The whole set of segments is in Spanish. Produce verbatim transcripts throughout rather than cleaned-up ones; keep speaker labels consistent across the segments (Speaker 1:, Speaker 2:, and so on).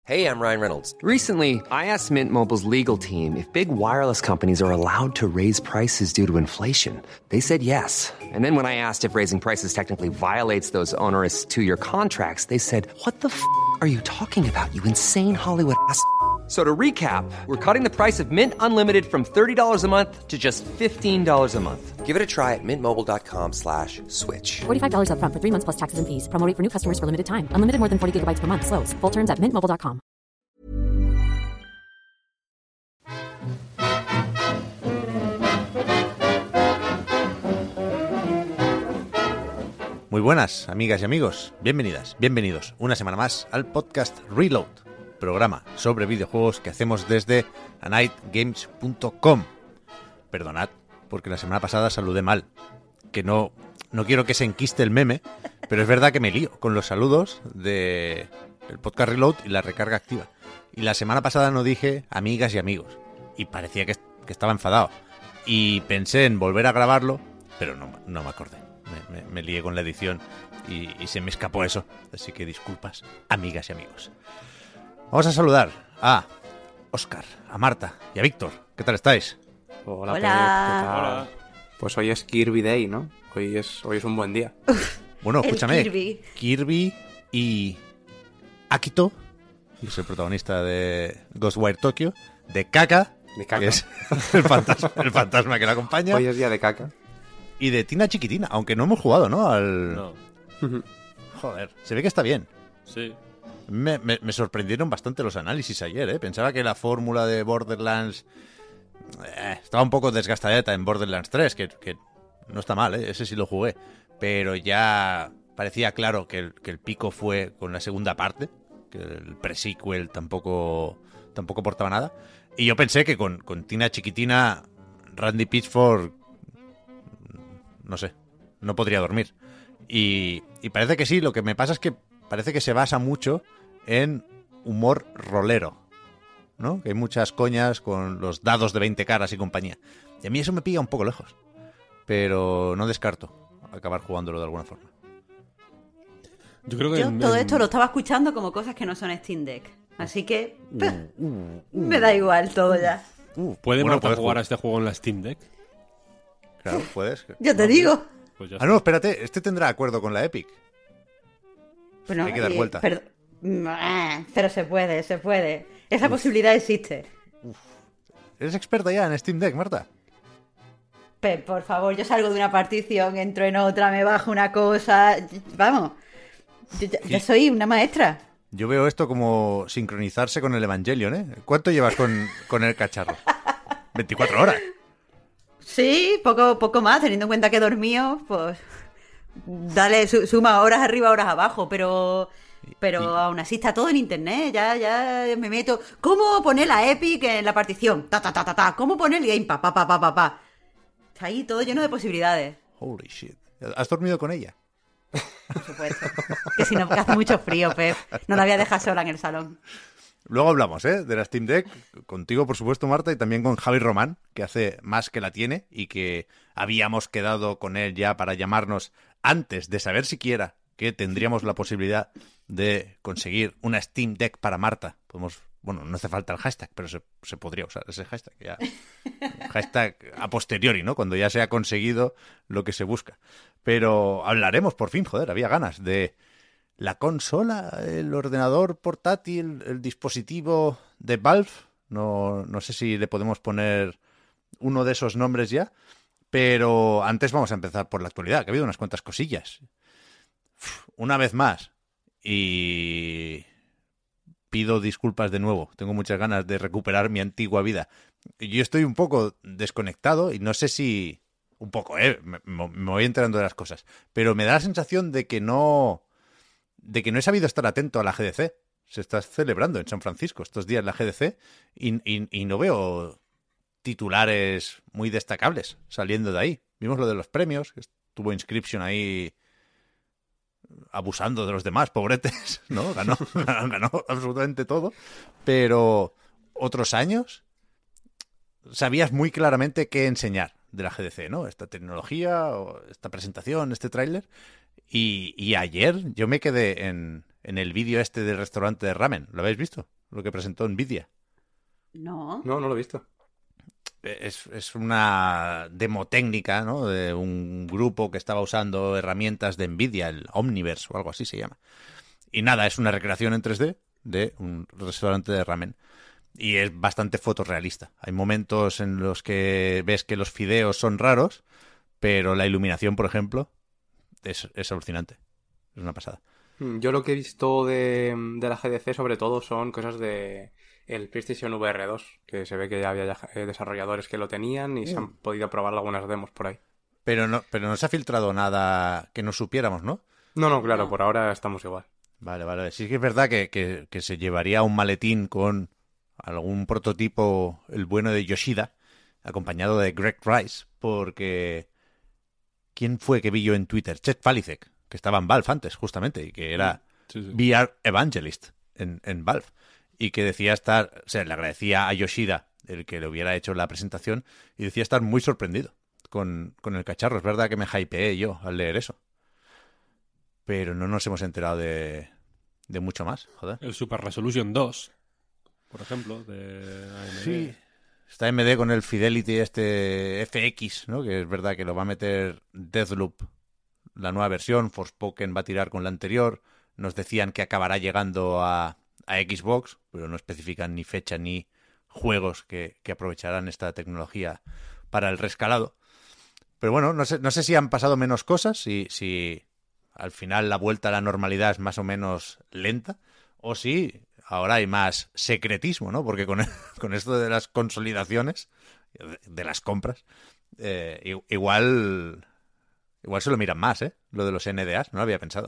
Speaker 1: Hey, I'm Ryan Reynolds.
Speaker 2: Recently, I asked Mint Mobile's legal team if big wireless companies are allowed to raise prices due to inflation. They said yes. And then when I asked if raising prices technically violates those onerous two-year contracts, they said, what the f*** are you talking about, you insane Hollywood ass f- So to recap, we're cutting the price of Mint Unlimited from thirty dollars a month to just fifteen dollars a month.
Speaker 1: Give it a try at mintmobile.com slash switch.
Speaker 3: forty-five dollars up front for three months plus taxes and fees. Promo rate for new customers for limited time. Unlimited more than forty gigabytes per month. Slows full terms at mint mobile dot com.
Speaker 4: Muy buenas, amigas y amigos. Bienvenidas, bienvenidos una semana más al podcast Reload, programa sobre videojuegos que hacemos desde a night games punto com. Perdonad, porque la semana pasada saludé mal. Que no, no quiero que se enquiste el meme, pero es verdad que me lío con los saludos de el podcast Reload y la recarga activa. Y la semana pasada no dije amigas y amigos. Y parecía que, que estaba enfadado. Y pensé en volver a grabarlo, pero no, no me acordé. Me, me, me lié con la edición y, y se me escapó eso. Así que disculpas, amigas y amigos. Vamos a saludar a Óscar, a Marta y a Víctor. ¿Qué tal estáis?
Speaker 5: Hola,
Speaker 6: Hola.
Speaker 5: Pep, ¿qué tal? Hola. Pues hoy es Kirby Day, ¿no? Hoy es, hoy es un buen día.
Speaker 4: Bueno,
Speaker 6: El
Speaker 4: escúchame.
Speaker 6: Kirby.
Speaker 4: Kirby y Akito, que es el protagonista de Ghostwire Tokyo, de Kaka,
Speaker 5: De Kaka.
Speaker 4: que es el fantasma, el fantasma que la acompaña,
Speaker 5: Hoy es día de caca.
Speaker 4: y de Tina Chiquitina, aunque no hemos jugado, ¿no? Al...
Speaker 7: No,
Speaker 4: Joder, se ve que está bien.
Speaker 7: sí.
Speaker 4: Me, me- me sorprendieron bastante los análisis ayer, ¿eh? Pensaba que la fórmula de Borderlands eh, estaba un poco desgastadeta en Borderlands tres, que, que no está mal, ¿eh? Ese sí lo jugué. Pero ya parecía claro que el, que el pico fue con la segunda parte, que el pre-sequel tampoco, tampoco aportaba nada. Y yo pensé que con, con Tina Chiquitina, Randy Pitchford, no sé, no podría dormir. Y, y parece que sí, lo que me pasa es que parece que se basa mucho en humor rolero, ¿no? Que hay muchas coñas con los dados de veinte caras y compañía. Y a mí eso me pilla un poco lejos. Pero no descarto acabar jugándolo de alguna forma.
Speaker 7: Yo creo que
Speaker 6: Yo
Speaker 7: en-
Speaker 6: todo
Speaker 7: en-
Speaker 6: esto lo estaba escuchando como cosas que no son Steam Deck. Así que peh, me da igual todo ya.
Speaker 7: ¿Puede
Speaker 4: Bueno,
Speaker 7: Marta
Speaker 4: puedes
Speaker 7: jugar
Speaker 4: jugar.
Speaker 7: a este juego en la Steam Deck?
Speaker 4: Claro, puedes.
Speaker 6: Yo te digo.
Speaker 7: Pues ya
Speaker 4: Ah,
Speaker 7: está.
Speaker 4: no, espérate, este tendrá acuerdo con la Epic.
Speaker 6: Bueno,
Speaker 4: Hay que dar
Speaker 6: eh,
Speaker 4: vuelta.
Speaker 6: Pero, Ah, pero se puede, se puede. Esa posibilidad existe.
Speaker 4: ¿Eres experta ya en Steam Deck, Marta?
Speaker 6: Pe, por favor, yo salgo de una partición, entro en otra, me bajo una cosa. Vamos. Yo, ya- ya
Speaker 4: Sí.
Speaker 6: soy una maestra.
Speaker 4: Yo veo esto como sincronizarse con el Evangelion, ¿eh? ¿Cuánto llevas con, con el cacharro? veinticuatro horas.
Speaker 6: Sí, poco, poco más, teniendo en cuenta que he dormido, pues dale, su- suma horas arriba, horas abajo, pero pero
Speaker 4: Y-
Speaker 6: aún así está todo en internet, ya, ya me meto. ¿Cómo poner la Epic en la partición? Ta, ta, ta, ta, ta. ¿Cómo poner el Game Pass? Pa, pa, pa, pa, pa. Está ahí todo lleno de posibilidades,
Speaker 4: Holy shit. ¿Has dormido con ella?
Speaker 6: por supuesto. Que si no, que hace mucho frío, Pep. No la voy a dejar sola en el salón.
Speaker 4: Luego hablamos, ¿eh? De la Steam Deck, contigo, por supuesto, Marta, y también con Javi Román, que hace más que la tiene y que habíamos quedado con él ya para llamarnos antes de saber siquiera que tendríamos la posibilidad de conseguir una Steam Deck para Marta. Podemos, bueno, no hace falta el hashtag, pero se, se podría usar ese hashtag ya. Hashtag a posteriori, ¿no? Cuando ya se ha conseguido lo que se busca. Pero hablaremos, por fin, joder, había ganas de la consola, el ordenador portátil, el dispositivo de Valve. No, no sé si le podemos poner uno de esos nombres ya. Pero antes vamos a empezar por la actualidad, que ha habido unas cuantas cosillas. Uf, una vez más. Y pido disculpas de nuevo. Tengo muchas ganas de recuperar mi antigua vida. Yo estoy un poco desconectado y no sé si... Un poco, ¿eh? Me, me voy enterando de las cosas. Pero me da la sensación de que no... De que no he sabido estar atento a la G D C. Se está celebrando en San Francisco estos días la G D C y, y, y no veo titulares muy destacables saliendo de ahí. Vimos lo de los premios, que estuvo Inscription ahí abusando de los demás, pobretes, ¿no? Ganó, ganó absolutamente todo. Pero otros años sabías muy claramente qué enseñar de la G D C, ¿no? Esta tecnología, o esta presentación, este tráiler. Y, y ayer yo me quedé en, en el vídeo este del restaurante de ramen. ¿Lo habéis visto? lo que presentó Nvidia.
Speaker 6: No.
Speaker 5: No, no lo he visto.
Speaker 4: Es, es una demo técnica, ¿no? De un grupo que estaba usando herramientas de Nvidia, el Omniverse o algo así se llama. Y nada, es una recreación en tres D de un restaurante de ramen. Y es bastante fotorrealista. Hay momentos en los que ves que los fideos son raros, pero la iluminación, por ejemplo, es, es alucinante. Es una pasada.
Speaker 5: Yo lo que he visto de, de la G D C sobre todo son cosas de el PlayStation V R dos, que se ve que ya había ya, eh, desarrolladores que lo tenían y se han podido probar algunas demos por ahí.
Speaker 4: Pero no, pero no se ha filtrado nada que no supiéramos, ¿no?
Speaker 5: No, no, claro,
Speaker 6: No.
Speaker 5: por ahora estamos igual.
Speaker 4: Vale, vale. Sí que es verdad que, que, que se llevaría un maletín con algún prototipo, el bueno de Yoshida, acompañado de Greg Rice, porque ¿quién fue que vi yo en Twitter? Chet Falisek, que estaba en Valve antes, justamente, y que era
Speaker 7: Sí, sí.
Speaker 4: V R Evangelist en, en Valve, y que decía estar, o sea, le agradecía a Yoshida el que le hubiera hecho la presentación, y decía estar muy sorprendido con, con el cacharro. Es verdad que me hypeé yo al leer eso. Pero no nos hemos enterado de, de mucho más, joder.
Speaker 7: El Super Resolution dos, por ejemplo, de A M D.
Speaker 4: Sí. Está A M D con el Fidelity este F X, ¿no? Que es verdad que lo va a meter Deathloop, la nueva versión. Forspoken va a tirar con la anterior. Nos decían que acabará llegando a, a Xbox, pero no especifican ni fecha ni juegos que, que aprovecharán esta tecnología para el rescalado. Pero bueno, no sé, no sé si han pasado menos cosas, si, si al final la vuelta a la normalidad es más o menos lenta, o si ahora hay más secretismo, ¿no? Porque con, con esto de las consolidaciones, de, de las compras, eh, igual, igual se lo miran más, ¿eh? Lo de los N D As, no lo había pensado.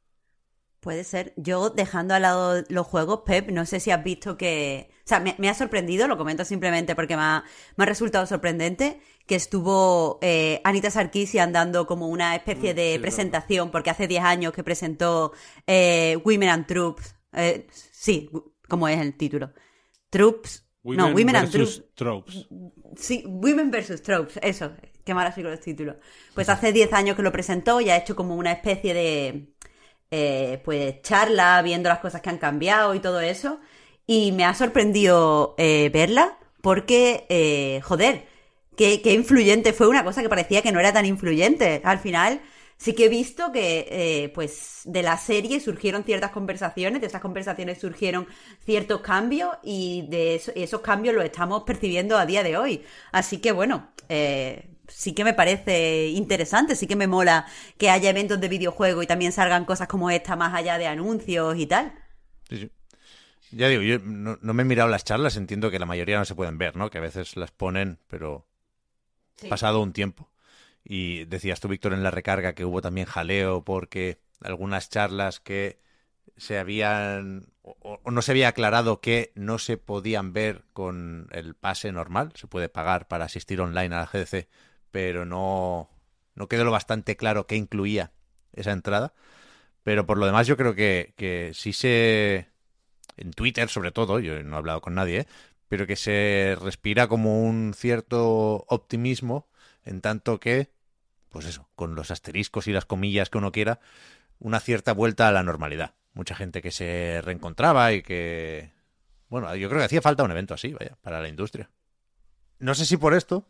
Speaker 6: Puede ser. Yo, dejando al lado los juegos, Pep, no sé si has visto que... O sea, me, me ha sorprendido, lo comento simplemente porque me ha, me ha resultado sorprendente, que estuvo eh, Anita Sarkeesian dando como una especie de
Speaker 5: sí,
Speaker 6: presentación, porque hace diez años que presentó eh, Women and Troops. Eh, sí, ¿cómo es el título? Troops... no, Women and Troops.
Speaker 7: Tropes.
Speaker 6: Sí, Women versus Tropes, eso, qué mal así con los títulos. Pues hace diez años que lo presentó y ha hecho como una especie de... Eh, pues charla, viendo las cosas que han cambiado y todo eso, y me ha sorprendido eh, verla porque, eh, joder, qué, qué influyente fue, una cosa que parecía que no era tan influyente. Al final sí que he visto que eh, pues de la serie surgieron ciertas conversaciones, de esas conversaciones surgieron ciertos cambios y de eso, esos cambios los estamos percibiendo a día de hoy. Así que bueno, eh, sí que me parece interesante, sí que me mola que haya eventos de videojuego y también salgan cosas como esta más allá de anuncios y tal.
Speaker 4: Sí, sí. Ya digo, yo no, no me he mirado las charlas, entiendo que la mayoría no se pueden ver, ¿no? Que a veces las ponen, pero
Speaker 6: Sí.
Speaker 4: pasado un tiempo. Y decías tú, Víctor, en la recarga que hubo también jaleo porque algunas charlas que se habían o, o no se había aclarado que no se podían ver con el pase normal, se puede pagar para asistir online a la G D C, pero no, no quedó lo bastante claro qué incluía esa entrada. Pero por lo demás yo creo que, que sí se... En Twitter, sobre todo, yo no he hablado con nadie, ¿eh? Pero que se respira como un cierto optimismo en tanto que, pues eso, con los asteriscos y las comillas que uno quiera, una cierta vuelta a la normalidad. Mucha gente que se reencontraba y que... Bueno, yo creo que hacía falta un evento así, vaya, para la industria. No sé si por esto,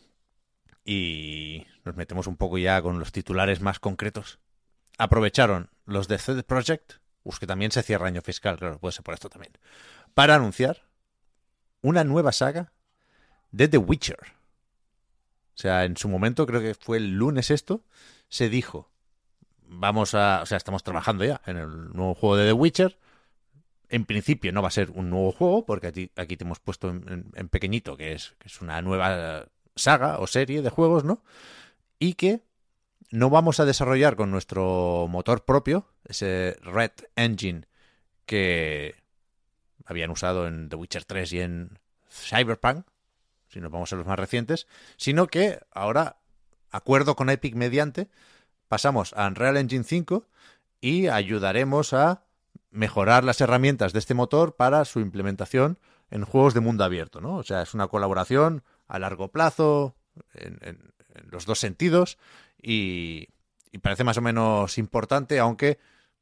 Speaker 4: y nos metemos un poco ya con los titulares más concretos, aprovecharon los de C D Projekt, pues que también se cierra año fiscal, claro, puede ser por esto también, para anunciar una nueva saga de The Witcher. O sea, en su momento, creo que fue el lunes esto, se dijo, vamos a... O sea, estamos trabajando ya en el nuevo juego de The Witcher. En principio no va a ser un nuevo juego, porque aquí, aquí te hemos puesto en, en, en pequeñito, que es, que es una nueva saga o serie de juegos, ¿no? Y que no vamos a desarrollar con nuestro motor propio, ese Red Engine que habían usado en The Witcher tres y en Cyberpunk, si nos vamos a los más recientes, sino que ahora, acuerdo con Epic mediante, pasamos a Unreal Engine cinco y ayudaremos a mejorar las herramientas de este motor para su implementación en juegos de mundo abierto, ¿no? O sea, es una colaboración a largo plazo, en, en, en los dos sentidos, y, y parece más o menos importante, aunque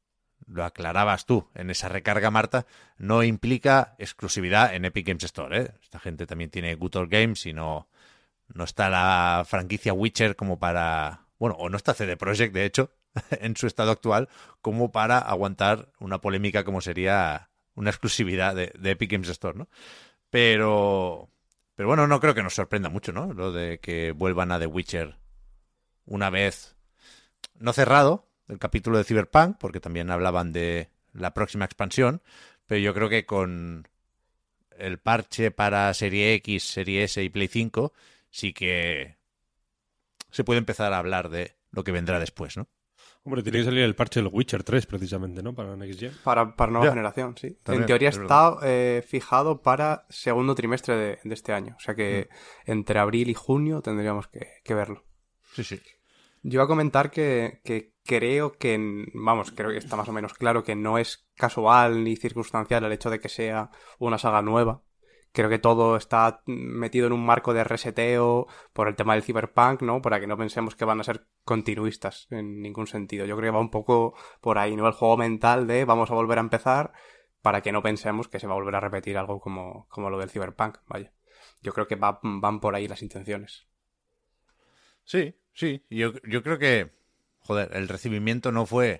Speaker 4: lo aclarabas tú en esa recarga, Marta, no implica exclusividad en Epic Games Store, ¿eh? Esta gente también tiene Good Old Games y no, no está la franquicia Witcher como para... Bueno, o no está C D Projekt, de hecho, en su estado actual, como para aguantar una polémica como sería una exclusividad de, de Epic Games Store, ¿no? Pero... Pero bueno, no creo que nos sorprenda mucho, ¿no? Lo de que vuelvan a The Witcher una vez no cerrado, el capítulo de Cyberpunk, porque también hablaban de la próxima expansión, pero yo creo que con el parche para Serie X, Serie S y Play cinco sí que se puede empezar a hablar de lo que vendrá después, ¿no?
Speaker 7: Hombre, tiene que salir el parche del Witcher tres, precisamente, ¿no? Para Next Gen.
Speaker 5: Para, para nueva
Speaker 4: Ya.
Speaker 5: generación, sí.
Speaker 4: También,
Speaker 5: en teoría
Speaker 4: es
Speaker 5: está eh, fijado para segundo trimestre de, de este año. O sea que
Speaker 4: Mm.
Speaker 5: entre abril y junio tendríamos que, que verlo.
Speaker 4: Sí, sí.
Speaker 5: Yo iba a comentar que, que creo que, vamos, creo que está más o menos claro que no es casual ni circunstancial el hecho de que sea una saga nueva. Creo que todo está metido en un marco de reseteo por el tema del Cyberpunk, ¿no? Para que no pensemos que van a ser continuistas en ningún sentido. Yo creo que va un poco por ahí, ¿no? El juego mental de vamos a volver a empezar para que no pensemos que se va a volver a repetir algo como, como lo del Cyberpunk, vaya. Yo creo que va, van por ahí las intenciones.
Speaker 4: Sí, sí. Yo, yo creo que, joder, el recibimiento no fue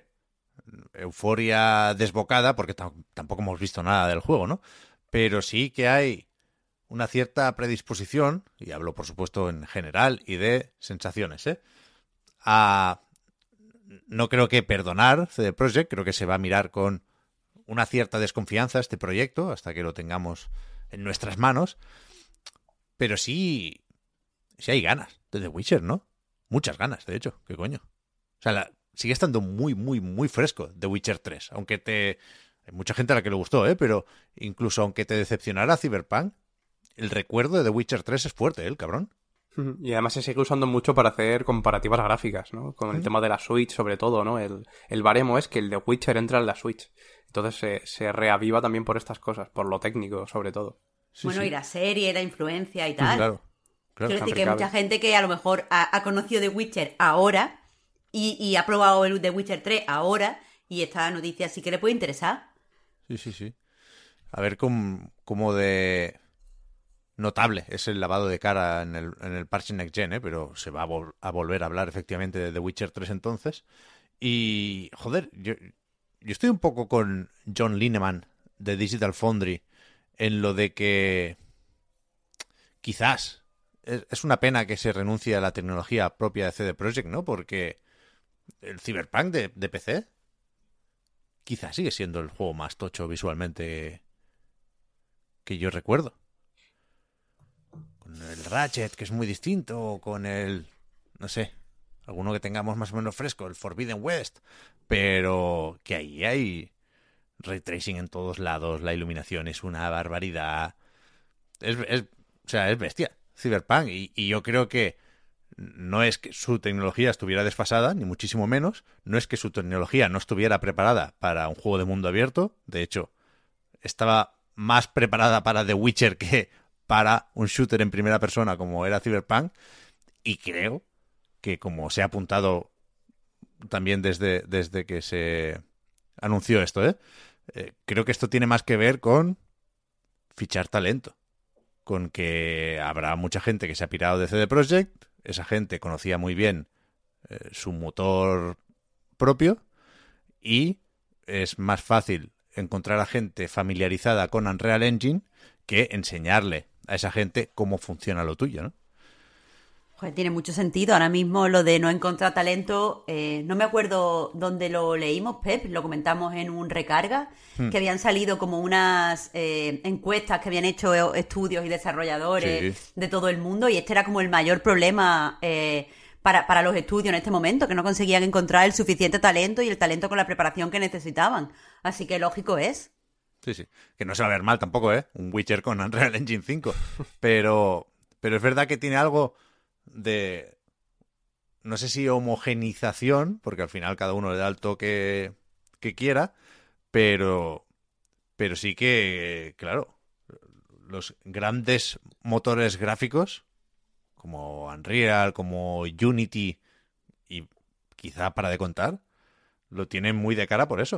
Speaker 4: euforia desbocada, porque tam- tampoco hemos visto nada del juego, ¿no? Pero sí que hay una cierta predisposición, y hablo por supuesto en general y de sensaciones, ¿eh? A... No creo que perdonar C D Projekt, creo que se va a mirar con una cierta desconfianza este proyecto hasta que lo tengamos en nuestras manos, pero sí, sí hay ganas de The Witcher, ¿no? Muchas ganas, de hecho, ¿qué coño? O sea, la... sigue estando muy, muy, muy fresco The Witcher tres, aunque te... Hay mucha gente a la que le gustó, ¿eh? Pero incluso aunque te decepcionara Cyberpunk, el recuerdo de The Witcher tres es fuerte, ¿eh? El cabrón.
Speaker 5: Y además se sigue usando mucho para hacer comparativas gráficas, ¿no? Con el
Speaker 4: Mm.
Speaker 5: tema de la Switch, sobre todo, ¿no? El, el baremo es que el de Witcher entra en la Switch. Entonces se, se reaviva también por estas cosas, por lo técnico, sobre todo.
Speaker 4: Sí,
Speaker 6: bueno,
Speaker 4: sí.
Speaker 6: y la serie, la influencia y tal.
Speaker 4: Claro, claro.
Speaker 6: Quiero decir que hay
Speaker 5: Siempre
Speaker 6: mucha
Speaker 5: cabe.
Speaker 6: gente que a lo mejor ha, ha conocido The Witcher ahora y, y ha probado el The Witcher tres ahora y esta noticia sí que le puede interesar.
Speaker 4: Sí, sí, sí. A ver cómo, cómo de notable es el lavado de cara en el, en el parche Next Gen, ¿eh? Pero se va a, vol- a volver a hablar efectivamente de The Witcher tres entonces. Y, joder, yo, yo estoy un poco con John Lineman de Digital Foundry en lo de que quizás es, es una pena que se renuncie a la tecnología propia de C D Projekt, ¿no? Porque el Cyberpunk de, de P C quizás sigue siendo el juego más tocho visualmente que yo recuerdo. Con el Ratchet, que es muy distinto, o con el... no sé, alguno que tengamos más o menos fresco, el Forbidden West, pero que ahí hay ray tracing en todos lados, la iluminación es una barbaridad. Es, es, o sea, es bestia, Cyberpunk, y, y yo creo que no es que su tecnología estuviera desfasada, ni muchísimo menos, no es que su tecnología no estuviera preparada para un juego de mundo abierto, de hecho, estaba más preparada para The Witcher que para un shooter en primera persona como era Cyberpunk, y creo que como se ha apuntado también desde, desde que se anunció esto, ¿eh? Eh, creo que esto tiene más que ver con fichar talento, con que habrá mucha gente que se ha pirado de C D Projekt, esa gente conocía muy bien eh, su motor propio y es más fácil encontrar a gente familiarizada con Unreal Engine que enseñarle a esa gente cómo funciona lo tuyo, ¿no?
Speaker 6: Joder, tiene mucho sentido. Ahora mismo lo de no encontrar talento, eh, no me acuerdo dónde lo leímos, Pep, lo comentamos en un recarga,
Speaker 4: Hmm.
Speaker 6: que habían salido como unas eh, encuestas que habían hecho estudios y desarrolladores
Speaker 4: Sí.
Speaker 6: de todo el mundo, y este era como el mayor problema eh, para, para los estudios en este momento, que no conseguían encontrar el suficiente talento y el talento con la preparación que necesitaban. Así que lógico es.
Speaker 4: Sí, sí. Que no se va a ver mal tampoco, ¿eh? Un Witcher con Unreal Engine cinco. Pero, pero es verdad que tiene algo de... no sé si homogenización, porque al final cada uno le da el toque que quiera, pero, pero sí que, claro, los grandes motores gráficos, como Unreal, como Unity, y quizá para de contar, lo tienen muy de cara por eso.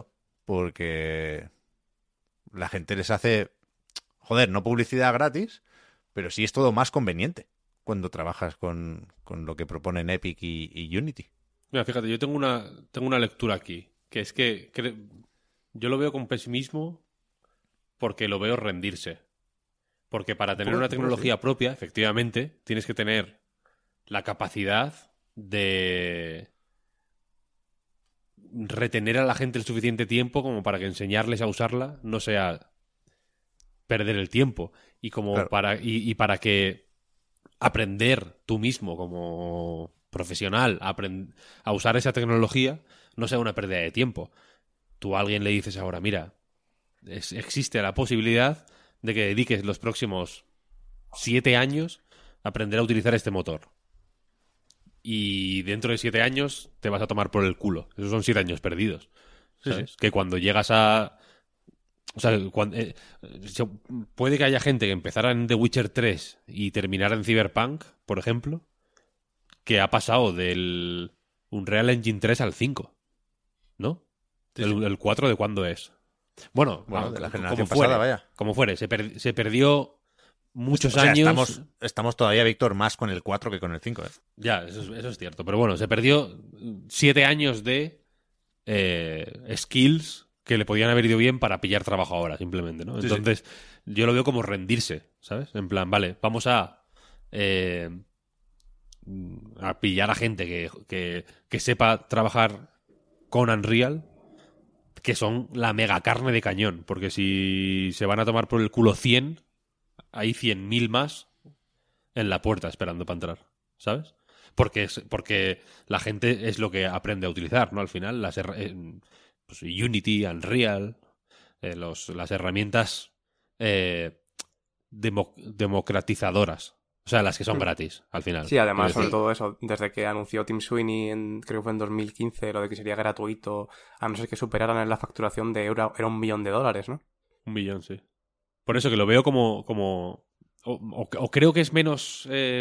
Speaker 4: porque la gente les hace, joder, no publicidad gratis, pero sí es todo más conveniente cuando trabajas con, con lo que proponen Epic y, y Unity.
Speaker 7: Mira, fíjate, yo tengo una, tengo una lectura aquí, que es que, que yo lo veo con pesimismo porque lo veo rendirse. Porque para tener
Speaker 4: Pues-
Speaker 7: una
Speaker 4: pues
Speaker 7: tecnología
Speaker 4: sí.
Speaker 7: propia, efectivamente, tienes que tener la capacidad de retener a la gente el suficiente tiempo como para que enseñarles a usarla no sea perder el tiempo. Y como
Speaker 4: Claro.
Speaker 7: para, y, y para que aprender tú mismo como profesional a, aprend- a usar esa tecnología no sea una pérdida de tiempo. Tú a alguien le dices ahora, mira, es- existe la posibilidad de que dediques los próximos siete años a aprender a utilizar este motor. Y dentro de siete años te vas a tomar por el culo. Esos son siete años perdidos.
Speaker 4: Sí,
Speaker 7: ¿Sabes? Que cuando llegas a... O sea, cuando, eh, se- puede que haya gente que empezara en The Witcher tres y terminara en Cyberpunk, por ejemplo, que ha pasado del Unreal Engine tres al cinco. ¿No?
Speaker 4: Sí,
Speaker 7: el,
Speaker 4: sí.
Speaker 7: el cuatro ¿de cuándo es? Bueno,
Speaker 4: Bueno,
Speaker 7: ah,
Speaker 4: de la
Speaker 7: como
Speaker 4: generación
Speaker 7: fuere,
Speaker 4: pasada, vaya.
Speaker 7: Como fuere, se, per- se perdió muchos
Speaker 4: O sea,
Speaker 7: años.
Speaker 4: estamos, estamos todavía, Víctor, más con el cuatro que con el cinco, ¿eh?
Speaker 7: Ya, eso es, eso es cierto. Pero bueno, se perdió siete años de eh, skills que le podían haber ido bien para pillar trabajo ahora, simplemente, ¿no?
Speaker 4: Sí,
Speaker 7: Entonces, yo lo veo como rendirse, ¿sabes? En plan, vale, vamos a eh, a pillar a gente que, que, que sepa trabajar con Unreal, que son la mega carne de cañón. Porque si se van a tomar por el culo cien, hay cien mil más en la puerta esperando para entrar, ¿sabes? Porque es, porque la gente es lo que aprende a utilizar, ¿no? Al final, las herra- eh, pues Unity, Unreal, eh, los, las herramientas eh, demo- democratizadoras. O sea, las que son
Speaker 5: Mm.
Speaker 7: gratis, al final.
Speaker 5: Sí, además,
Speaker 7: Quiero
Speaker 5: sobre
Speaker 7: decir,
Speaker 5: todo eso, desde que anunció Tim Sweeney, en, creo que fue en dos mil quince, lo de que sería gratuito, a no ser que superaran en la facturación de euro, era un millón de dólares, ¿no?
Speaker 7: Un millón, sí. Por eso que lo veo como... como o, o- o creo que es menos... eh,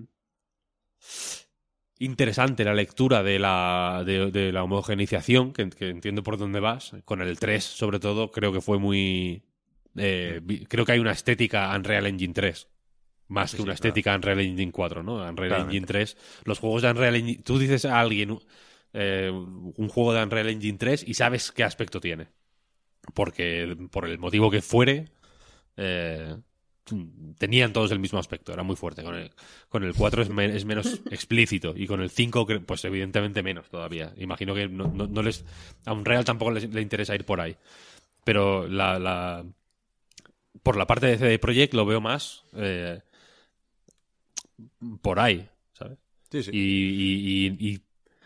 Speaker 7: interesante la lectura de la, de, de la homogeneización, que, que entiendo por dónde vas. Con el tres, sobre todo, creo que fue muy... eh, vi- creo que hay una estética Unreal Engine tres. Más
Speaker 4: Sí,
Speaker 7: que
Speaker 4: sí,
Speaker 7: una estética Unreal Engine cuatro, ¿no? Unreal
Speaker 4: Claramente.
Speaker 7: Engine tres. Los juegos de Unreal Engine... Tú dices a alguien eh, un juego de Unreal Engine tres y sabes qué aspecto tiene. Porque, por el motivo que fuere... eh, tenían todos el mismo aspecto, era muy fuerte. Con el, con el cuatro es, me- es menos explícito y con el cinco, cre- pues evidentemente menos todavía. Imagino que no, no- no les, a Unreal tampoco les, le interesa ir por ahí. Pero la, la por la parte de C D Projekt lo veo más eh, por ahí, ¿sabes?
Speaker 4: Sí, sí.
Speaker 7: Y, y- y-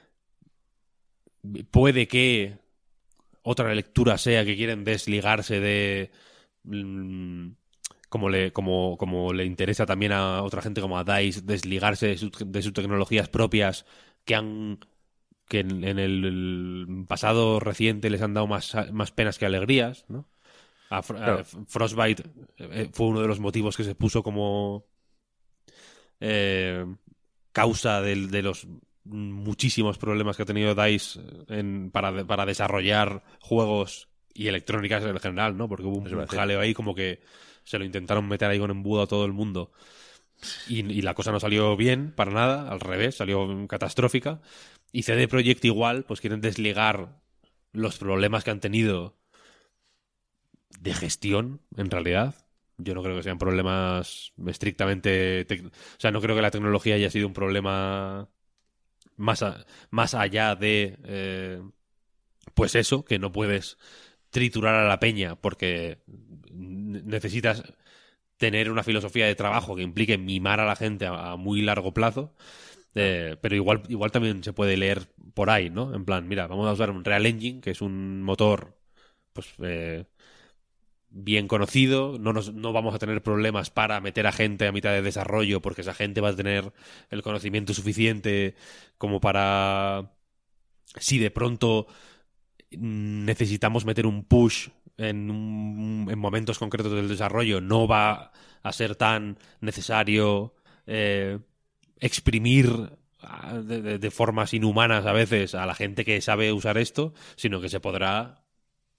Speaker 7: y puede que otra lectura sea que quieren desligarse de... mm, como le, como, como le interesa también a otra gente como a DICE desligarse de, su- de sus tecnologías propias que han que en, en el, el pasado reciente les han dado más, más penas que alegrías, ¿no? A, Fro- a
Speaker 4: Claro.
Speaker 7: Frostbite eh, fue uno de los motivos que se puso como eh, causa del- de los muchísimos problemas que ha tenido DICE en, para, para desarrollar juegos y electrónicas en general, ¿no? Porque hubo un,
Speaker 4: Eso iba a
Speaker 7: un
Speaker 4: decir.
Speaker 7: jaleo ahí como que se lo intentaron meter ahí con embudo a todo el mundo y, y la cosa no salió bien para nada, al revés, salió catastrófica. Y C D Projekt igual, pues quieren desligar los problemas que han tenido de gestión, en realidad. Yo no creo que sean problemas estrictamente... tec- O sea, no creo que la tecnología haya sido un problema más, a- más allá de... eh, pues eso, que no puedes triturar a la peña porque n- necesitas tener una filosofía de trabajo que implique mimar a la gente a, a muy largo plazo. Eh, pero igual, igual también se puede leer por ahí, ¿no? En plan, mira, vamos a usar un Real Engine, que es un motor pues eh, bien conocido, no, nos, no vamos a tener problemas para meter a gente a mitad de desarrollo porque esa gente va a tener el conocimiento suficiente como para, si de pronto necesitamos meter un push en, un- en momentos concretos del desarrollo, no va a ser tan necesario eh, exprimir ah, de, de- de formas inhumanas a veces a la gente que sabe usar esto, sino que se podrá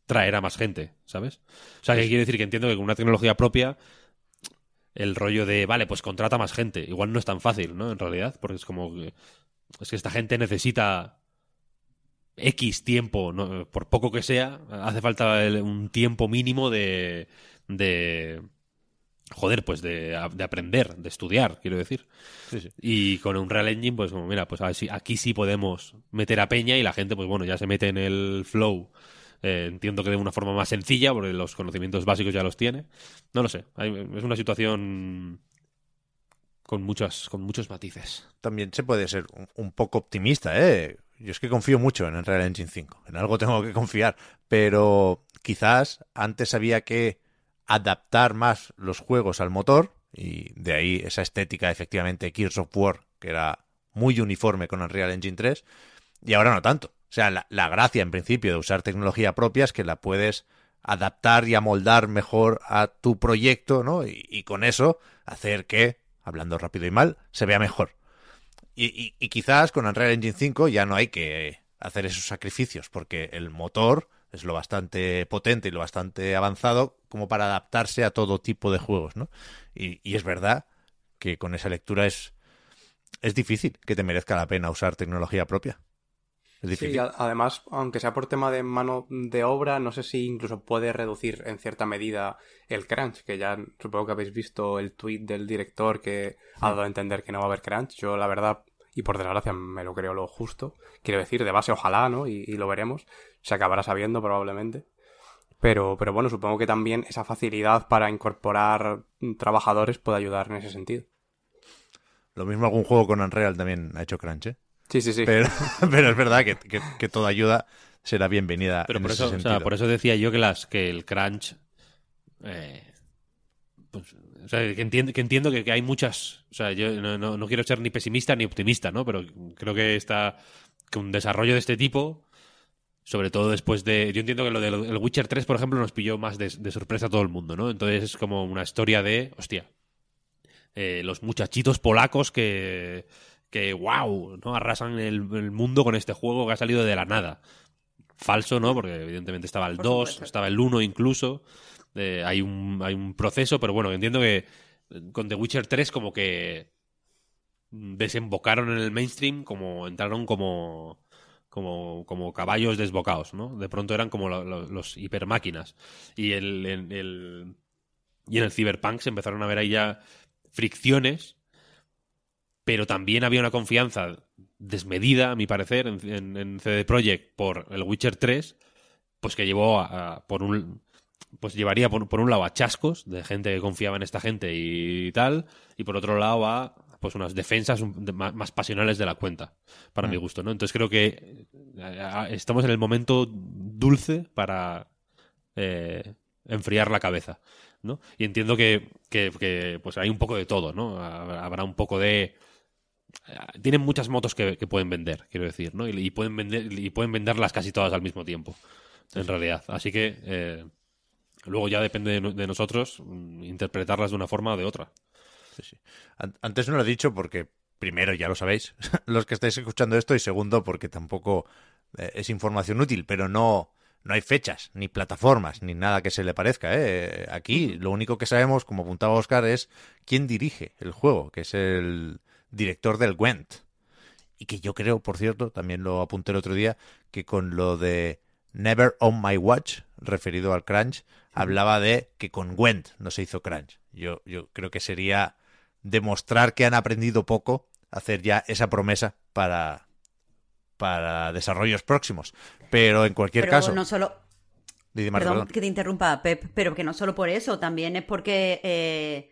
Speaker 7: traerá más gente, ¿sabes? O sea, que quiere decir que entiendo que con una tecnología propia el rollo de, vale, pues contrata más gente. Igual no es tan fácil, ¿no? En realidad, porque es como que es que esta gente necesita X tiempo, ¿no? Por poco que sea, hace falta el, un tiempo mínimo de... de joder, pues de, de aprender, de estudiar, quiero decir.
Speaker 4: Sí, sí.
Speaker 7: Y con un Real Engine, pues como, mira, pues a ver si aquí sí podemos meter a peña y la gente, pues bueno, ya se mete en el flow. Eh, entiendo que de una forma más sencilla, porque los conocimientos básicos ya los tiene. No lo sé, hay, es una situación con muchas, con muchos matices.
Speaker 4: También se puede ser un, un poco optimista, ¿eh? Yo es que confío mucho en el Real Engine cinco. En algo tengo que confiar. Pero quizás antes había que adaptar más los juegos al motor, y de ahí esa estética, efectivamente, Gears of War, que era muy uniforme con el Real Engine tres, y ahora no tanto. O sea, la, la gracia, en principio, de usar tecnología propia es que la puedes adaptar y amoldar mejor a tu proyecto, ¿no? Y, y con eso hacer que, hablando rápido y mal, se vea mejor. Y, y, y quizás con Unreal Engine cinco ya no hay que hacer esos sacrificios, porque el motor es lo bastante potente y lo bastante avanzado como para adaptarse a todo tipo de juegos, ¿no? Y, y es verdad que con esa lectura es, es difícil que te merezca la pena usar tecnología propia. Es difícil.
Speaker 5: Sí, a- además, aunque sea por tema de mano de obra, no sé si incluso puede reducir en cierta medida el crunch, que ya supongo que habéis visto el tweet del director que ha dado a entender que no va a haber crunch. Yo, la verdad, y por desgracia me lo creo lo justo, quiero decir, de base ojalá, ¿no? Y, y lo veremos. Se acabará sabiendo probablemente. Pero, pero bueno, supongo que también esa facilidad para incorporar trabajadores puede ayudar en ese sentido.
Speaker 4: Lo mismo algún juego con Unreal también ha hecho crunch, ¿eh?
Speaker 5: Sí, sí, sí.
Speaker 4: Pero, pero es verdad que, que, que toda ayuda será bienvenida.
Speaker 7: Pero
Speaker 4: en
Speaker 7: por
Speaker 4: ese
Speaker 7: eso, o
Speaker 4: sentido.
Speaker 7: sea, por eso decía yo que las que el crunch eh, pues, o sea, que entiendo que, entiendo que, que hay muchas, o sea, yo no, no, no quiero ser ni pesimista ni optimista, ¿no? Pero creo que está que un desarrollo de este tipo, sobre todo después de, yo entiendo que lo del el Witcher tres, por ejemplo, nos pilló más de, de sorpresa a todo el mundo, ¿no? Entonces es como una historia de, hostia, eh, los muchachitos polacos que que wow, ¿no? Arrasan el, el mundo con este juego que ha salido de la nada. Falso, ¿no? Porque evidentemente estaba el
Speaker 6: Por
Speaker 7: dos,
Speaker 6: supuesto.
Speaker 7: estaba el uno incluso. Eh, hay un hay un proceso, pero bueno, entiendo que con The Witcher tres como que desembocaron en el mainstream, como entraron como como, como caballos desbocados, ¿no? De pronto eran como lo, lo, los hipermáquinas. Y el, el, el y en el Cyberpunk se empezaron a ver ahí ya fricciones, pero también había una confianza desmedida, a mi parecer, en, en, en C D Projekt por el Witcher tres, pues que llevó a, a por un pues llevaría por, por un lado a chascos de gente que confiaba en esta gente y tal, y por otro lado a pues unas defensas un- de- más, más pasionales de la cuenta, para
Speaker 4: Mm.
Speaker 7: mi gusto, ¿no? Entonces creo que eh, estamos en el momento dulce para eh, enfriar la cabeza, ¿no? Y entiendo que, que, que, pues hay un poco de todo, ¿no? Habrá un poco de... Tienen muchas motos que, que pueden vender, quiero decir, ¿no? Y, y pueden vender y pueden venderlas casi todas al mismo tiempo, en realidad. Así que eh, luego ya depende de, no- de nosotros mm, interpretarlas de una forma o de otra.
Speaker 4: Sí, sí. An- Antes no lo he dicho porque, primero, ya lo sabéis, los que estáis escuchando esto, y segundo, porque tampoco eh, es información útil, pero no, no hay fechas, ni plataformas, ni nada que se le parezca, ¿eh? Aquí lo único que sabemos, como apuntaba Oscar, es quién dirige el juego, que es el director del Gwent. Y que yo creo, por cierto, también lo apunté el otro día, que con lo de Never on My Watch, referido al crunch, hablaba de que con Gwent no se hizo crunch. Yo, yo creo que sería demostrar que han aprendido poco, hacer ya esa promesa para, para desarrollos próximos. Pero en cualquier
Speaker 6: Pero
Speaker 4: caso...
Speaker 6: no solo...
Speaker 4: Didi, Marta,
Speaker 6: Perdón
Speaker 4: perdón.
Speaker 6: que te interrumpa, Pep, pero que no solo por eso, también es porque eh,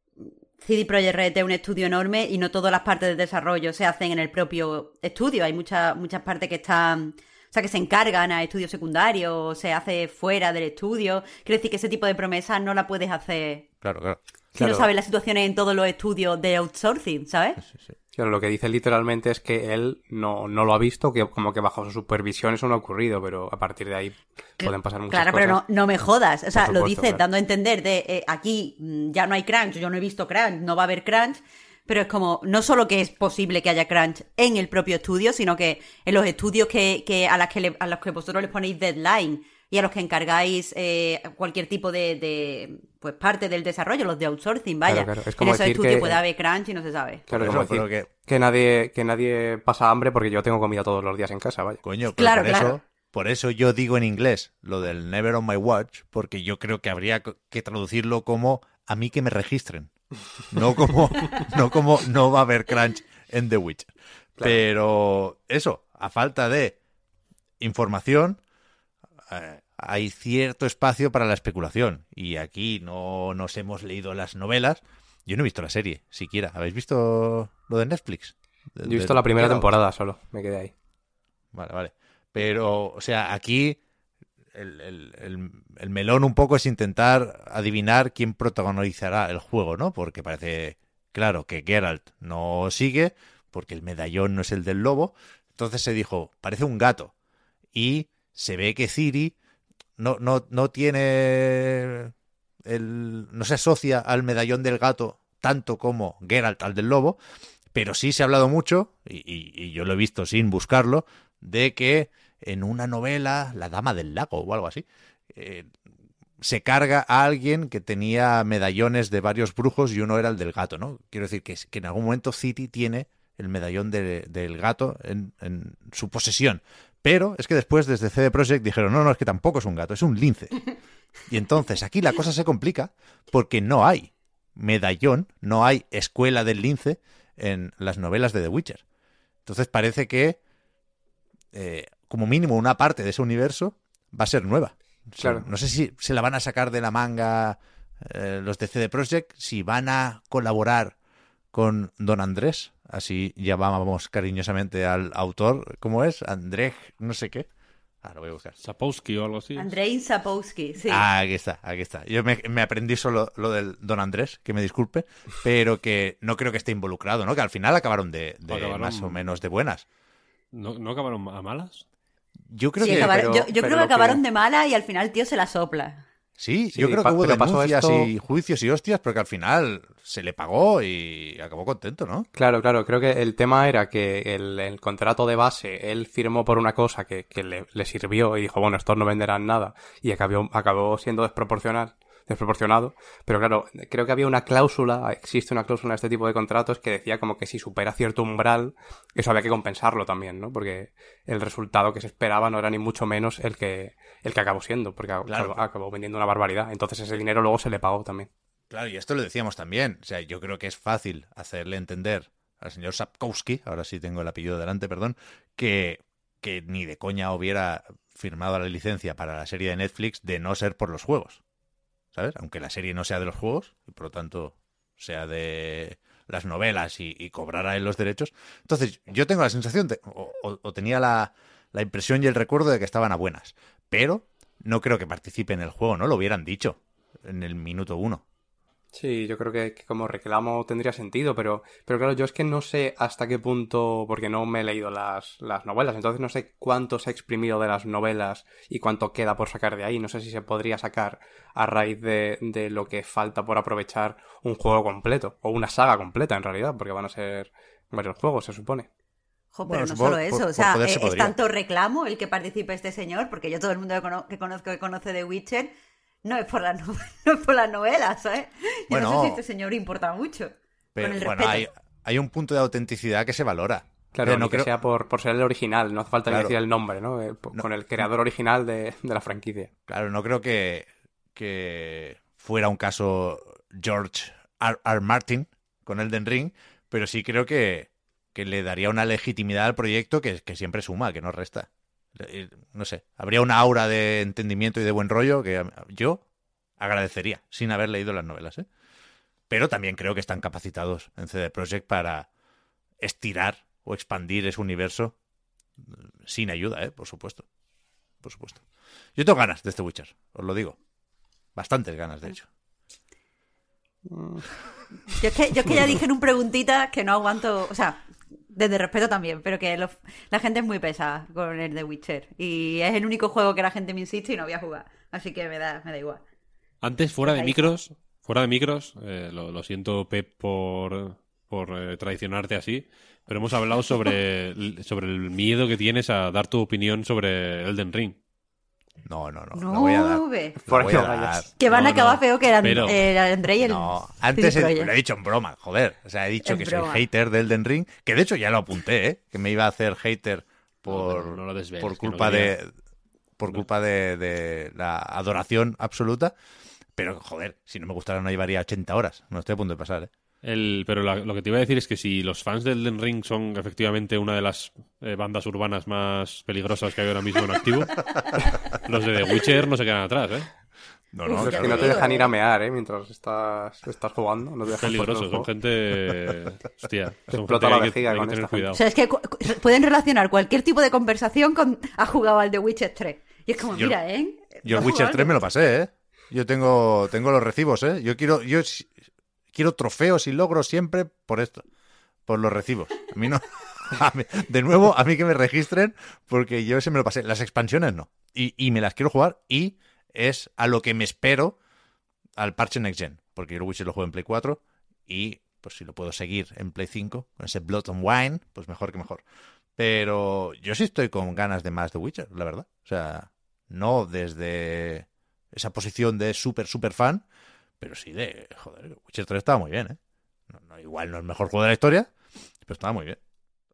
Speaker 6: C D Projekt Red es un estudio enorme y no todas las partes de desarrollo se hacen en el propio estudio. Hay muchas muchas partes que están, o sea, que se encargan a estudios secundarios, o se hace fuera del estudio. Quiero decir que ese tipo de promesas no la puedes hacer
Speaker 4: Claro, claro.
Speaker 6: si
Speaker 5: Claro.
Speaker 6: no sabes las situaciones en todos los estudios de outsourcing, ¿sabes?
Speaker 5: Claro, lo que dice literalmente es que él no, no lo ha visto, que como que bajo su supervisión eso no ha ocurrido, pero a partir de ahí pueden pasar muchas
Speaker 6: Claro,
Speaker 5: cosas.
Speaker 6: pero no, no me jodas. O sea,
Speaker 5: Por
Speaker 6: lo
Speaker 5: supuesto,
Speaker 6: dices
Speaker 5: claro.
Speaker 6: dando a entender de eh, aquí mm, ya no hay crunch, yo no he visto crunch, no va a haber crunch, pero es como, no solo que es posible que haya crunch en el propio estudio, sino que en los estudios que, que a las que le- a los que vosotros les ponéis deadline y a los que encargáis eh, cualquier tipo de, de pues parte del desarrollo, los de outsourcing, vaya.
Speaker 5: Claro, claro. Es como
Speaker 6: en esos
Speaker 5: decir
Speaker 6: estudios
Speaker 5: que-
Speaker 6: puede haber crunch y no se sabe.
Speaker 5: Claro,
Speaker 4: Por
Speaker 5: como
Speaker 4: eso,
Speaker 5: decir
Speaker 4: pero que-
Speaker 5: que nadie, que nadie pasa hambre porque yo tengo comida todos los días en casa, vaya.
Speaker 4: Coño, pero
Speaker 6: Claro,
Speaker 4: por
Speaker 6: claro.
Speaker 4: eso, por eso yo digo en inglés lo del Never on my watch, porque yo creo que habría co- que traducirlo como a mí que me registren. No como, no como no va a haber crunch en The Witcher. Pero eso, a falta de información, eh, hay cierto espacio para la especulación. Y aquí no nos hemos leído las novelas. Yo no he visto la serie, siquiera. ¿Habéis visto lo de Netflix? De-
Speaker 5: Yo he visto
Speaker 4: de-
Speaker 5: la primera
Speaker 4: de-
Speaker 5: temporada solo, me quedé ahí.
Speaker 4: Vale, vale. Pero, o sea, aquí el, el- el- el melón un poco es intentar adivinar quién protagonizará el juego, ¿no? Porque parece claro que Geralt no sigue, porque el medallón no es el del lobo. Entonces se dijo, parece un gato. Y se ve que Ciri no, no, no tiene el, no se asocia al medallón del gato tanto como Geralt al del lobo, pero sí se ha hablado mucho, y, y- y yo lo he visto sin buscarlo, de que en una novela, La Dama del Lago o algo así, eh, se carga a alguien que tenía medallones de varios brujos y uno era el del gato, ¿no? Quiero decir que, que en algún momento Ciri tiene el medallón de- del gato en, en su posesión. Pero es que después desde C D Projekt dijeron, no, no, es que tampoco es un gato, es un lince. Y entonces aquí la cosa se complica porque no hay medallón, no hay escuela del lince en las novelas de The Witcher. Entonces parece que, eh, como mínimo, una parte de ese universo va a ser nueva. O sea,
Speaker 5: Claro.
Speaker 4: no sé si se la van a sacar de la manga eh, los de C D Projekt, si van a colaborar con Don Andrés, así llamábamos cariñosamente al autor. ¿Cómo es? Andrzej, no sé qué. Ah, lo voy a buscar.
Speaker 7: Sapowski o algo así.
Speaker 6: Andrei Sapowski, sí.
Speaker 4: Ah, aquí está, aquí está. Yo me, me aprendí solo lo del Don Andrés, que me disculpe, pero que no creo que esté involucrado, ¿no? Que al final acabaron de, de
Speaker 7: Acabaron-
Speaker 4: más o menos de buenas.
Speaker 7: ¿No, ¿No acabaron a malas?
Speaker 4: Yo creo
Speaker 6: Sí,
Speaker 4: que...
Speaker 6: acabaron-
Speaker 5: pero-
Speaker 6: yo yo
Speaker 5: pero
Speaker 6: creo
Speaker 5: lo
Speaker 6: que acabaron
Speaker 5: que-
Speaker 6: de mala y al final el tío se la sopla.
Speaker 4: Sí,
Speaker 5: Sí,
Speaker 4: yo creo
Speaker 5: pa-
Speaker 4: que hubo
Speaker 5: pero pasó
Speaker 4: denuncias
Speaker 5: esto-
Speaker 4: y juicios y hostias, pero que al final se le pagó y acabó contento, ¿no?
Speaker 5: Claro, claro, creo que el tema era que el, el contrato de base, él firmó por una cosa que, que le, le sirvió y dijo, bueno, estos no venderán nada, y acabó, acabó siendo desproporcional, desproporcionado, pero claro, creo que había una cláusula, existe una cláusula en este tipo de contratos que decía como que si supera cierto umbral, eso había que compensarlo también, ¿no? Porque el resultado que se esperaba no era ni mucho menos el que, el que acabó siendo, porque
Speaker 4: Claro.
Speaker 5: acabó, acabó vendiendo una barbaridad, entonces ese dinero luego se le pagó también.
Speaker 4: Claro, y esto lo decíamos también. O sea, yo creo que es fácil hacerle entender al señor Sapkowski, ahora sí tengo el apellido delante, perdón, que, que ni de coña hubiera firmado la licencia para la serie de Netflix de no ser por los juegos. ¿Sabes? Aunque la serie no sea de los juegos, y por lo tanto sea de las novelas y, y cobrara él los derechos. Entonces, yo tengo la sensación, de, o, o- o tenía la, la impresión y el recuerdo de que estaban a buenas. Pero no creo que participe en el juego, ¿no? Lo hubieran dicho en el minuto uno.
Speaker 5: Sí, yo creo que, que como reclamo tendría sentido, pero, pero claro, yo es que no sé hasta qué punto, porque no me he leído las, las novelas, entonces no sé cuánto se ha exprimido de las novelas y cuánto queda por sacar de ahí. No sé si se podría sacar a raíz de, de lo que falta por aprovechar un juego completo, o una saga completa en realidad, porque van a ser varios juegos, se supone.
Speaker 6: Jo,
Speaker 4: Bueno,
Speaker 6: pero no
Speaker 4: supongo-
Speaker 6: solo eso,
Speaker 4: por-
Speaker 6: o
Speaker 4: por
Speaker 6: sea,
Speaker 4: poder se
Speaker 6: eh, es
Speaker 4: podría.
Speaker 6: tanto reclamo el que participe este señor, porque yo todo el mundo que, cono- que conozco que conoce de Witcher no es por las no, no es por las novelas, ¿sabes? Yo
Speaker 4: Bueno.
Speaker 6: no sé si este señor importa mucho.
Speaker 4: Pero
Speaker 6: con el
Speaker 4: bueno,
Speaker 6: respeto.
Speaker 4: hay, hay un punto de autenticidad que se valora.
Speaker 5: Claro,
Speaker 4: Eh,
Speaker 5: no
Speaker 4: no
Speaker 5: que
Speaker 4: creo-
Speaker 5: sea por, por ser el original, no hace falta ni
Speaker 4: Claro.
Speaker 5: decir el nombre, ¿no? Eh, po-
Speaker 4: No.
Speaker 5: Con el creador original de, de la franquicia.
Speaker 4: Claro, no creo que, que fuera un caso George R. R. Martin con Elden Ring, pero sí creo que, que le daría una legitimidad al proyecto que, que siempre suma, que no resta. Eh, No sé, habría una aura de entendimiento y de buen rollo que yo agradecería, sin haber leído las novelas, ¿eh? Pero también creo que están capacitados en C D Projekt para estirar o expandir ese universo sin ayuda, ¿eh? Por supuesto. Por supuesto. Yo tengo ganas de este Witcher, os lo digo. Bastantes ganas, de hecho.
Speaker 6: Yo es, que, yo es que ya dije en un preguntita que no aguanto, o sea, desde respeto también, pero que los- la gente es muy pesada con el de Witcher. Y es el único juego que la gente me insiste y no voy a jugar. Así que me da, me da igual.
Speaker 7: Antes, fuera de
Speaker 6: Ahí
Speaker 7: micros, fuera de micros, eh, lo, lo siento, Pep, por, por eh, traicionarte así, pero hemos hablado sobre, el- sobre el miedo que tienes a dar tu opinión sobre Elden Ring.
Speaker 4: No, no, no.
Speaker 6: No,
Speaker 4: la voy a dar.
Speaker 6: ve.
Speaker 4: La
Speaker 5: Por
Speaker 4: voy
Speaker 5: ahí
Speaker 4: a
Speaker 5: no
Speaker 4: dar.
Speaker 5: vayas.
Speaker 6: Que van
Speaker 7: No,
Speaker 6: a acabar
Speaker 7: no,
Speaker 6: feo que eran
Speaker 7: pero-
Speaker 6: el André y el
Speaker 4: No,
Speaker 6: C D
Speaker 4: antes he-
Speaker 6: Projekt.
Speaker 4: lo he dicho en broma, joder. O sea, he dicho
Speaker 6: En
Speaker 4: que
Speaker 6: broma.
Speaker 4: soy hater del Elden Ring, que de hecho ya lo apunté, ¿eh? Que me iba a hacer hater por,
Speaker 7: No, pero no lo desveles,
Speaker 4: por
Speaker 7: que no
Speaker 4: culpa
Speaker 7: quería.
Speaker 4: de por culpa de, de la adoración absoluta. Pero, joder, si no me gustara no llevaría ochenta horas. No estoy a punto de pasar, ¿eh?
Speaker 7: El, pero la- lo que te iba a decir es que si los fans del Elden Ring son efectivamente una de las eh, bandas urbanas más peligrosas que hay ahora mismo en activo, los de The Witcher no se quedan atrás, ¿eh?
Speaker 4: No,
Speaker 6: Uf,
Speaker 4: no,
Speaker 5: Los
Speaker 6: ya
Speaker 5: que
Speaker 6: te
Speaker 5: no te
Speaker 6: digo,
Speaker 5: dejan ir
Speaker 6: eh.
Speaker 5: a mear, ¿eh? Mientras estás, estás jugando. No te dejan
Speaker 7: Peligrosos, son
Speaker 5: poner el
Speaker 7: gente...
Speaker 5: juego.
Speaker 7: Hostia,
Speaker 5: Te
Speaker 7: son
Speaker 5: explota
Speaker 7: gente
Speaker 5: la
Speaker 7: que hay que-
Speaker 5: vejiga
Speaker 7: hay que
Speaker 5: con
Speaker 7: tener
Speaker 5: esta
Speaker 7: cuidado.
Speaker 6: O sea, es que cu- cu- pueden relacionar cualquier tipo de conversación con ha jugado al The Witcher tres. Y es como,
Speaker 4: Yo-
Speaker 6: mira, ¿eh?
Speaker 4: Yo
Speaker 6: No
Speaker 4: el
Speaker 6: ha
Speaker 4: Witcher
Speaker 6: jugado
Speaker 4: tres
Speaker 6: al
Speaker 4: me lo pasé, ¿eh? Yo tengo, tengo los recibos, ¿eh? Yo quiero, yo s- quiero trofeos y logros siempre por esto, por los recibos. A mí no. a mí- de nuevo, a mí que me registren, porque yo ese me lo pasé. Las expansiones no. Y, y me las quiero jugar y es a lo que me espero al parche Next Gen. Porque yo el Witcher lo juego en Play cuatro y pues si lo puedo seguir en Play cinco, con ese Blood and Wine, pues mejor que mejor. Pero yo sí estoy con ganas de más de Witcher, la verdad. O sea, no desde esa posición de súper, súper fan, pero sí de, joder, Witcher tres estaba muy bien, ¿eh? No, no, igual no es el mejor juego de la historia, pero estaba muy bien.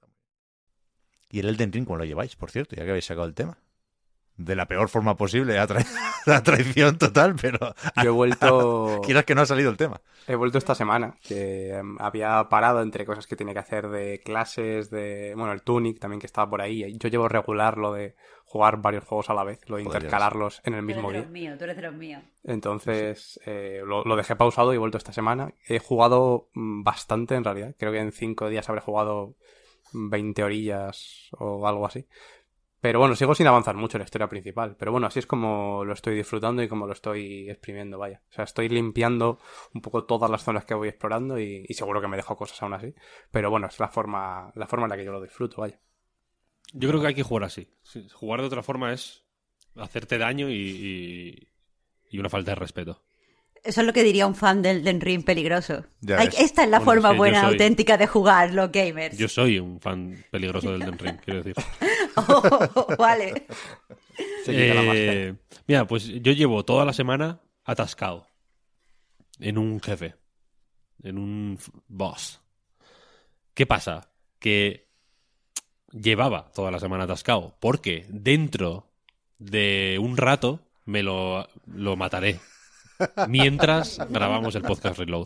Speaker 4: Y el Elden Ring, ¿cómo lo lleváis, por cierto? Ya que habéis sacado el tema. De la peor forma posible, a tra- la traición total, pero
Speaker 5: Yo he vuelto...
Speaker 4: quieras que no ha salido el tema.
Speaker 5: He vuelto esta semana, que em, había parado entre cosas que tenía que hacer de clases, de... Bueno, el Tunic también que estaba por ahí. Yo llevo regular lo de jugar varios juegos a la vez, lo de
Speaker 4: Joder,
Speaker 5: intercalarlos en el
Speaker 6: Tú eres
Speaker 5: mismo
Speaker 6: de
Speaker 5: día.
Speaker 6: los míos, tú eres de los míos.
Speaker 5: Entonces eh, lo, lo dejé pausado y he vuelto esta semana. He jugado mm, bastante en realidad. Creo que en cinco días habré jugado veinte orillas o algo así. Pero bueno, sigo sin avanzar mucho en la historia principal. Pero bueno, así es como lo estoy disfrutando y como lo estoy exprimiendo, vaya. O sea, estoy limpiando un poco todas las zonas que voy explorando y, y seguro que me dejo cosas aún así. Pero bueno, es la forma, la forma en la que yo lo disfruto, vaya.
Speaker 7: Yo creo que hay que jugar así. Sí, jugar de otra forma es hacerte daño y, y, y una falta de respeto.
Speaker 6: Eso es lo que diría un fan del Den Ring peligroso.
Speaker 4: Ya
Speaker 6: Hay-
Speaker 4: ves.
Speaker 6: esta es la
Speaker 7: Bueno,
Speaker 6: forma
Speaker 7: es que yo
Speaker 6: buena,
Speaker 7: soy-
Speaker 6: auténtica de jugar los gamers.
Speaker 7: Yo soy un fan peligroso del Elden Ring, quiero decir.
Speaker 6: Oh, vale.
Speaker 5: Se quita la máscara.
Speaker 7: Eh, mira, pues yo llevo toda la semana atascado en un jefe, en un f- boss. ¿Qué pasa? Que llevaba toda la semana atascado porque dentro de un rato me lo, lo mataré mientras grabamos el podcast Reload.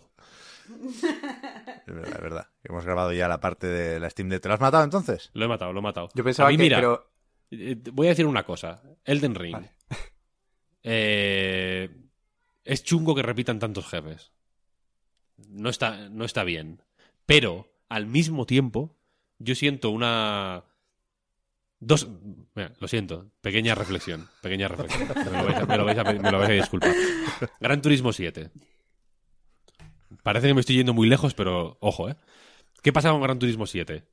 Speaker 4: Es verdad, es verdad. Hemos grabado ya la parte de la Steam Deck. ¿Te lo has matado entonces?
Speaker 7: Lo he matado, lo he matado.
Speaker 5: Yo pensaba
Speaker 7: A mí,
Speaker 5: que...
Speaker 7: mira,
Speaker 5: Pero...
Speaker 7: eh, voy a decir una cosa. Elden Ring.
Speaker 5: Vale.
Speaker 7: Eh, es chungo que repitan tantos jefes. No está, no está bien. Pero, al mismo tiempo, yo siento una... Dos... Mira, lo siento. Pequeña reflexión. Pequeña reflexión. Me lo vais a, me lo vais a, me lo vais a disculpar. Gran Turismo siete. Parece que me estoy yendo muy lejos, pero ojo, ¿eh? ¿Qué pasa con Gran Turismo siete?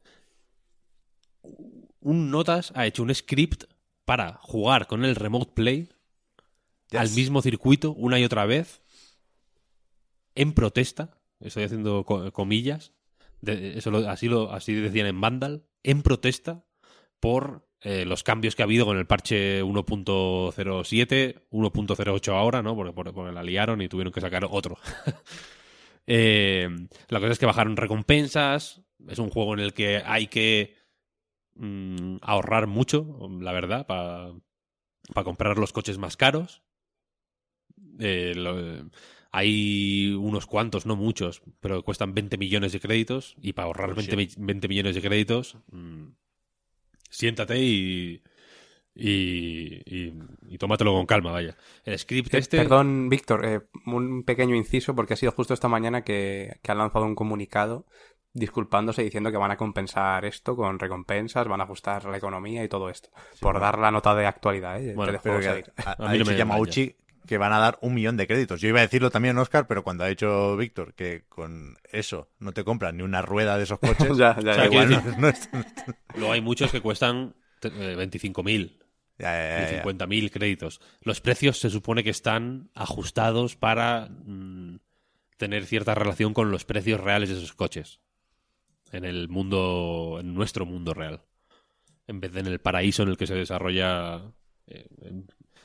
Speaker 7: Un Notas ha hecho un script para jugar con el Remote Play
Speaker 4: Yes.
Speaker 7: al mismo circuito una y otra vez en protesta. Estoy haciendo co- comillas. De- eso lo- así, lo, así decían en Vandal. En protesta por eh, los cambios que ha habido con el parche uno punto cero siete, uno punto cero ocho ahora, ¿no? Porque, porque, porque la liaron y tuvieron que sacar otro. Eh, la cosa es que bajaron recompensas. Es un juego en el que hay que mm, ahorrar mucho, la verdad, para comprar los coches más caros. Eh, lo- hay unos cuantos, no muchos, pero cuestan veinte millones de créditos. Y para ahorrar veinte, mi- veinte millones de créditos, mm, siéntate y, y, y, y tómatelo con calma, vaya. El script
Speaker 5: Eh,
Speaker 7: este...
Speaker 5: Perdón, Víctor, eh, un pequeño inciso porque ha sido justo esta mañana que, que han lanzado un comunicado disculpándose diciendo que van a compensar esto con recompensas, van a ajustar la economía y todo esto. por dar la nota de actualidad, ¿eh?
Speaker 7: Bueno,
Speaker 5: Te dejo
Speaker 4: Pero que
Speaker 5: seguir.
Speaker 4: ha,
Speaker 7: A
Speaker 4: ha
Speaker 7: mí no
Speaker 4: dicho
Speaker 7: me
Speaker 4: Yamauchi que van a dar un millón de créditos. Yo iba a decirlo también, Oscar, pero cuando ha dicho Víctor que con eso no te compran ni una rueda de esos coches,
Speaker 5: Ya, ya,
Speaker 7: O sea,
Speaker 5: ya.
Speaker 7: quiero
Speaker 4: igual
Speaker 7: decir-
Speaker 4: no, no es-
Speaker 7: Luego hay muchos que cuestan eh, veinticinco mil.
Speaker 4: Ya, ya, ya, ya.
Speaker 7: cincuenta mil créditos. Los precios se supone que están ajustados para mm, tener cierta relación con los precios reales de esos coches. En el mundo, en nuestro mundo real. En vez de en el paraíso en el que se desarrolla eh, en-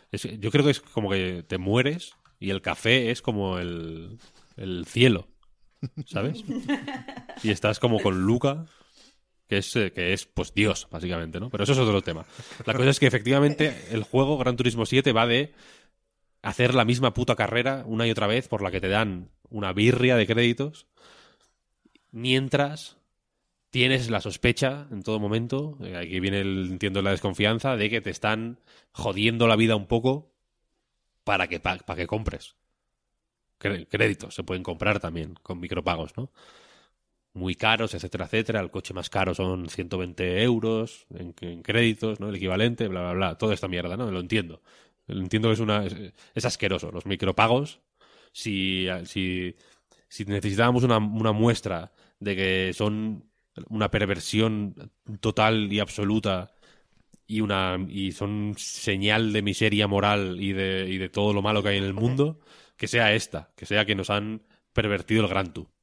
Speaker 7: Es, yo creo que es como que te mueres y el café es como el, el cielo, ¿sabes? Y estás como con Luca, que es, eh, que es pues Dios, básicamente, ¿no? Pero eso es otro tema. La cosa es que efectivamente el juego Gran Turismo siete va de hacer la misma puta carrera una y otra vez por la que te dan una birria de créditos, mientras tienes la sospecha en todo momento, eh, aquí viene el, entiendo la desconfianza, de que te están jodiendo la vida un poco para que, pa- para que compres. Cre- créditos se pueden comprar también con micropagos, ¿no? Muy caros, etcétera, etcétera. El coche más caro son ciento veinte euros en, en créditos, ¿no? El equivalente, bla, bla, bla. Toda esta mierda, ¿no? Lo entiendo. Lo entiendo que es una... Es, es asqueroso. Los micropagos, si, si, si necesitábamos una, una muestra de que son una perversión total y absoluta y una y son señal de miseria moral y de, y de todo lo malo que hay en el mundo, que sea esta, que sea que nos han pervertido el Gran Tour.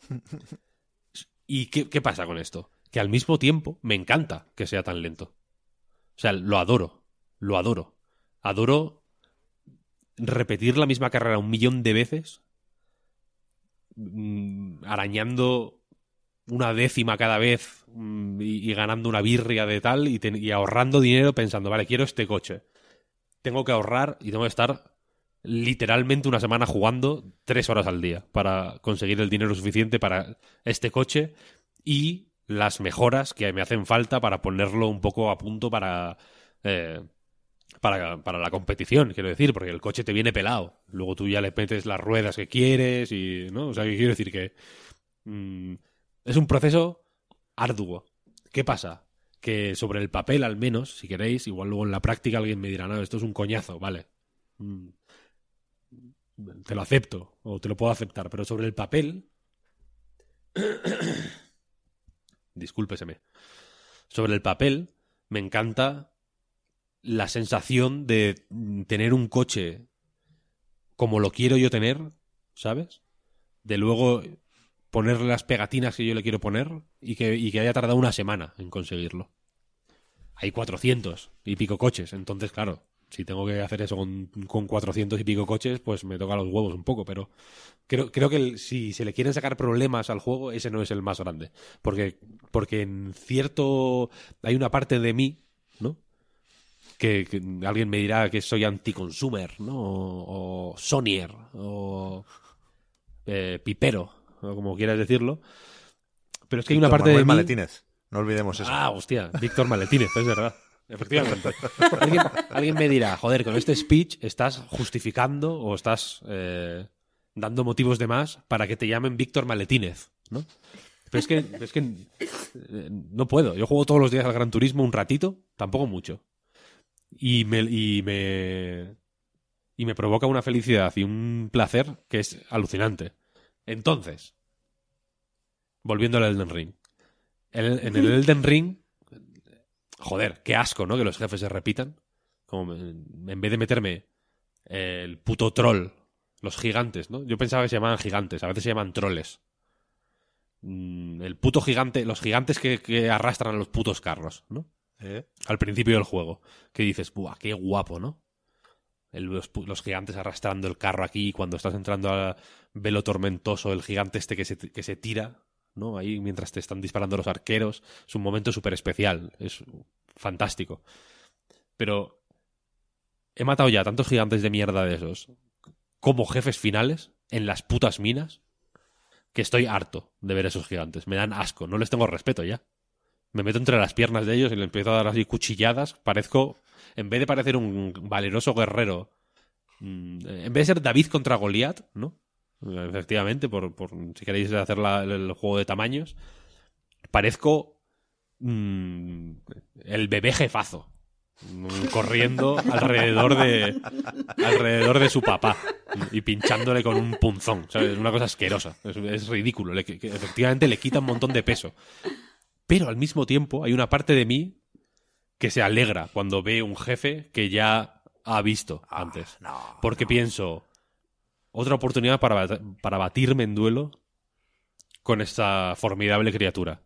Speaker 7: ¿Y qué, qué pasa con esto? Que al mismo tiempo me encanta que sea tan lento. O sea, lo adoro, lo adoro. Adoro repetir la misma carrera un millón de veces, mm, arañando una décima cada vez mm, y, y ganando una birria de tal y, ten- y ahorrando dinero pensando, vale, quiero este coche. Tengo que ahorrar y tengo que estar literalmente una semana jugando tres horas al día para conseguir el dinero suficiente para este coche y las mejoras que me hacen falta para ponerlo un poco a punto para, eh, para, para la competición, quiero decir, porque el coche te viene pelado. Luego tú ya le metes las ruedas que quieres y, ¿no? O sea, que quiero decir que mm, es un proceso arduo. ¿Qué pasa? Que sobre el papel, al menos, si queréis, igual luego en la práctica alguien me dirá, no, esto es un coñazo, vale. Mm, te lo acepto, o te lo puedo aceptar, pero sobre el papel... Discúlpeseme. Sobre el papel, me encanta la sensación de tener un coche como lo quiero yo tener, ¿sabes? De luego ponerle las pegatinas que yo le quiero poner y que, y que haya tardado una semana en conseguirlo. Hay cuatrocientos y pico coches, entonces, claro, si tengo que hacer eso con, con cuatrocientos y pico coches, pues me toca los huevos un poco, pero creo, creo que el- si se le quieren sacar problemas al juego, ese no es el más grande. Porque, porque en cierto... Hay una parte de mí, ¿no? Que, que alguien me dirá que soy anti-consumer, ¿no? O, o Sonyer, o eh, Pipero, o como quieras decirlo. Pero es que hay una
Speaker 4: Víctor
Speaker 7: parte de
Speaker 4: Manuel
Speaker 7: mí...
Speaker 4: Maletines. No olvidemos eso.
Speaker 7: Ah, hostia, Víctor Maletines, es verdad. Efectivamente. Alguien, alguien me dirá, joder, con este speech estás justificando o estás eh, dando motivos de más para que te llamen Víctor Maletínez, ¿no? Pero es que, es que eh, no puedo. Yo juego todos los días al Gran Turismo un ratito, tampoco mucho. Y me, y me, y me provoca una felicidad y un placer que es alucinante. Entonces, volviendo al Elden Ring. El- en el Elden Ring, joder, qué asco, ¿no? Que los jefes se repitan. Como me- en vez de meterme eh, el puto troll, los gigantes, ¿no? Yo pensaba que se llamaban gigantes, a veces se llaman troles. Mm, El puto gigante, los gigantes que, que arrastran a los putos carros, ¿no?
Speaker 4: ¿Eh?
Speaker 7: Al principio del juego. Que dices, ¡buah, qué guapo!, ¿no? El- los, pu- los gigantes arrastrando el carro aquí, cuando estás entrando a velo tormentoso, el gigante este que se, que se tira, ¿no? Ahí mientras te están disparando los arqueros. Es un momento súper especial. Es fantástico. Pero he matado ya tantos gigantes de mierda de esos como jefes finales en las putas minas que estoy harto de ver esos gigantes. Me dan asco. No les tengo respeto ya. Me meto entre las piernas de ellos y les empiezo a dar así cuchilladas. Parezco, en vez de parecer un valeroso guerrero, mm, en vez de ser David contra Goliat, ¿no? Efectivamente, por, por si queréis hacer la- el juego de tamaños, parezco mm, el bebé jefazo mm, corriendo alrededor de alrededor de su papá y pinchándole con un punzón, ¿sabes? Es una cosa asquerosa, es, es ridículo. Le- que- que efectivamente le quita un montón de peso. Pero al mismo tiempo hay una parte de mí que se alegra cuando ve un jefe que ya ha visto antes. Porque pienso, otra oportunidad para, bat- para batirme en duelo con esta formidable criatura.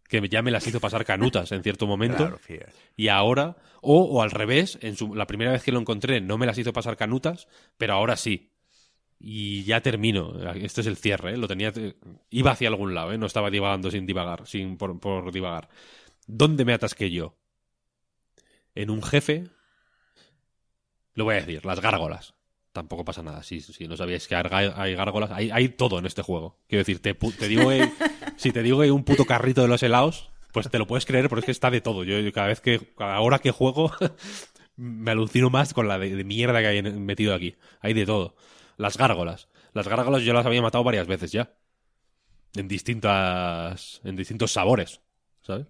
Speaker 7: que ya me las hizo pasar canutas en cierto momento.
Speaker 4: Claro, fíjate.
Speaker 7: Y ahora, o, o al revés, en su, la primera vez que lo encontré no me las hizo pasar canutas, pero ahora sí. Y ya termino. Este es el cierre, ¿eh? Lo tenía, iba hacia algún lado, ¿eh? No estaba divagando sin divagar, sin por, por divagar. ¿Dónde me atasqué yo? En un jefe, lo voy a decir, las gárgolas. Tampoco pasa nada. Si, si no sabíais que hay, hay gárgolas, hay, hay todo en este juego. Quiero decir, te, te digo que, si te digo que hay un puto carrito de los helados, pues te lo puedes creer, porque es que está de todo. Yo, yo cada vez que, cada hora que juego, me alucino más con la de, de mierda que hay metido aquí. Hay de todo. Las gárgolas. Las gárgolas yo las había matado varias veces ya. En distintas, en distintos sabores, ¿sabes?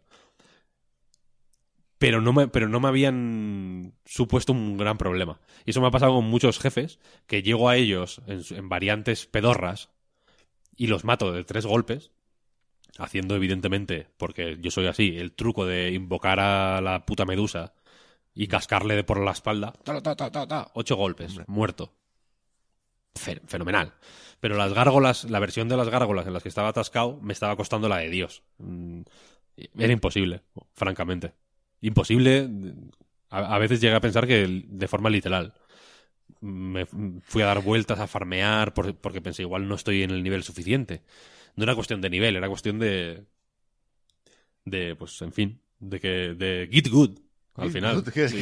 Speaker 7: Pero no, me, pero no me habían supuesto un gran problema. Y eso me ha pasado con muchos jefes, que llego a ellos en, en variantes pedorras y los mato de tres golpes, haciendo evidentemente, porque yo soy así, el truco de invocar a la puta medusa y cascarle de por la espalda. Ta, ta, ta, ta, ta, ocho golpes, muerto. Fenomenal. Pero las gárgolas, la versión de las gárgolas en las que estaba atascado, me estaba costando la de Dios. Era imposible, francamente. Imposible. A, a veces llegué a pensar que de forma literal. Me fui a dar vueltas a farmear por, porque pensé, igual no estoy en el nivel suficiente. No era cuestión de nivel, era cuestión de... De, pues, en fin, de que... De get good, al final. Sí.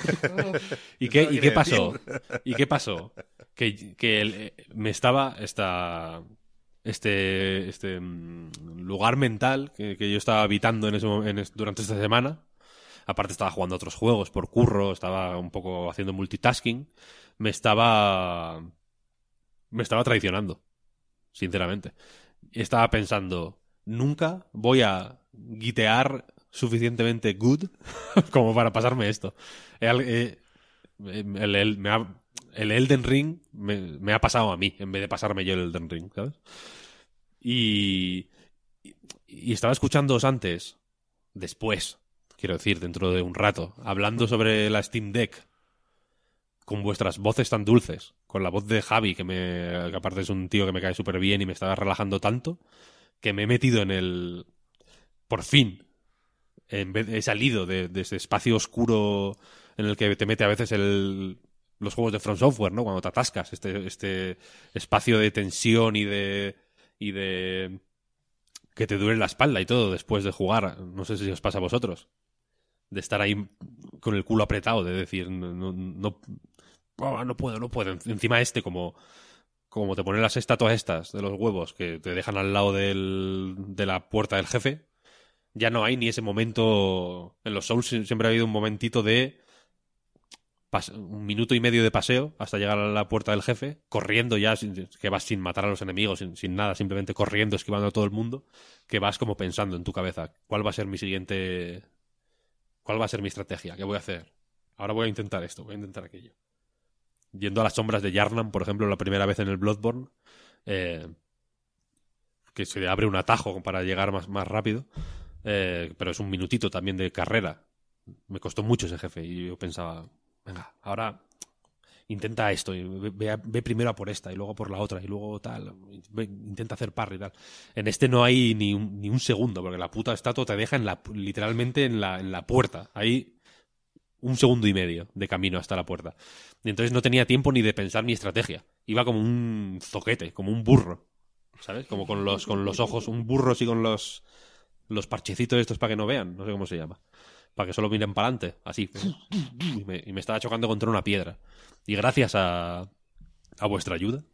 Speaker 7: ¿Y qué, ¿Y qué pasó? ¿Y qué pasó? Que, que el, me estaba... Esta... Este, este lugar mental que, que yo estaba habitando en ese, en, durante esta semana. Aparte estaba jugando a otros juegos por curro, estaba un poco haciendo multitasking. Me estaba... Me estaba traicionando, sinceramente. Estaba pensando, nunca voy a guitear suficientemente good como para pasarme esto. El, el, el, el, me ha, el Elden Ring me, me ha pasado a mí, en vez de pasarme yo el Elden Ring, ¿sabes? Y, y estaba escuchándoos antes, después... quiero decir, dentro de un rato, hablando sobre la Steam Deck, con vuestras voces tan dulces, con la voz de Javi, que, me, que aparte es un tío que me cae súper bien y me estaba relajando tanto, que me he metido en el... Por fin, en vez, he salido de, de ese espacio oscuro en el que te mete a veces el, los juegos de From Software, ¿no? Cuando te atascas, este, este espacio de tensión y de... y de... que te duele la espalda y todo después de jugar. No sé si os pasa a vosotros. De estar ahí con el culo apretado, de decir, no, no, no, oh, no puedo, no puedo. Encima este, como, como te ponen las estatuas estas de los huevos que te dejan al lado del, de la puerta del jefe, ya no hay ni ese momento. En los Souls siempre ha habido un momentito de un minuto y medio de paseo hasta llegar a la puerta del jefe, corriendo ya, que vas sin matar a los enemigos, sin, sin nada, simplemente corriendo, esquivando a todo el mundo, que vas como pensando en tu cabeza, ¿cuál va a ser mi siguiente... ¿Cuál va a ser mi estrategia? ¿Qué voy a hacer? Ahora voy a intentar esto, voy a intentar aquello. Yendo a las sombras de Yarnam, por ejemplo, la primera vez en el Bloodborne, eh, que se abre un atajo para llegar más, más rápido, eh, pero es un minutito también de carrera. Me costó mucho ese jefe y yo pensaba, venga, ahora intenta esto, y ve, ve, ve primero a por esta y luego por la otra y luego tal, ve, intenta hacer parry y tal. En este no hay ni un, ni un segundo, porque la puta estatua te deja en la, literalmente en la, en la puerta. Hay un segundo y medio de camino hasta la puerta. Y entonces no tenía tiempo ni de pensar mi estrategia. Iba como un zoquete, como un burro, ¿sabes? Como con los, con los ojos, un burro así con los, los parchecitos estos para que no vean, no sé cómo se llama. Para que solo miren para adelante, así. Y me, y me estaba chocando contra una piedra. Y gracias a, a vuestra ayuda,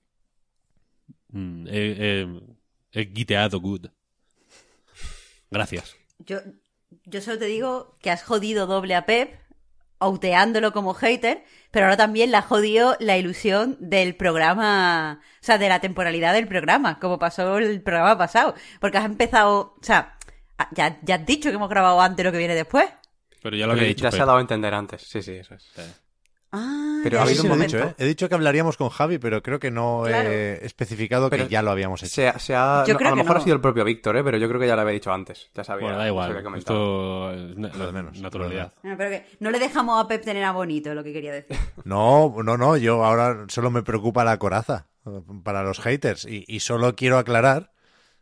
Speaker 7: he, he, he guiteado good. Gracias.
Speaker 6: Yo, yo solo te digo que has jodido doble a Pep, outeándolo como hater, pero ahora también le ha jodido la ilusión del programa, o sea, de la temporalidad del programa, como pasó el programa pasado. Porque has empezado, o sea, ya, ya has dicho que hemos grabado antes lo que viene después.
Speaker 7: Pero ya lo había dicho.
Speaker 5: Ya Pep. Se ha dado a entender antes, sí, sí, eso es. Sí.
Speaker 6: Ah,
Speaker 4: pero ha habido un momento, ¿eh? He dicho que hablaríamos con Javi, pero creo que no
Speaker 6: claro.
Speaker 4: he especificado pero que ya lo habíamos hecho.
Speaker 5: Se, se ha,
Speaker 6: yo
Speaker 5: no,
Speaker 6: creo
Speaker 5: a lo
Speaker 6: que
Speaker 5: mejor
Speaker 6: no.
Speaker 5: ha sido el propio Víctor, ¿eh? Pero yo creo que ya lo había dicho antes. Ya sabía.
Speaker 7: Bueno, da igual. Esto es
Speaker 4: lo de menos.
Speaker 7: Naturalidad.
Speaker 6: No, pero que no le dejamos a Pep tener a bonito, lo que quería decir.
Speaker 4: No, no, no. Yo ahora solo me preocupa la coraza para los haters. Y, y solo quiero aclarar,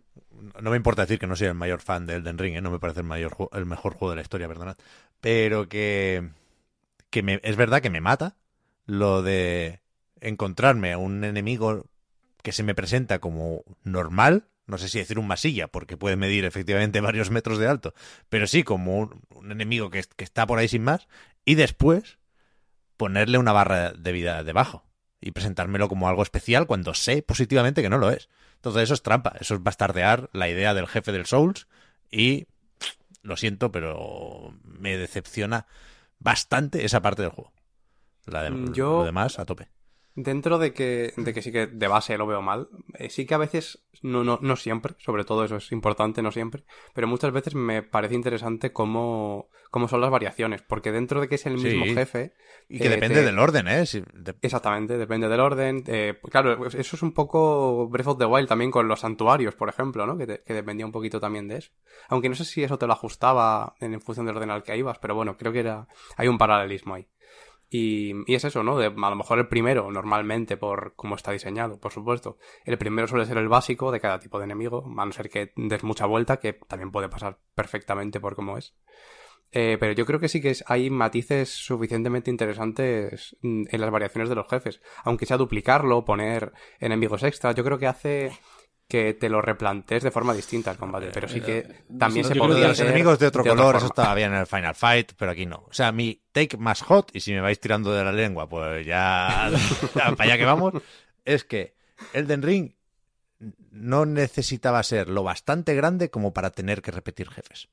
Speaker 4: no me importa decir que no soy el mayor fan de Elden Ring, ¿eh? No me parece el mayor ju- el mejor juego de la historia, perdonad. Pero que, que me, es verdad que me mata lo de encontrarme a un enemigo que se me presenta como normal, no sé si decir un masilla, porque puede medir efectivamente varios metros de alto, pero sí como un, un enemigo que, que está por ahí sin más, y después ponerle una barra de vida debajo y presentármelo como algo especial cuando sé positivamente que no lo es. Entonces eso es trampa, eso es bastardear la idea del jefe del Souls y lo siento, pero me decepciona bastante esa parte del juego. La de,
Speaker 5: Yo-
Speaker 4: Lo demás, a tope.
Speaker 5: Dentro de que, de que sí que de base lo veo mal, eh, sí que a veces, no, no, no siempre, sobre todo eso es importante, no siempre, pero muchas veces me parece interesante cómo, cómo son las variaciones, porque dentro de que es el
Speaker 4: Sí.
Speaker 5: mismo jefe...
Speaker 4: Y que
Speaker 5: eh,
Speaker 4: depende
Speaker 5: te-
Speaker 4: del orden, ¿eh? Si- de-
Speaker 5: Exactamente, depende del orden. eh, claro, eso es un poco Breath of the Wild también con los santuarios, por ejemplo, ¿no? Que, te- que dependía un poquito también de eso. Aunque no sé si eso te lo ajustaba en función del orden al que ibas, pero bueno, creo que era hay un paralelismo ahí. Y, y es eso, ¿no? De, a lo mejor el primero, normalmente, por cómo está diseñado, por supuesto. El primero suele ser el básico de cada tipo de enemigo, a no ser que des mucha vuelta, que también puede pasar perfectamente por cómo es. Eh, pero yo creo que sí que es- hay matices suficientemente interesantes mm, en las variaciones de los jefes. Aunque sea duplicarlo, poner enemigos extra, yo creo que hace que te lo replantees de forma distinta el combate. Pero sí que también
Speaker 7: sí,
Speaker 5: se
Speaker 7: yo creo
Speaker 5: podría
Speaker 7: que
Speaker 4: los
Speaker 5: hacer
Speaker 4: enemigos de otro
Speaker 5: otra
Speaker 4: color,
Speaker 5: forma.
Speaker 4: eso estaba bien en el Final Fight, pero aquí no. O sea, mi take más hot, y si me vais tirando de la lengua, pues ya, ya para allá que vamos, es que Elden Ring no necesitaba ser lo bastante grande como para tener que repetir jefes.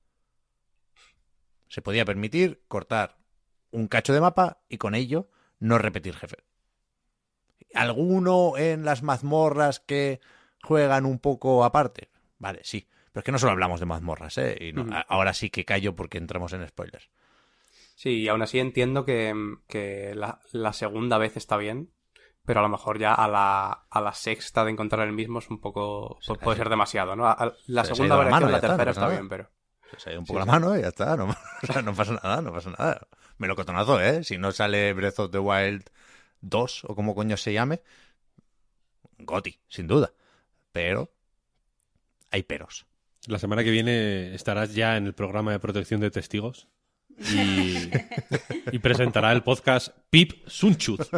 Speaker 4: Se podía permitir cortar un cacho de mapa y con ello no repetir jefe. ¿Alguno en las mazmorras que juegan un poco aparte? Vale, sí. Pero es que no solo hablamos de mazmorras, ¿eh? Y no-
Speaker 5: Ujú.
Speaker 4: a- ahora sí que callo porque entramos en spoilers.
Speaker 5: Sí, y aún así entiendo que, que la, la segunda vez está bien, pero a lo mejor ya a la, a la sexta de encontrar el mismo es un poco...
Speaker 4: Se
Speaker 5: pu-
Speaker 4: le ha
Speaker 5: puede
Speaker 4: ido-
Speaker 5: ser demasiado, ¿no? A- a- La
Speaker 4: se le ha
Speaker 5: segunda
Speaker 4: ido la mano,
Speaker 5: variación,
Speaker 4: ya
Speaker 5: la
Speaker 4: está, no
Speaker 5: tercera
Speaker 4: pasa
Speaker 5: está
Speaker 4: nada.
Speaker 5: bien, pero...
Speaker 4: Se ha ido un
Speaker 5: Sí,
Speaker 4: poco
Speaker 5: sí.
Speaker 4: la mano y ya está. No, o sea, no pasa nada, no pasa nada. Melocotonazo, ¿eh? Si no sale Breath of the Wild dos o como coño se llame, Goti, sin duda. Pero hay peros.
Speaker 7: La semana que viene estarás ya en el programa de protección de testigos y, y presentará el podcast Pip Sunchuz.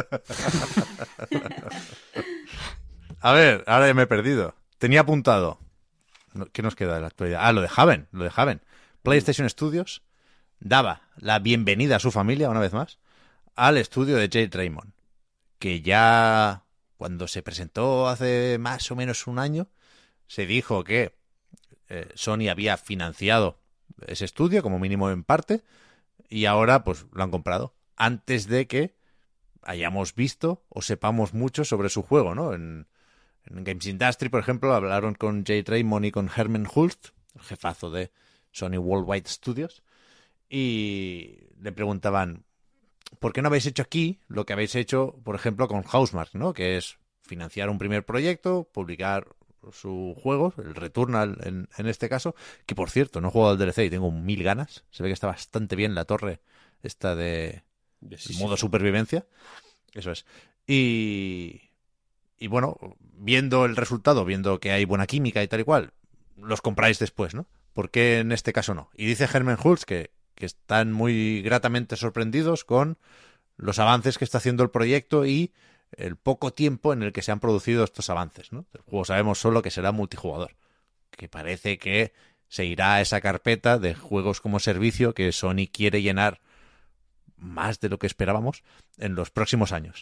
Speaker 4: A ver, ahora ya me he perdido. Tenía apuntado. No, ¿qué nos queda de la actualidad? Ah, lo de Haven, lo de Haven. PlayStation Studios daba la bienvenida a su familia, una vez más, al estudio de Jade Raymond, que ya cuando se presentó hace más o menos un año, se dijo que eh, Sony había financiado ese estudio, como mínimo en parte, y ahora pues lo han comprado, antes de que hayamos visto o sepamos mucho sobre su juego, ¿no? En, en Games Industry, por ejemplo, hablaron con Jade Raymond y con Herman Hulst, el jefazo de Sony Worldwide Studios, y le preguntaban, ¿por qué no habéis hecho aquí lo que habéis hecho, por ejemplo, con Housemarque, ¿no? Que es financiar un primer proyecto, publicar su juego, el Returnal en, en este caso, que por cierto, no he jugado al D L C y tengo mil ganas. Se ve que está bastante bien la torre esta de modo supervivencia. Eso es. Y, y bueno, viendo el resultado, viendo que hay buena química y tal y cual, los compráis después, ¿no? ¿Por qué en este caso no? Y dice Herman Hulst que, que están muy gratamente sorprendidos con los avances que está haciendo el proyecto y el poco tiempo en el que se han producido estos avances, ¿no? El juego sabemos solo que será multijugador, que parece que se irá a esa carpeta de juegos como servicio que Sony quiere llenar más de lo que esperábamos en los próximos años.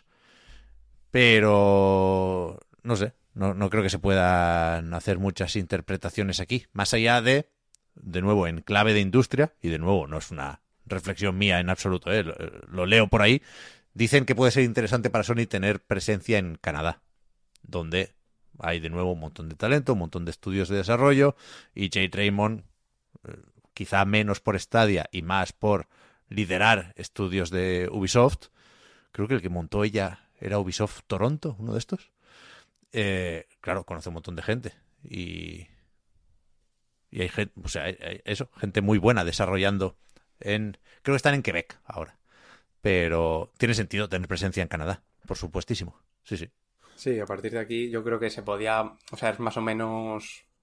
Speaker 4: Pero no sé, no, no creo que se puedan hacer muchas interpretaciones aquí, más allá de, de nuevo, en clave de industria, y de nuevo, no es una reflexión mía en absoluto, ¿eh? lo, lo leo por ahí. Dicen que puede ser interesante para Sony tener presencia en Canadá, donde hay de nuevo un montón de talento, un montón de estudios de desarrollo, y Jade Raymond, eh, quizá menos por Stadia y más por liderar estudios de Ubisoft. Creo que el que montó ella era Ubisoft Toronto, uno de estos. Eh, claro, conoce un montón de gente. Y, y hay gente, o sea, hay, hay eso, gente muy buena desarrollando en... Creo que están en Quebec ahora. Pero tiene sentido tener presencia en Canadá, por supuestísimo. Sí, sí.
Speaker 5: Sí, a partir de aquí yo creo que se podía, o sea, es más o menos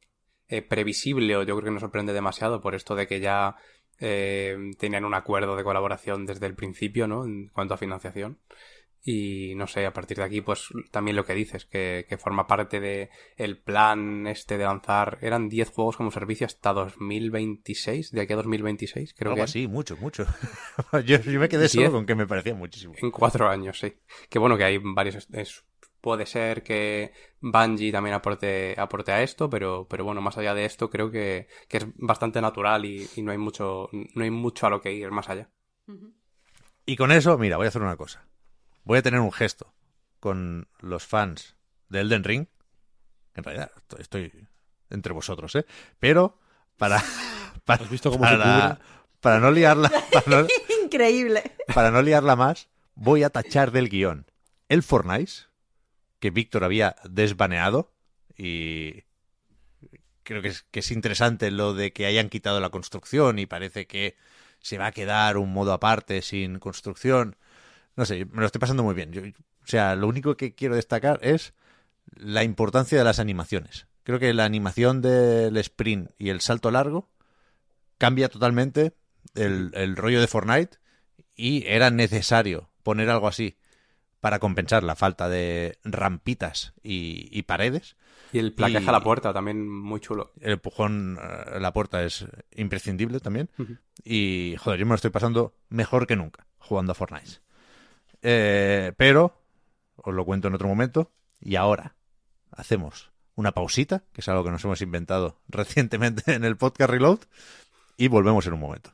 Speaker 5: eh, previsible, o yo creo que no sorprende demasiado por esto de que ya eh, tenían un acuerdo de colaboración desde el principio, ¿no? En cuanto a financiación. Y no sé, a partir de aquí, pues también lo que dices, que, que forma parte de el plan este de lanzar, eran diez juegos como servicio hasta dos mil veintiséis, de aquí a dos mil veintiséis, creo
Speaker 4: Algo
Speaker 5: que
Speaker 4: así, mucho, mucho. yo, yo me quedé solo con que me parecía muchísimo.
Speaker 5: en cuatro años, sí. Que bueno, que hay varios... Es, puede ser que Bungie también aporte, aporte a esto, pero, pero bueno, más allá de esto, creo que, que es bastante natural y, y no hay mucho, no hay mucho a lo que ir más allá.
Speaker 4: Y con eso, mira, voy a hacer una cosa. Voy a tener un gesto con los fans de Elden Ring. En realidad, estoy entre vosotros, ¿eh? Pero para... para
Speaker 7: ¿Has visto cómo
Speaker 4: para,
Speaker 7: se cubre?
Speaker 4: para no liarla... Para no,
Speaker 6: Increíble.
Speaker 4: para no liarla más, voy a tachar del guión el Fortnite, que Víctor había desbaneado, y creo que es, que es interesante lo de que hayan quitado la construcción y parece que se va a quedar un modo aparte sin construcción. No sé, me lo estoy pasando muy bien. Yo, o sea, lo único que quiero destacar es la importancia de las animaciones. Creo que la animación del sprint y el salto largo cambia totalmente el, el rollo de Fortnite, y era necesario poner algo así para compensar la falta de rampitas y, y paredes.
Speaker 5: Y el placaje
Speaker 4: Y-
Speaker 5: a la puerta también muy chulo.
Speaker 4: El empujón a la puerta es imprescindible también.
Speaker 5: Ujú.
Speaker 4: Y, joder, yo me lo estoy pasando mejor que nunca jugando a Fortnite. Eh, pero, os lo cuento en otro momento. Y ahora hacemos una pausita, que es algo que nos hemos inventado recientemente en el podcast Reload, y volvemos en un momento.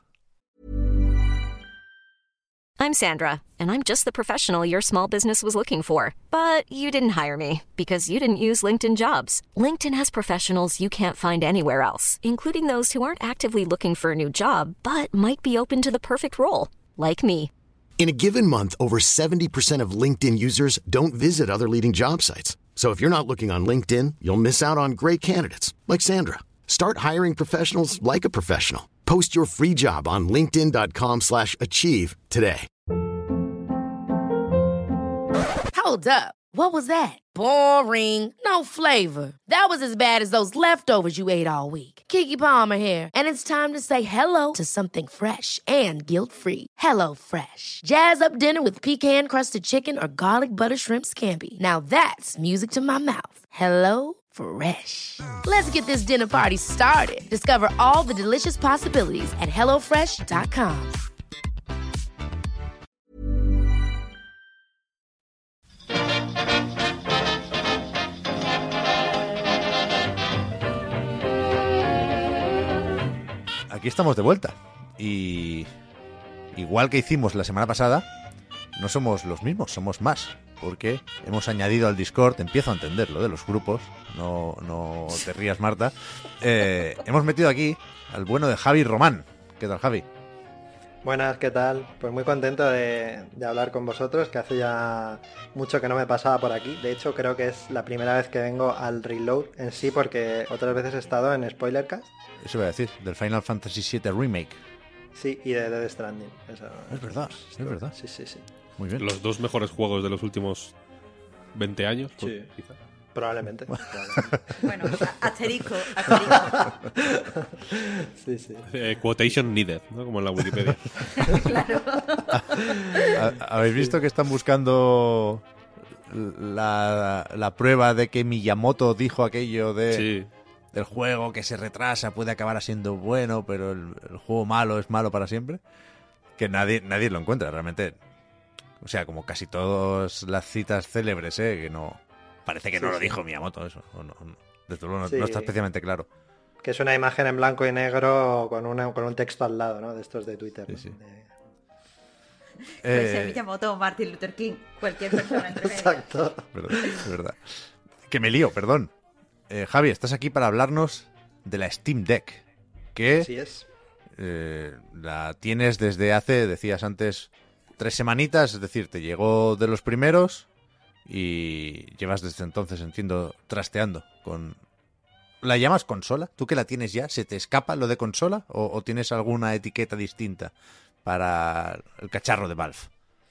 Speaker 8: I'm Sandra, and I'm just the professional your small business was looking for. But you didn't hire me because you didn't use LinkedIn Jobs. LinkedIn has professionals you can't find anywhere else, including those who aren't actively looking for a new job, but might be open to the perfect role, like me.
Speaker 9: In a given month, over seventy percent of LinkedIn users don't visit other leading job sites. So if you're not looking on LinkedIn, you'll miss out on great candidates like Sandra. Start hiring professionals like a professional. Post your free job on linkedin dot com slash achieve today.
Speaker 10: Hold up. What was that? Boring. No flavor. That was as bad as those leftovers you ate all week. Keke Palmer here, and it's time to say hello to something fresh and guilt-free. Hello Fresh. Jazz up dinner with pecan-crusted chicken or garlic butter shrimp scampi. Now that's music to my mouth. Hello Fresh. Let's get this dinner party started. Discover all the delicious possibilities at hello fresh dot com.
Speaker 4: Aquí estamos de vuelta. Y igual que hicimos la semana pasada, no somos los mismos, somos más. Porque hemos añadido al Discord, empiezo a entender lo de los grupos, no, no te rías, Marta. Eh, hemos metido aquí al bueno de Javi Román. ¿Qué tal, Javi?
Speaker 11: Buenas, ¿qué tal? Pues muy contento de, de hablar con vosotros, que hace ya mucho que no me pasaba por aquí. De hecho, creo que es la primera vez que vengo al Reload en sí, porque otras veces he estado en Spoilercast.
Speaker 4: Eso voy a decir, del Final Fantasy siete Remake.
Speaker 11: Sí, y de Death Stranding. Eso,
Speaker 4: Es verdad, es verdad.
Speaker 11: Sí, sí, sí.
Speaker 4: Muy bien.
Speaker 7: Los dos mejores juegos de los últimos veinte años, pues,
Speaker 11: Sí.
Speaker 7: quizá.
Speaker 11: Probablemente. probablemente.
Speaker 6: Bueno, a- asterisco, asterisco.
Speaker 11: Sí, sí.
Speaker 7: Eh, quotation needed, ¿no? Como en la Wikipedia.
Speaker 4: ¿Ha- ¿Habéis visto que están buscando la, la prueba de que Miyamoto dijo aquello de
Speaker 7: Sí.
Speaker 4: el juego que se retrasa puede acabar siendo bueno, pero el, el juego malo es malo para siempre? Que nadie, nadie lo encuentra realmente. O sea, como casi todas las citas célebres, ¿eh? Que no... Parece que
Speaker 11: Sí,
Speaker 4: no lo
Speaker 11: sí.
Speaker 4: dijo Miyamoto eso. o no- no. Desde luego no,
Speaker 11: Sí.
Speaker 4: no está especialmente claro.
Speaker 11: Que es una imagen en blanco y negro con, una, con un texto al lado, ¿no? De estos de Twitter.
Speaker 4: Sí,
Speaker 11: ¿no?
Speaker 4: sí.
Speaker 11: De-
Speaker 6: Puede ser
Speaker 4: Eh,
Speaker 6: Miyamoto o Martin Luther King, cualquier persona entre medio.
Speaker 11: Exacto.
Speaker 4: verdad, es verdad. Que me lío, perdón. Eh, Javi, estás aquí para hablarnos de la Steam Deck. Que
Speaker 11: Así es.
Speaker 4: eh, la tienes desde hace, decías antes, tres semanitas. Es decir, te llegó de los primeros y llevas desde entonces, entiendo, trasteando con... ¿La llamas consola? ¿Tú que la tienes ya? ¿Se te escapa lo de consola? ¿O, o tienes alguna etiqueta distinta para el cacharro de Valve?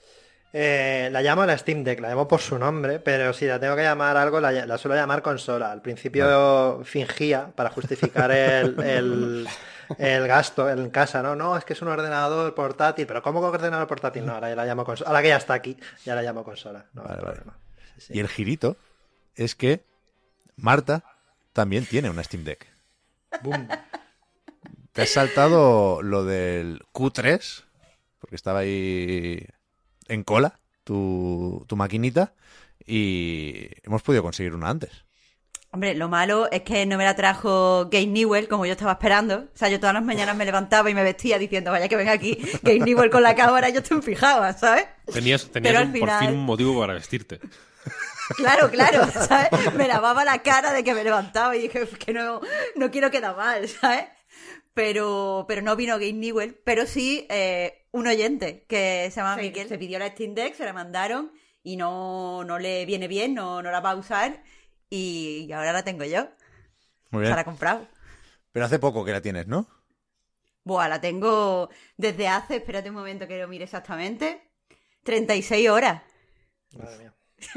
Speaker 11: Eh, la llamo la Steam Deck, la llamo por su nombre, pero si la tengo que llamar algo, la, la suelo llamar consola. Al principio vale. fingía, para justificar el, el, el gasto en casa, ¿no? No, es que es un ordenador portátil, pero ¿cómo que ordenador portátil? No, ahora ya la llamo consola. Ahora que ya está aquí, ya la llamo consola. No
Speaker 4: vale,
Speaker 11: hay
Speaker 4: vale.
Speaker 11: problema. Sí, sí.
Speaker 4: Y el girito es que Marta también tiene una Steam Deck.
Speaker 11: Boom.
Speaker 4: Te has saltado lo del Q tres, porque estaba ahí en cola tu, tu maquinita, y hemos podido conseguir una antes.
Speaker 6: Hombre, lo malo es que no me la trajo Gabe Newell como yo estaba esperando. O sea, yo todas las mañanas me levantaba y me vestía diciendo, vaya que venga aquí Gabe Newell con la cámara y yo estoy en pijama, ¿sabes?
Speaker 7: Tenías, tenías
Speaker 6: Pero
Speaker 7: un,
Speaker 6: al final...
Speaker 7: por fin un motivo para vestirte.
Speaker 6: Claro, claro, ¿sabes? Me lavaba la cara de que me levantaba y dije que no, no quiero quedar mal, ¿sabes? Pero, pero no vino Gabe Newell, pero sí eh, un oyente que se llama sí, Miquel. Se pidió la Steam Deck, se la mandaron y no, no le viene bien, no, no la va a usar y ahora la tengo yo.
Speaker 4: Muy bien.
Speaker 6: Se la he comprado.
Speaker 4: Pero hace poco que la tienes, ¿no?
Speaker 6: Buah, la tengo desde hace, espérate un momento que lo mire exactamente, treinta y seis horas.
Speaker 11: Madre mía.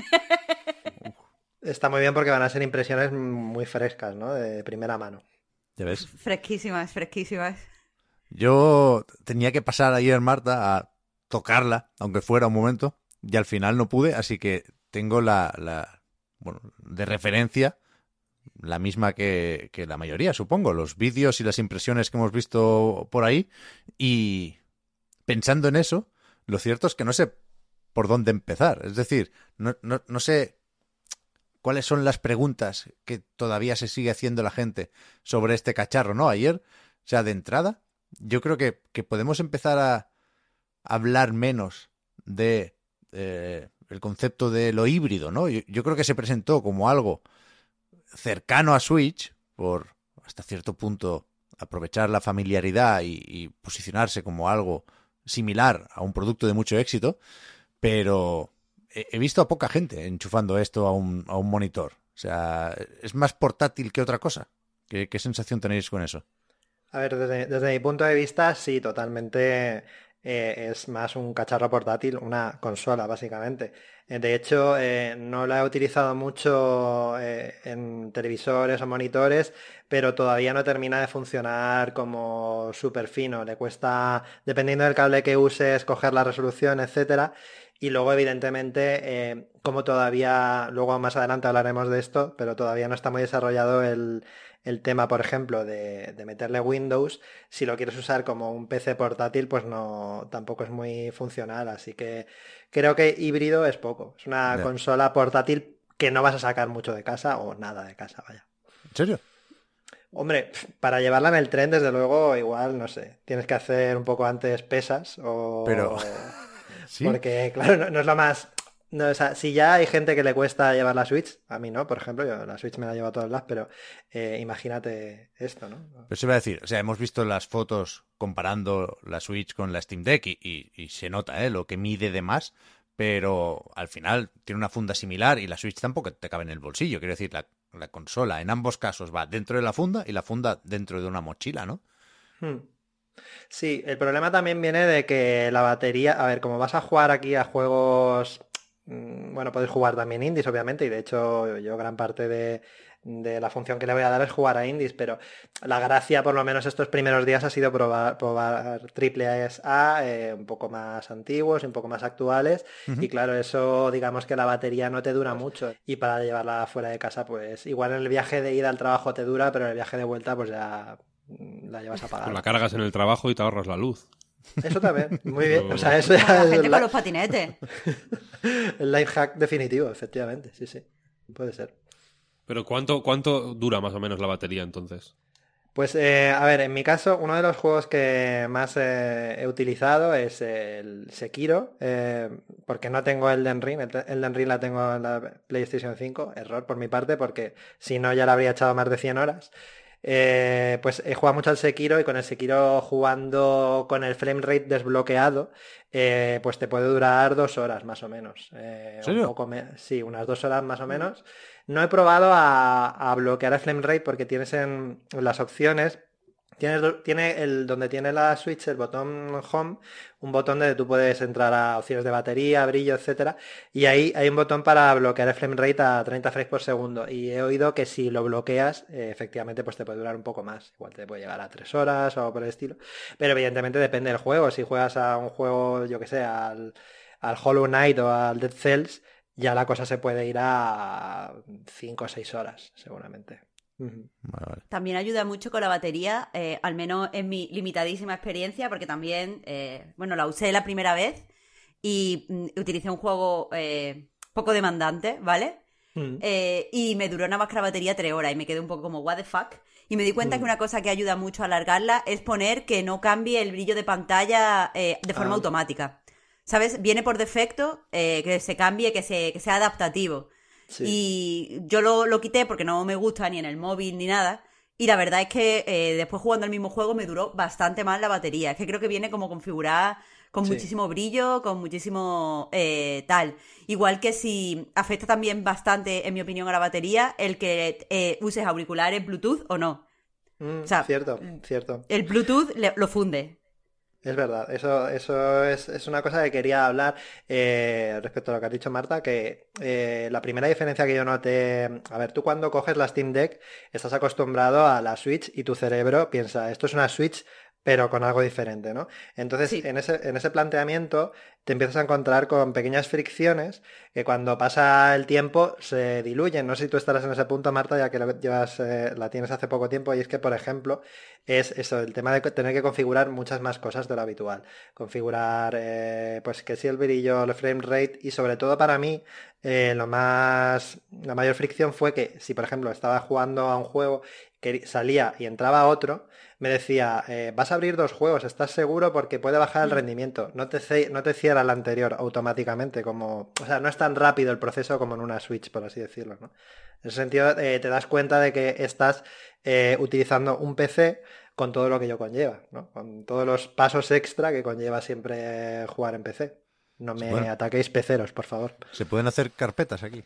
Speaker 11: Está muy bien porque van a ser impresiones muy frescas, ¿no? De primera mano.
Speaker 4: ¿Ya ves?
Speaker 6: Fresquísimas, fresquísimas.
Speaker 4: Yo tenía que pasar ayer, Marta, a tocarla, aunque fuera un momento, y al final no pude, así que tengo la, la bueno, de referencia, la misma que, que la mayoría, supongo, los vídeos y las impresiones que hemos visto por ahí, y pensando en eso, lo cierto es que no sé por dónde empezar, es decir, no, no, no sé cuáles son las preguntas que todavía se sigue haciendo la gente sobre este cacharro, ¿no? Ayer, o sea, de entrada, yo creo que, que podemos empezar a hablar menos de eh, el concepto de lo híbrido, ¿no? Yo, yo creo que se presentó como algo cercano a Switch, por hasta cierto punto aprovechar la familiaridad y, y posicionarse como algo similar a un producto de mucho éxito, pero he visto a poca gente enchufando esto a un, a un monitor. O sea, es más portátil que otra cosa. ¿Qué, qué sensación tenéis con eso?
Speaker 11: A ver, desde, desde mi punto de vista, sí, totalmente eh, es más un cacharro portátil, una consola, básicamente. Eh, de hecho, eh, no la he utilizado mucho eh, en televisores o monitores, pero todavía no termina de funcionar como súper fino. Le cuesta, dependiendo del cable que uses, coger la resolución, etcétera. Y luego, evidentemente, eh, como todavía, luego más adelante hablaremos de esto, pero todavía no está muy desarrollado el, el tema, por ejemplo, de, de meterle Windows. Si lo quieres usar como un P C portátil, pues no, tampoco es muy funcional. Así que creo que híbrido es poco. Es una
Speaker 4: Yeah.
Speaker 11: consola portátil que no vas a sacar mucho de casa o nada de casa, vaya.
Speaker 4: ¿En serio?
Speaker 11: Hombre, para llevarla en el tren, desde luego, igual, no sé, tienes que hacer un poco antes pesas o...
Speaker 4: Pero... ¿Sí?
Speaker 11: Porque, claro, no, no es lo más... No, o sea, si ya hay gente que le cuesta llevar la Switch, a mí no, por ejemplo, yo la Switch me la llevo a todas las, pero eh, imagínate esto, ¿no?
Speaker 4: Pero se iba a decir, o sea, hemos visto las fotos comparando la Switch con la Steam Deck y, y, y se nota, ¿eh? Lo que mide de más, pero al final tiene una funda similar y la Switch tampoco te cabe en el bolsillo. Quiero decir, la, la consola en ambos casos va dentro de la funda y la funda dentro de una mochila, ¿no?
Speaker 11: Hmm. Sí, el problema también viene de que la batería, a ver, como vas a jugar aquí a juegos, bueno, puedes jugar también indies, obviamente, y de hecho yo gran parte de, de la función que le voy a dar es jugar a indies, pero la gracia, por lo menos estos primeros días, ha sido probar, probar triple A, eh, un poco más antiguos y un poco más actuales, uh-huh. Y claro, eso, digamos que la batería no te dura mucho, y para llevarla fuera de casa, pues igual en el viaje de ida al trabajo te dura, pero en el viaje de vuelta, pues ya... la llevas apagada.
Speaker 7: Pues la cargas en el trabajo y te ahorras la luz.
Speaker 11: Eso también, muy bien. O sea, eso ya
Speaker 6: la gente
Speaker 11: es
Speaker 6: con
Speaker 11: la...
Speaker 6: los patinetes.
Speaker 11: El life hack definitivo, efectivamente, sí, sí. Puede ser.
Speaker 7: Pero ¿cuánto, cuánto dura más o menos la batería entonces?
Speaker 11: Pues, eh, a ver, en mi caso, uno de los juegos que más eh, he utilizado es el Sekiro, eh, porque no tengo Elden Ring. El Elden Ring la tengo en la PlayStation cinco, error por mi parte, porque si no ya le habría echado más de cien horas. Eh, pues he jugado mucho al Sekiro y con el Sekiro jugando con el frame rate desbloqueado, eh, pues te puede durar dos horas más o menos. Eh,
Speaker 4: ¿En serio?
Speaker 11: Un poco me... Sí, unas dos horas más o menos. No he probado a, a bloquear el frame rate porque tienes en, en las opciones, Tiene, tiene el, donde tiene la Switch, el botón Home, un botón donde tú puedes entrar a opciones de batería, brillo, etcétera. Y ahí hay un botón para bloquear el frame rate a treinta frames por segundo. Y he oído que si lo bloqueas, eh, efectivamente, pues te puede durar un poco más. Igual te puede llegar a tres horas o algo por el estilo. Pero evidentemente depende del juego. Si juegas a un juego, yo que sé, al, al Hollow Knight o al Dead Cells, ya la cosa se puede ir a cinco o seis horas, seguramente.
Speaker 4: Vale, vale.
Speaker 6: También ayuda mucho con la batería, eh, al menos en mi limitadísima experiencia, porque también, eh, bueno, la usé la primera vez y mm, utilicé un juego eh, poco demandante, ¿vale? Mm. Eh, y me duró nada más que la batería tres horas y me quedé un poco como, what the fuck. Y me di cuenta mm. que una cosa que ayuda mucho a alargarla es poner que no cambie el brillo de pantalla eh, de forma ah. automática. ¿Sabes? Viene por defecto eh, que se cambie, que, se, que sea adaptativo. Sí. Y yo lo, lo quité porque no me gusta ni en el móvil ni nada. Y la verdad es que eh, después jugando el mismo juego me duró bastante más la batería. Es que creo que viene como configurada con sí. muchísimo brillo, con muchísimo eh, tal. Igual que si afecta también bastante, en mi opinión, a la batería el que eh, uses auriculares Bluetooth o no.
Speaker 11: Mm, o sea, cierto, cierto.
Speaker 6: El Bluetooth le, lo funde.
Speaker 11: Es verdad, eso, eso es, es una cosa que quería hablar eh, respecto a lo que has dicho, Marta, que eh, la primera diferencia que yo noté, a ver, tú cuando coges la Steam Deck estás acostumbrado a la Switch y tu cerebro piensa, esto es una Switch pero con algo diferente, ¿no? Entonces, sí. en, ese, en ese planteamiento te empiezas a encontrar con pequeñas fricciones que cuando pasa el tiempo se diluyen. No sé si tú estarás en ese punto, Marta, ya que lo llevas, eh, la tienes hace poco tiempo, y es que, por ejemplo, es eso, el tema de tener que configurar muchas más cosas de lo habitual. Configurar, eh, pues que sí, el brillo, el frame rate, y sobre todo para mí, eh, lo más, la mayor fricción fue que si, por ejemplo, estaba jugando a un juego que salía y entraba otro, me decía, eh, vas a abrir dos juegos, ¿estás seguro? Porque puede bajar el rendimiento. No te, no te cierra el anterior automáticamente, como, o sea, no es tan rápido el proceso como en una Switch, por así decirlo, ¿no? En ese sentido, eh, te das cuenta de que estás eh, utilizando un P C con todo lo que ello conlleva, ¿no? Con todos los pasos extra que conlleva siempre jugar en P C. No me bueno. ataquéis peceros, por favor.
Speaker 4: ¿Se pueden hacer carpetas aquí?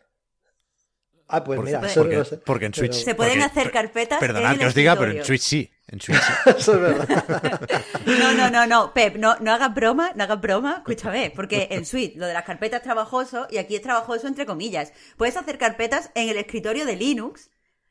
Speaker 11: Ah, pues
Speaker 4: porque,
Speaker 11: mira,
Speaker 4: porque,
Speaker 11: eso
Speaker 4: porque,
Speaker 11: no sé.
Speaker 4: porque en Switch...
Speaker 6: Se pueden
Speaker 4: porque,
Speaker 6: hacer carpetas
Speaker 4: Perdonad
Speaker 6: en
Speaker 4: que
Speaker 6: el
Speaker 4: os diga,
Speaker 6: escritorio.
Speaker 4: pero en Switch sí. En Switch sí.
Speaker 11: Eso es verdad.
Speaker 6: No, no, no, no, Pep, no, no hagas broma, no hagas broma, escúchame, porque en Switch lo de las carpetas es trabajoso y aquí es trabajoso entre comillas. Puedes hacer carpetas en el escritorio de Linux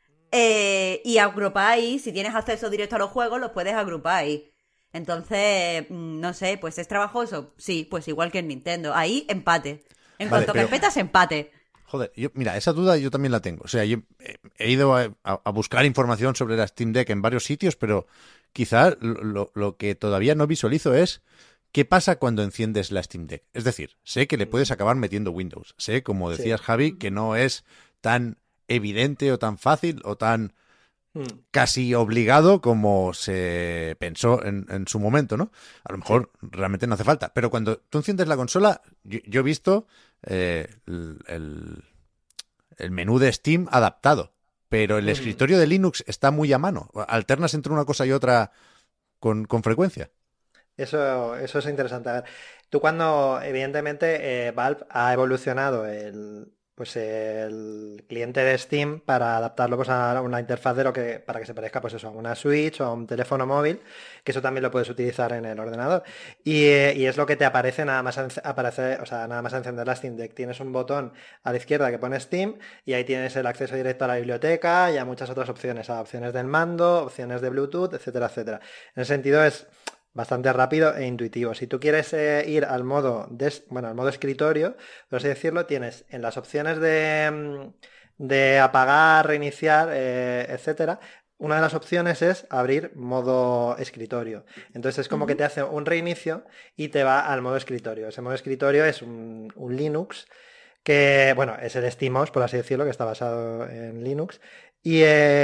Speaker 6: eh, y agrupar ahí, si tienes acceso directo a los juegos, los puedes agrupar ahí. Entonces, no sé, pues es trabajoso, sí, pues igual que en Nintendo. Ahí, empate. En
Speaker 4: vale,
Speaker 6: cuanto
Speaker 4: pero...
Speaker 6: a carpetas, empate.
Speaker 4: Joder, yo, mira, esa duda yo también la tengo. O sea, yo he, he ido a, a, a buscar información sobre la Steam Deck en varios sitios, pero quizá lo, lo que todavía no visualizo es qué pasa cuando enciendes la Steam Deck. Es decir, sé que le puedes acabar metiendo Windows. Sé, como decías, sí. Javi, que no es tan evidente o tan fácil o tan mm. casi obligado como se pensó en, en su momento, ¿no? A lo mejor sí. realmente no hace falta. Pero cuando tú enciendes la consola, yo, yo he visto... Eh, el, el, el menú de Steam adaptado, pero el escritorio de Linux está muy a mano. ¿Alternas entre una cosa y otra con, con frecuencia?
Speaker 11: Eso, eso es interesante. A ver, tú cuando, evidentemente, eh, Valve ha evolucionado el, pues el cliente de Steam para adaptarlo pues a una interfaz de lo que, para que se parezca pues eso, a una Switch o a un teléfono móvil, que eso también lo puedes utilizar en el ordenador. Y, eh, y es lo que te aparece nada más aparece, o sea, nada más encender la Steam Deck. Tienes un botón a la izquierda que pone Steam y ahí tienes el acceso directo a la biblioteca y a muchas otras opciones, a opciones del mando, opciones de Bluetooth, etcétera, etcétera. En ese sentido es bastante rápido e intuitivo. Si tú quieres eh, ir al modo des, bueno, al modo escritorio, por así decirlo, tienes en las opciones de, de apagar, reiniciar, eh, etcétera. Una de las opciones es abrir modo escritorio. Entonces es como uh-huh. que te hace un reinicio y te va al modo escritorio. Ese modo escritorio es un, un Linux que, bueno, es el SteamOS, por así decirlo, que está basado en Linux. Y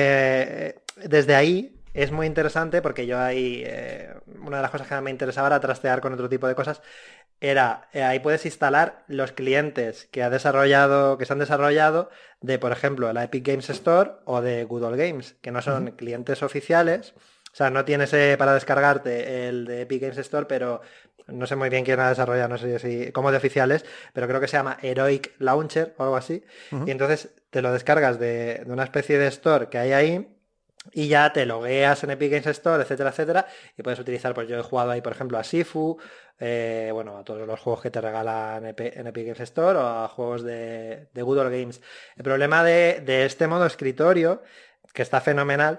Speaker 11: eh, desde ahí es muy interesante porque yo ahí, eh, una de las cosas que me interesaba era trastear con otro tipo de cosas, era, eh, ahí puedes instalar los clientes que ha desarrollado, que se han desarrollado de, por ejemplo, la Epic Games Store o de Good Old Games, que no son uh-huh. clientes oficiales, o sea, no tienes eh, para descargarte el de Epic Games Store, pero no sé muy bien quién ha desarrollado, no sé si como de oficiales, pero creo que se llama Heroic Launcher o algo así, uh-huh. y entonces te lo descargas de, de una especie de store que hay ahí. y ya te logueas en Epic Games Store, etcétera, etcétera, y puedes utilizar, pues yo he jugado ahí, por ejemplo, a Sifu, eh, bueno, a todos los juegos que te regalan en Epic Games Store o a juegos de, de Good Old Games. El problema de, de este modo escritorio, que está fenomenal,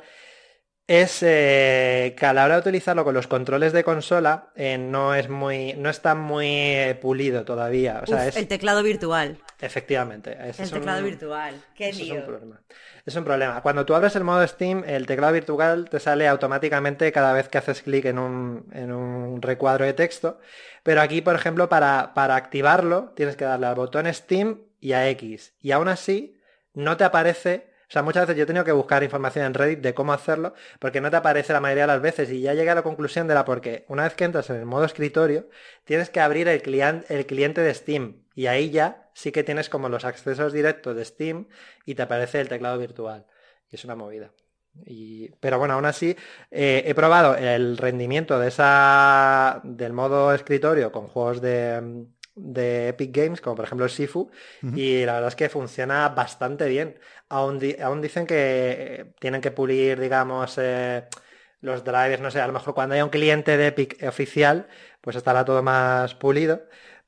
Speaker 11: es eh, que a la hora de utilizarlo con los controles de consola eh, no es muy, no está muy eh, pulido todavía. O sea,
Speaker 6: Uf,
Speaker 11: es...
Speaker 6: el teclado virtual.
Speaker 11: Efectivamente. Ese
Speaker 6: el
Speaker 11: es
Speaker 6: teclado
Speaker 11: un...
Speaker 6: virtual. Qué
Speaker 11: Eso
Speaker 6: lío.
Speaker 11: es un problema. Es un problema. Cuando tú abres el modo Steam, el teclado virtual te sale automáticamente cada vez que haces clic en un, en un recuadro de texto. Pero aquí, por ejemplo, para, para activarlo, tienes que darle al botón Steam y a X. Y aún así, no te aparece... O sea, muchas veces yo he tenido que buscar información en Reddit de cómo hacerlo, porque no te aparece la mayoría de las veces, y ya llegué a la conclusión de la porque una vez que entras en el modo escritorio, tienes que abrir el, client, el cliente de Steam, y ahí ya sí que tienes como los accesos directos de Steam y te aparece el teclado virtual. Y es una movida. Y, pero bueno, aún así eh, he probado el rendimiento de esa del modo escritorio con juegos de... de Epic Games, como por ejemplo el Sifu, uh-huh. y la verdad es que funciona bastante bien. Aún, di- aún dicen que tienen que pulir, digamos, eh, los drivers, no sé, a lo mejor cuando haya un cliente de Epic oficial, pues estará todo más pulido,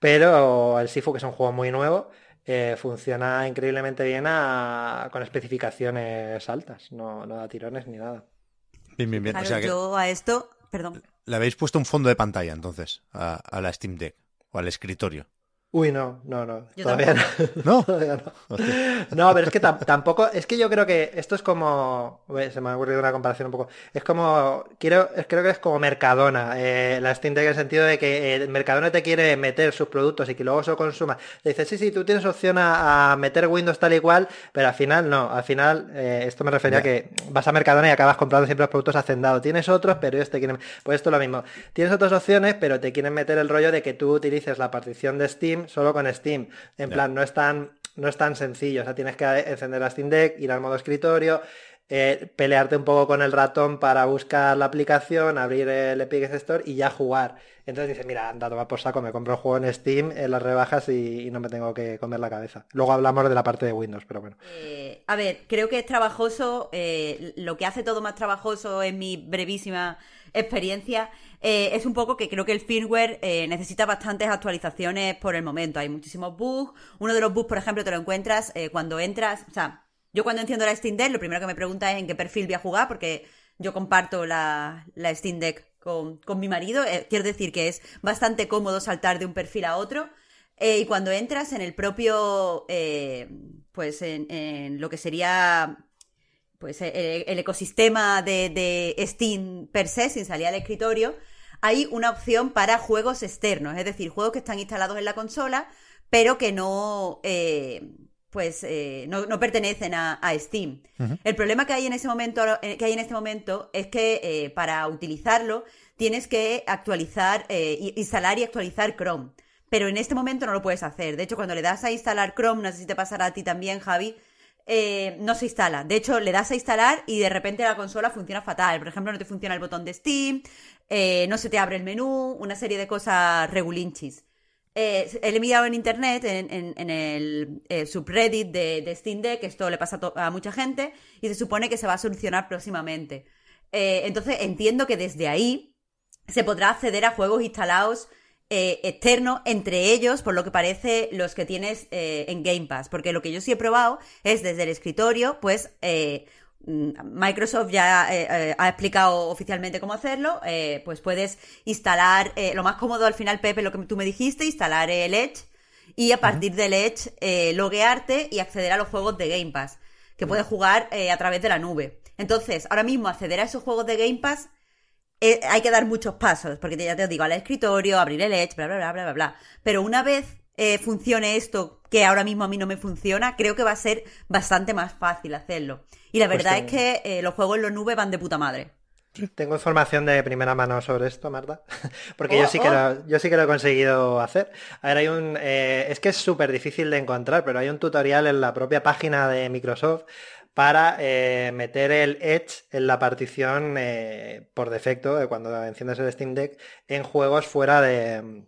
Speaker 11: pero el Sifu, que es un juego muy nuevo, eh, funciona increíblemente bien a, con especificaciones altas, no, no da tirones ni nada.
Speaker 4: Bien, bien, bien.
Speaker 6: Claro,
Speaker 4: O sea que
Speaker 6: yo a esto, perdón.
Speaker 4: le habéis puesto un fondo de pantalla, entonces, a, a la Steam Deck o al escritorio.
Speaker 11: Uy, no, no, no,
Speaker 6: Yo
Speaker 11: todavía
Speaker 6: tampoco.
Speaker 11: no.
Speaker 4: ¿No?
Speaker 11: Todavía no. No, pero es que tam- tampoco, es que yo creo que esto es como, ué, se me ha ocurrido una comparación un poco, es como, quiero, es- creo que es como Mercadona, eh, la Steam Deck en el sentido de que eh, Mercadona te quiere meter sus productos y que luego se lo consuma. Te dice, sí, sí, tú tienes opción a, a meter Windows tal y cual, pero al final no, al final, eh, esto me refería a
Speaker 4: Ya.
Speaker 11: que vas a Mercadona y acabas comprando siempre los productos hacendados. Tienes otros, pero ellos te quieren, pues esto es lo mismo. Tienes otras opciones, pero te quieren meter el rollo de que tú utilices la partición de Steam solo con Steam. En
Speaker 4: Ya.
Speaker 11: plan, no es tan, no es tan sencillo. O sea, tienes que encender la Steam Deck, ir al modo escritorio, eh, pelearte un poco con el ratón para buscar la aplicación, abrir el Epic Games Store y ya jugar. Entonces dices, mira, anda, toma por saco, me compro el juego en Steam, en las rebajas y, y no me tengo que comer la cabeza. Luego hablamos de la parte de Windows, pero bueno.
Speaker 6: Eh, a ver, creo que es trabajoso. Eh, lo que hace todo más trabajoso en mi brevísima experiencia eh, es un poco que creo que el firmware eh, necesita bastantes actualizaciones por el momento. Hay muchísimos bugs. Uno de los bugs, por ejemplo, te lo encuentras eh, cuando entras. O sea, yo cuando enciendo la Steam Deck, lo primero que me pregunta es en qué perfil voy a jugar, porque yo comparto la, la Steam Deck con, con mi marido. Eh, quiero decir que es bastante cómodo saltar de un perfil a otro. Eh, y cuando entras en el propio, eh, pues en, en lo que sería pues el, el ecosistema de, de Steam per se, sin salir al escritorio, hay una opción para juegos externos, es decir, juegos que están instalados en la consola, pero que no, eh, pues, eh, no, no pertenecen a, a Steam. Uh-huh. El problema que hay en ese momento, que hay en este momento es que eh, para utilizarlo tienes que actualizar, eh, instalar y actualizar Chrome. Pero en este momento no lo puedes hacer. De hecho, cuando le das a instalar Chrome, no sé si te pasará a ti también, Javi, eh, no se instala. De hecho, le das a instalar y de repente la consola funciona fatal. Por ejemplo, no te funciona el botón de Steam, eh, no se te abre el menú, una serie de cosas regulinchis. Eh, he mirado en internet, en, en, en el eh, subreddit de, de Steam Deck, que esto le pasa a, to- a mucha gente, y se supone que se va a solucionar próximamente. Eh, entonces, entiendo que desde ahí se podrá acceder a juegos instalados Eh, externo, entre ellos, por lo que parece, los que tienes eh, en Game Pass, porque lo que yo sí he probado es desde el escritorio, pues eh, Microsoft ya eh, eh, ha explicado oficialmente cómo hacerlo, eh, pues puedes instalar, eh, lo más cómodo al final, Pepe, lo que tú me dijiste, instalar el Edge y a partir uh-huh. del Edge eh, loguearte y acceder a los juegos de Game Pass, que uh-huh. puedes jugar eh, a través de la nube. Entonces, ahora mismo acceder a esos juegos de Game Pass Eh, hay que dar muchos pasos, porque ya te digo, al escritorio, abrir el Edge, bla, bla, bla, bla, bla, bla. Pero una vez eh, funcione esto, que ahora mismo a mí no me funciona, creo que va a ser bastante más fácil hacerlo. Y la verdad pues es que eh, los juegos en la nube van de puta madre.
Speaker 11: Tengo información de primera mano sobre esto, Marta, porque
Speaker 6: oh,
Speaker 11: yo sí que
Speaker 6: oh.
Speaker 11: lo, yo sí que lo he conseguido hacer. A ver, hay un, eh, es que es súper difícil de encontrar, pero hay un tutorial en la propia página de Microsoft para eh, meter el Edge en la partición eh, por defecto, de cuando enciendes el Steam Deck, en juegos fuera de,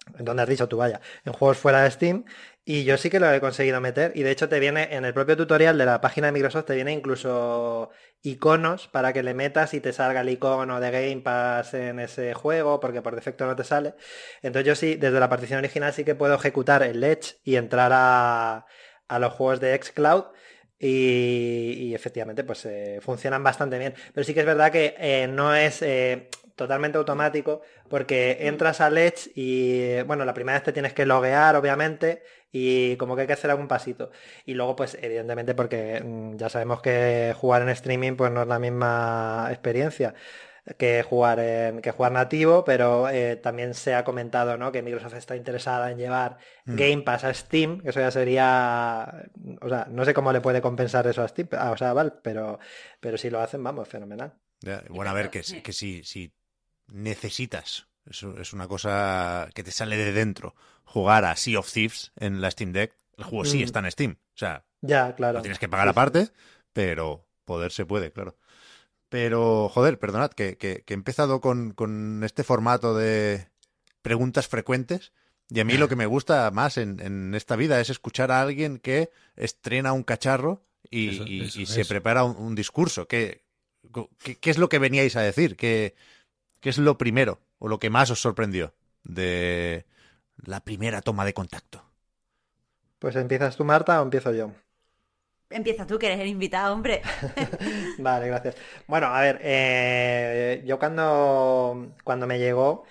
Speaker 11: donde has dicho tú, vaya, en juegos fuera de Steam, y yo sí que lo he conseguido meter, y de hecho te viene en el propio tutorial de la página de Microsoft, te viene incluso iconos para que le metas y te salga el icono de Game Pass en ese juego, porque por defecto no te sale. Entonces yo sí, desde la partición original sí que puedo ejecutar el Edge y entrar a, a los juegos de xCloud, y, y efectivamente pues eh, funcionan bastante bien. Pero sí que es verdad que eh, no es... Eh, totalmente automático, porque entras al Edge y, bueno, la primera vez te tienes que loguear, obviamente, y como que hay que hacer algún pasito. Y luego, pues, evidentemente, porque mmm, ya sabemos que jugar en streaming, pues, no es la misma experiencia que jugar en, que jugar nativo, pero eh, también se ha comentado, ¿no?, que Microsoft está interesada en llevar mm. Game Pass a Steam, que eso ya sería, o sea, no sé cómo le puede compensar eso a Steam, ah, o sea, vale, pero, pero si lo hacen, vamos, fenomenal.
Speaker 4: Ya, bueno, a ver, que, que si, si necesitas, eso es una cosa que te sale de dentro, jugar a Sea of Thieves en la Steam Deck, el juego mm. sí está en Steam, o sea,
Speaker 11: ya, claro,
Speaker 4: lo tienes que pagar
Speaker 11: sí,
Speaker 4: aparte,
Speaker 11: sí.
Speaker 4: pero poder se puede, claro. Pero, joder, perdonad, que, que, que he empezado con, con este formato de preguntas frecuentes, y a mí lo que me gusta más en, en esta vida es escuchar a alguien que estrena un cacharro y,
Speaker 7: eso,
Speaker 4: y,
Speaker 7: eso,
Speaker 4: y
Speaker 7: eso.
Speaker 4: se prepara un, un discurso. ¿Qué, qué, ¿Qué es lo que veníais a decir? ¿Qué, ¿Qué es lo primero o lo que más os sorprendió de la primera toma de contacto?
Speaker 11: Pues ¿empiezas tú, Marta, o empiezo yo?
Speaker 6: Empieza tú, que eres el invitado, hombre.
Speaker 11: Vale, gracias. Bueno, a ver, eh, yo cuando, cuando me llegó,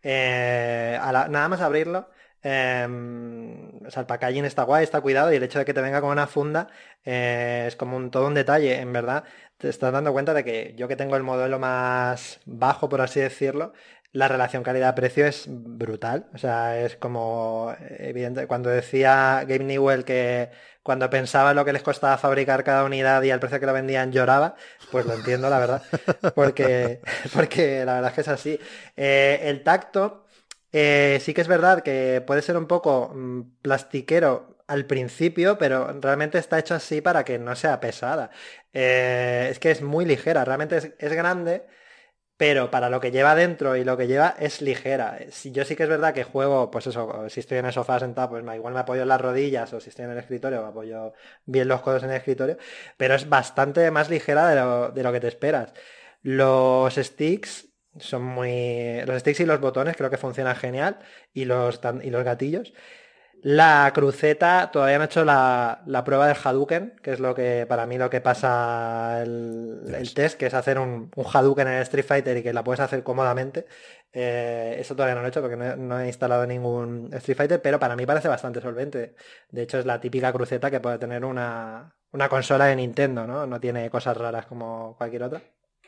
Speaker 11: eh, a la- nada más abrirlo, eh, o sea, el packaging está guay, está cuidado, y el hecho de que te venga con una funda eh, es como un, todo un detalle, en verdad. Te estás dando cuenta de que yo, que tengo el modelo más bajo, por así decirlo, la relación calidad-precio es brutal. O sea, es como evidente. Cuando decía Gabe Newell que cuando pensaba en lo que les costaba fabricar cada unidad y al precio que lo vendían lloraba, pues lo entiendo, la verdad. Porque, porque la verdad es que es así. Eh, el tacto, eh, sí que es verdad que puede ser un poco mmm, plastiquero al principio, pero realmente está hecho así para que no sea pesada. Eh, es que es muy ligera, realmente es, es grande, pero para lo que lleva dentro y lo que lleva es ligera. Si yo sí que es verdad que juego, pues eso, si estoy en el sofá sentado, pues igual me apoyo en las rodillas, o si estoy en el escritorio, me apoyo bien los codos en el escritorio, pero es bastante más ligera de lo, de lo que te esperas. Los sticks son muy... Los sticks y los botones creo que funcionan genial, y los, y los gatillos. La cruceta, todavía no he hecho la, la prueba del Hadouken, que es lo que para mí lo que pasa el, el test, que es hacer un, un Hadouken en el Street Fighter y que la puedes hacer cómodamente. Eh, eso todavía no lo he hecho porque no he, no he instalado ningún Street Fighter, pero para mí parece bastante solvente. De hecho, es la típica cruceta que puede tener una, una consola de Nintendo, ¿no? No tiene cosas raras como cualquier otra.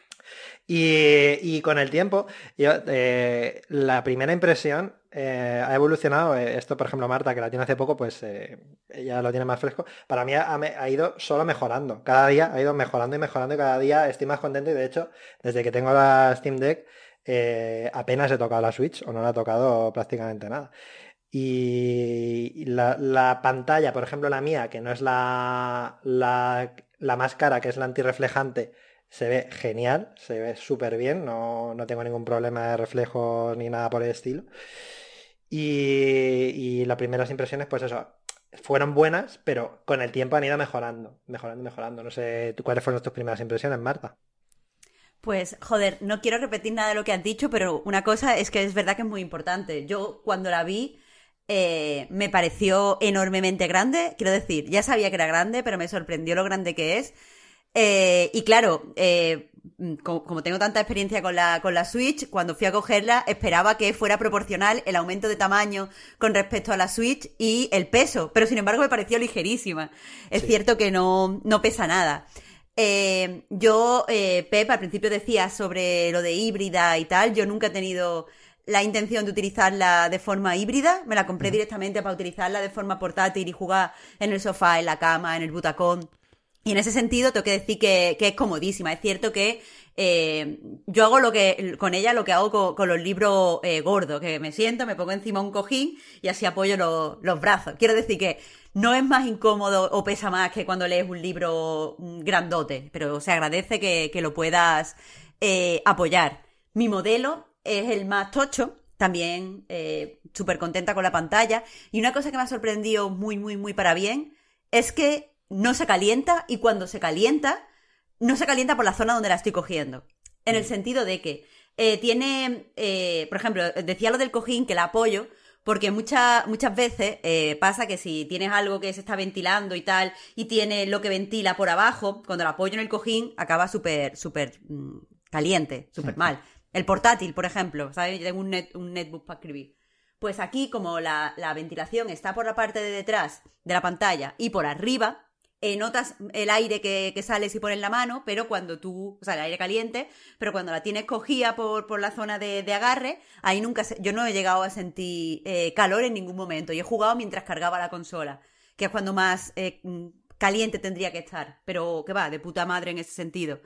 Speaker 11: Y, y con el tiempo, yo, eh, la primera impresión eh, ha evolucionado. Eh, esto, por ejemplo, Marta, que la tiene hace poco, pues eh, ella lo tiene más fresco. Para mí ha, ha ido solo mejorando. Cada día ha ido mejorando y mejorando, y cada día estoy más contento. Y de hecho, desde que tengo la Steam Deck, eh, apenas he tocado la Switch, o no la he tocado prácticamente nada. Y la, la pantalla, por ejemplo, la mía, que no es la, la, la más cara, que es la antirreflejante, se ve genial, se ve súper bien, no, no tengo ningún problema de reflejos ni nada por el estilo. Y, y las primeras impresiones, pues eso, fueron buenas, pero con el tiempo han ido mejorando, mejorando, mejorando. No sé, ¿cuáles fueron tus primeras impresiones, Marta?
Speaker 6: Pues, joder, no quiero repetir nada de lo que has dicho, pero una cosa es que es verdad que es muy importante. Yo, cuando la vi, eh, me pareció enormemente grande. Quiero decir, ya sabía que era grande, pero me sorprendió lo grande que es. Eh, y claro, eh, como, como tengo tanta experiencia con la, con la Switch, cuando fui a cogerla esperaba que fuera proporcional el aumento de tamaño con respecto a la Switch y el peso, pero sin embargo me pareció ligerísima. Es sí. cierto que no, no pesa nada. Eh, yo, eh, Pep, al principio decía sobre lo de híbrida y tal. Yo nunca he tenido la intención de utilizarla de forma híbrida. Me la compré directamente para utilizarla de forma portátil y jugar en el sofá, en la cama, en el butacón. Y en ese sentido tengo que decir que, que es comodísima. Es cierto que eh, yo hago lo que con ella lo que hago con, con los libros eh, gordos, que me siento, me pongo encima un cojín y así apoyo lo, los brazos. Quiero decir que no es más incómodo o pesa más que cuando lees un libro grandote, pero se agradece que, que lo puedas eh, apoyar. Mi modelo es el más tocho. también eh, súper contenta con la pantalla. Y una cosa que me ha sorprendido muy, muy, muy para bien es que no se calienta, y cuando se calienta, no se calienta por la zona donde la estoy cogiendo. En el sentido de que eh, tiene, eh, por ejemplo, decía lo del cojín, que la apoyo, porque muchas muchas veces eh, pasa que si tienes algo que se está ventilando y tal, y tiene lo que ventila por abajo, cuando la apoyo en el cojín, acaba súper, súper mmm, caliente, súper mal. El portátil, por ejemplo, ¿sabes? Yo tengo un, net, un netbook para escribir. Pues aquí, como la, la ventilación está por la parte de detrás de la pantalla y por arriba, Eh, notas el aire que, que sale si pones la mano, pero cuando tú, o sea, el aire caliente, pero cuando la tienes cogida por, por la zona de, de agarre, ahí nunca, se, yo no he llegado a sentir eh, calor en ningún momento, y he jugado mientras cargaba la consola, que es cuando más eh, caliente tendría que estar, pero que va, de puta madre en ese sentido.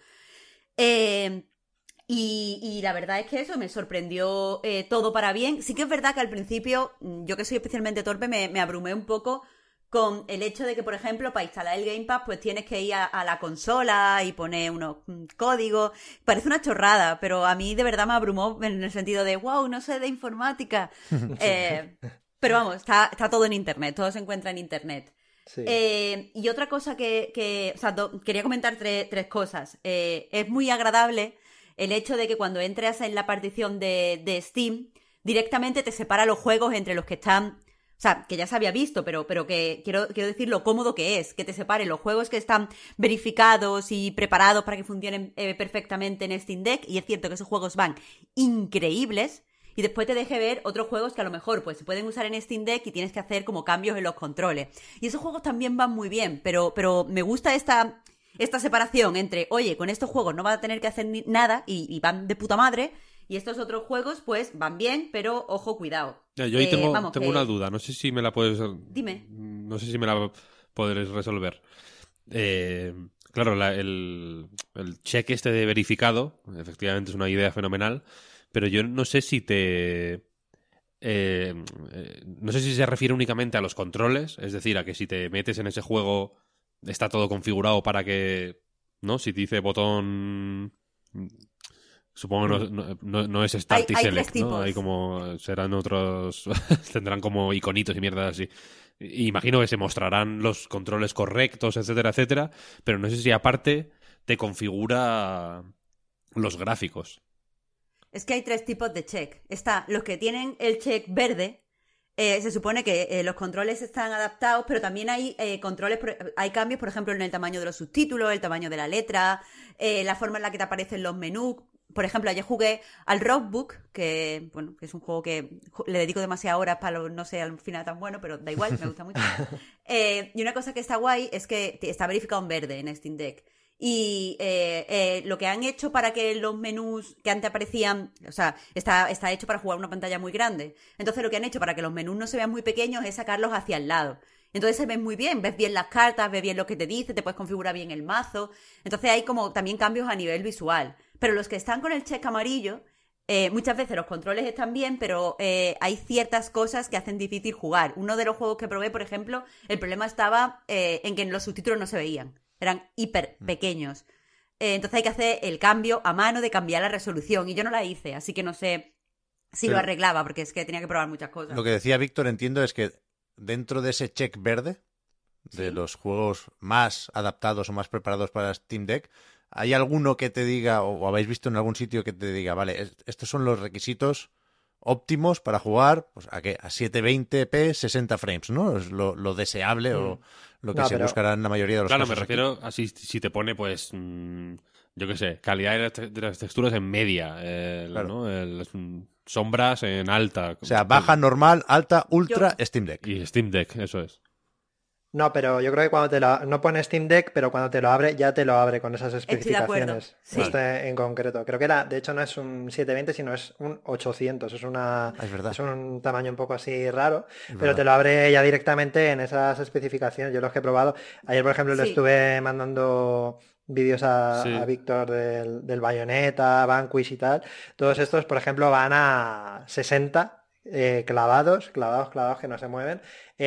Speaker 6: Eh, y, y la verdad es que eso me sorprendió eh, todo para bien. Sí que es verdad que al principio, yo que soy especialmente torpe, me, me abrumé un poco con el hecho de que, por ejemplo, para instalar el Game Pass, pues tienes que ir a, a la consola y poner unos mm, códigos. Parece una chorrada, pero a mí de verdad me abrumó en el sentido de, wow, no sé de informática. eh, pero vamos, está, está todo en internet, todo se encuentra en internet. Sí. Eh, y otra cosa que, que o sea, do, quería comentar tre, tres cosas. Eh, es muy agradable el hecho de que cuando entras en la partición de, de Steam, directamente te separa los juegos entre los que están... O sea, que ya se había visto, pero, pero que quiero, quiero decir lo cómodo que es, que te separe los juegos que están verificados y preparados para que funcionen eh, perfectamente en Steam Deck, y es cierto que esos juegos van increíbles, y después te deje ver otros juegos que a lo mejor pues se pueden usar en Steam Deck y tienes que hacer como cambios en los controles. Y esos juegos también van muy bien, pero, pero me gusta esta, esta separación entre, oye, con estos juegos no vas a tener que hacer ni nada y, y van de puta madre, y estos otros juegos, pues, van bien, pero ojo, cuidado.
Speaker 7: Ya, yo ahí
Speaker 6: eh,
Speaker 7: tengo,
Speaker 6: vamos,
Speaker 7: tengo
Speaker 6: que...
Speaker 7: una duda. No sé si me la puedes...
Speaker 6: Dime.
Speaker 7: No sé si me la podréis resolver. Eh, claro, la, el, el check este de verificado, efectivamente es una idea fenomenal, pero yo no sé si te... Eh, eh, no sé si se refiere únicamente a los controles, es decir, a que si te metes en ese juego está todo configurado para que... ¿No? Si te dice botón... Supongo que no, no, no es Start
Speaker 6: hay,
Speaker 7: y
Speaker 6: hay
Speaker 7: Select,
Speaker 6: tres
Speaker 7: ¿no?
Speaker 6: tipos.
Speaker 7: Hay como... Serán otros... tendrán como iconitos y mierdas así. Imagino que se mostrarán los controles correctos, etcétera, etcétera. Pero no sé si aparte te configura los gráficos.
Speaker 6: Es que hay tres tipos de check. Está los que tienen el check verde. Eh, se supone que eh, los controles están adaptados, pero también hay eh, controles, hay cambios, por ejemplo, en el tamaño de los subtítulos, el tamaño de la letra, eh, la forma en la que te aparecen los menús. Por ejemplo, ayer jugué al Rockbook, que bueno, que es un juego que le dedico demasiadas horas para lo, no sé, al final tan bueno, pero da igual, me gusta mucho. Eh, y una cosa que está guay es que está verificado en verde en Steam Deck. Y eh, eh, lo que han hecho para que los menús que antes aparecían, o sea, está, está hecho para jugar una pantalla muy grande. Entonces lo que han hecho para que los menús no se vean muy pequeños es sacarlos hacia el lado. Entonces se ven muy bien, ves bien las cartas, ves bien lo que te dice, te puedes configurar bien el mazo. Entonces hay como también cambios a nivel visual. Pero los que están con el check amarillo, eh, muchas veces los controles están bien, pero eh, hay ciertas cosas que hacen difícil jugar. Uno de los juegos que probé, por ejemplo, el problema estaba eh, en que los subtítulos no se veían. Eran hiper pequeños. Eh, entonces hay que hacer el cambio a mano de cambiar la resolución. Y yo no la hice, así que no sé si
Speaker 4: Pero
Speaker 6: lo arreglaba, porque es que tenía que probar muchas cosas.
Speaker 4: Lo que decía Víctor, entiendo, es que dentro de ese check verde, de
Speaker 6: ¿Sí?
Speaker 4: los juegos más adaptados o más preparados para Steam Deck, ¿hay alguno que te diga, o habéis visto en algún sitio que te diga, vale, estos son los requisitos óptimos para jugar pues, ¿a qué? A setecientos veinte p, sesenta frames, ¿no? Es lo, lo deseable mm. o lo que no, se pero... buscará en la mayoría de los
Speaker 7: claro,
Speaker 4: casos.
Speaker 7: Claro, me refiero a si, si te pone, pues, mmm, yo qué sé, calidad de las, te de las texturas en media, el, claro. ¿no? El, mm, sombras en alta.
Speaker 4: O sea, baja, normal, alta, ultra, yo... Steam Deck.
Speaker 7: Y Steam Deck, eso es.
Speaker 11: No, pero yo creo que cuando te lo... No pone Steam Deck, pero cuando te lo abre, ya te lo abre con esas especificaciones.
Speaker 6: Sí.
Speaker 11: Este en concreto. Creo que era, de hecho no es un setecientos veinte, sino es un ochocientos. Es una
Speaker 4: es, verdad.
Speaker 11: es un tamaño un poco así raro,
Speaker 4: es
Speaker 11: pero
Speaker 4: verdad.
Speaker 11: te lo abre ya directamente en esas especificaciones. Yo los que he probado. Ayer, por ejemplo, sí. le estuve mandando vídeos a, sí. a Víctor del, del Bayonetta, Vanquish y tal. Todos estos, por ejemplo, van a sesenta. Eh, clavados, clavados, clavados que no se mueven.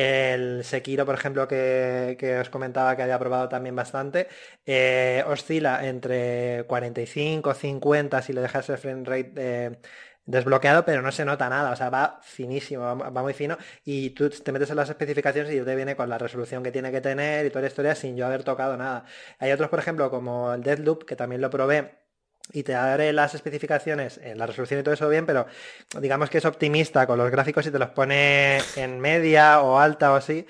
Speaker 11: El Sekiro, por ejemplo, que, que os comentaba que había probado también bastante, eh, oscila entre cuarenta y cinco, cincuenta si le dejas el frame rate eh, desbloqueado, pero no se nota nada, o sea, va finísimo, va, va muy fino, y tú te metes en las especificaciones y te viene con la resolución que tiene que tener y toda la historia sin yo haber tocado nada. Hay otros, por ejemplo, como el Deathloop, que también lo probé, y te abre las especificaciones, en la resolución y todo eso bien, pero digamos que es optimista con los gráficos y te los pone en media o alta o así,